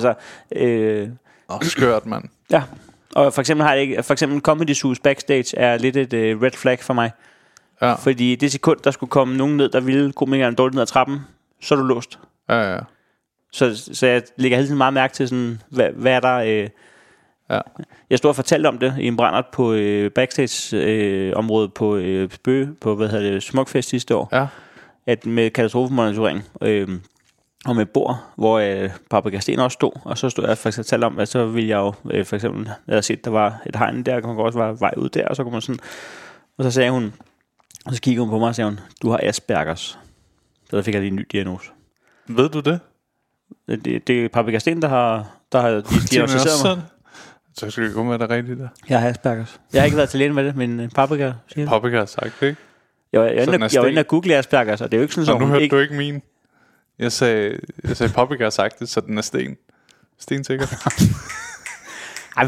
skørt, mand. Ja. Og for eksempel Comedy Zoo's backstage er lidt et red flag for mig. Ja. Fordi det sekund, der skulle komme nogen ned, der ville komikeren dårligt ned ad trappen, så er du låst. Ja. Så jeg lægger hele tiden meget mærke til sådan, hvad er der... Jeg stod og fortalte om det i en brændert på backstage-området på Bøge, på Smukfest sidste år. Ja. At med katastrofemonitorering og med bord, hvor Paprika Sten også stod, og så stod jeg faktisk og talte om, at så ville jeg jo for eksempel, jeg havde set, der var et hegn der, kan man også være vej ud der, og så kunne man sådan, og så sagde hun, og så kiggede hun på mig og sagde hun, du har Aspergers. Så der fik jeg lige en ny diagnose. Ved du det? Det er Paprika Sten, der har diagnosticeret mig. Så skal det gå med det rigtigt der. Jeg har Aspergers. Jeg har ikke været til lægen med det, men Paprika siger det. Paprika har sagt det, ikke? Jeg var inde og google Aspergers, og det er jo ikke sådan, nu hørte du ikke min. Jeg sagde Paprika har sagt det, så den er stensikker. Ej,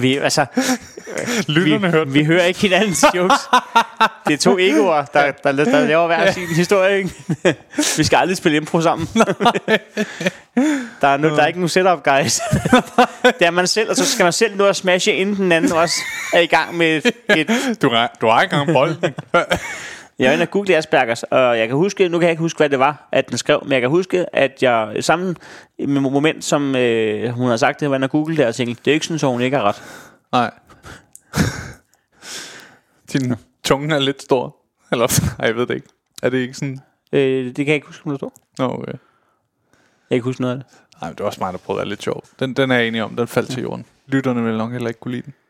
vi hører ikke hinandens jokes. Det er 2 egoer, der laver hver sin historie, ikke? Vi skal aldrig spille impro sammen. Der er ikke nogen setup, guys. Det er man selv, og så skal man selv nå at smashe, inden den anden også er i gang med et... Du har ikke engang bolden. Jeg var inde og google Aspergers, og jeg kan huske, nu kan jeg ikke huske, hvad det var, at den skrev, men jeg kan huske, at jeg sammen med moment, som hun havde sagt, det var inde og google der, og tænkte, det er ikke sådan, så hun ikke har ret. Nej. Din tunge er lidt stor. Eller, jeg ved det ikke. Er det ikke sådan? Det kan jeg ikke huske, om det står. Okay. Jeg kan ikke huske noget af det. Nej, men det var også mig, der prøvede at være lidt sjov. Den er jeg enig om, den faldt til jorden. Lytterne ville nok heller ikke kunne lide den.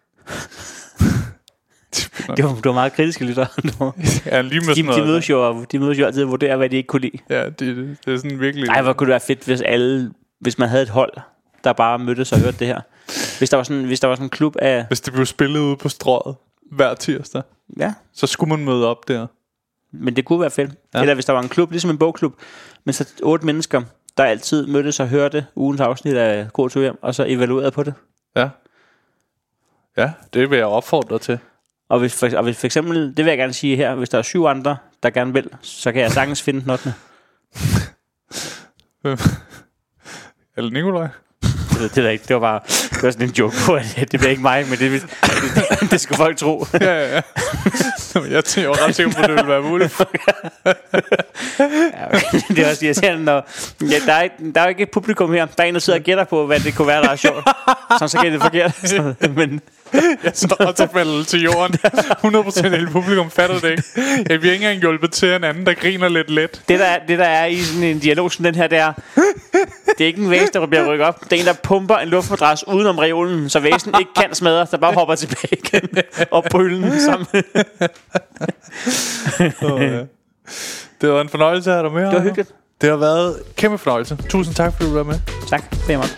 Du var meget kritiske lytter. Ja, lige med de mødes jo altid og vurderer, hvad de ikke kunne lide. Ja, det er sådan virkelig... Ej, hvor kunne det være fedt, hvis alle hvis man havde et hold, der bare mødtes og hørte det her. Hvis der var sådan en klub af... Hvis det blev spillet ude på Strøget hver tirsdag, ja, så skulle man møde op der. Men det kunne være fedt. Ja. Eller hvis der var en klub, ligesom en bogklub, men så 8 mennesker, der altid mødtes og hørte ugens afsnit af God Tur Hjem, og så evaluerede på det. Ja. Ja, det vil jeg opfordre til. Og hvis for eksempel, det vil jeg gerne sige her, hvis der er 7 andre, der gerne vil, så kan jeg sagtens finde den 8. Eller Nikolaj? Det er ikke. Det var sådan en joke på, at det bliver ikke mig, men det skal folk tro. Ja. Jeg var ret sikker på, at det ville være muligt. Ja, det er også irriterende, når der er ikke et publikum her. Der er en, der sidder og gætter på, hvad det kunne være, der er sjovt. Så kan det forkert. Men jeg står og falder til jorden. 100% af hele publikum fatter det ikke. Jeg bliver ikke engang hjulpet til en anden, der griner lidt let. Det der er i sådan en dialog som den her, det er ikke en væs, der bliver rykket op. Det er en, der pumper en luftmadras udenom reolen, så væsen ikke kan smadre, der bare hopper tilbage igen op på hylden sammen. Ja. Det var en fornøjelse at have dig med. Det var hyggeligt. Det har været en kæmpe fornøjelse. Tusind tak, fordi du var med. Tak, det er meget.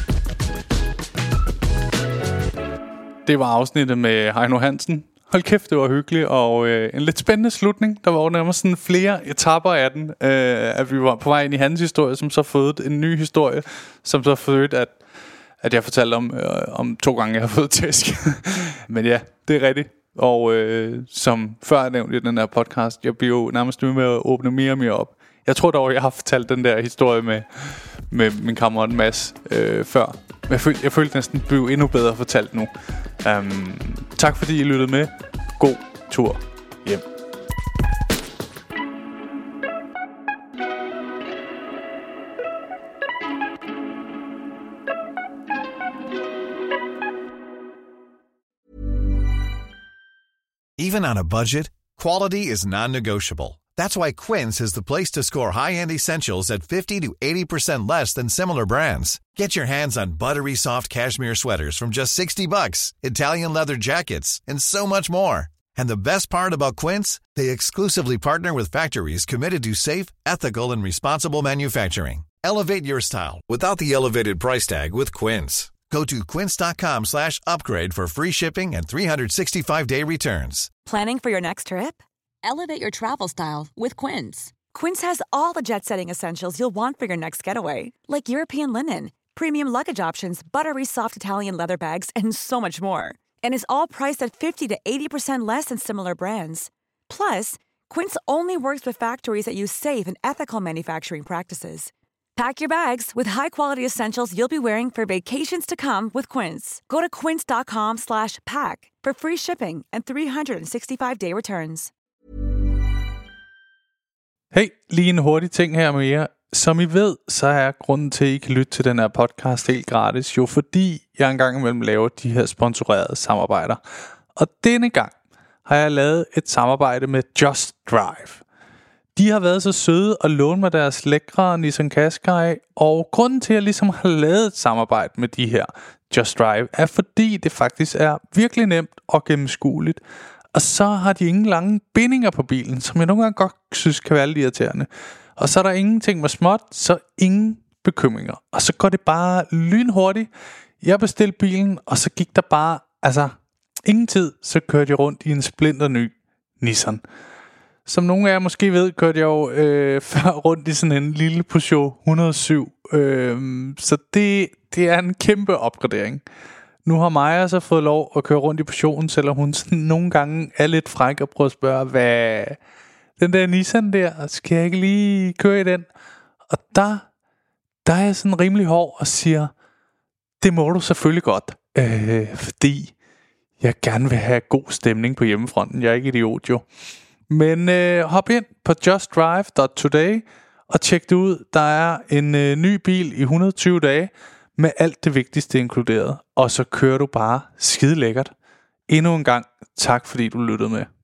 Det var afsnittet med Heino Hansen. Hold kæft, det var hyggeligt. Og en lidt spændende slutning. Der var nærmest sådan flere etaper af den. At vi var på vej ind i hans historie, som så fødte en ny historie. Som så fødte, at jeg fortalte om 2 gange, jeg har fået tæsk. Men ja, det er rigtigt. Og som før jeg nævnte i den her podcast, jeg bliver jo nærmest med at åbne mere og mere op. Jeg tror dog, jeg har fortalt den der historie med min kammerat Mads før. Jeg følte næsten, det blev endnu bedre fortalt nu. Tak fordi I lyttede med. God tur hjem. Even on a budget, quality is non-negotiable. That's why Quince is the place to score high-end essentials at 50 to 80% less than similar brands. Get your hands on buttery soft cashmere sweaters from just $60, Italian leather jackets, and so much more. And the best part about Quince, they exclusively partner with factories committed to safe, ethical, and responsible manufacturing. Elevate your style without the elevated price tag with Quince. Go to quince.com/upgrade for free shipping and 365-day returns. Planning for your next trip? Elevate your travel style with Quince. Quince has all the jet-setting essentials you'll want for your next getaway, like European linen, premium luggage options, buttery soft Italian leather bags, and so much more. And is all priced at 50 to 80% less than similar brands. Plus, Quince only works with factories that use safe and ethical manufacturing practices. Pack your bags with high-quality essentials you'll be wearing for vacations to come with Quince. Go to quince.com/pack for free shipping and 365-day returns. Hey, lige en hurtig ting her med jer. Som I ved, så er grunden til, at I kan lytte til den her podcast helt gratis, jo fordi jeg engang imellem laver de her sponsorerede samarbejder. Og denne gang har jeg lavet et samarbejde med Just Drive. De har været så søde at låne mig deres lækre Nissan Qashqai, og grunden til, at jeg ligesom har lavet et samarbejde med de her Just Drive, er fordi det faktisk er virkelig nemt og gennemskueligt. Og så har de ingen lange bindinger på bilen, som jeg nogle gange godt synes kan være lidt irriterende. Og så er der ingenting med småt, så ingen bekymringer. Og så går det bare lynhurtigt. Jeg bestilte bilen, og så gik der bare, ingen tid, så kørte jeg rundt i en splinter ny Nissan. Som nogle af jer måske ved, kørte jeg jo før rundt i sådan en lille Peugeot 107. Så det er en kæmpe opgradering. Nu har Maja så fået lov at køre rundt i Peugeoten, selvom hun sådan nogle gange er lidt fræk og prøver at spørge, hvad den der Nissan der, skal jeg ikke lige køre i den? Og der er jeg sådan rimelig hård og siger, det må du selvfølgelig godt, fordi jeg gerne vil have god stemning på hjemmefronten. Jeg er ikke idiot jo. Men hop ind på justdrive.today og tjek det ud. Der er en ny bil i 120 dage med alt det vigtigste inkluderet. Og så kører du bare skide lækkert. Endnu en gang tak fordi du lyttede med.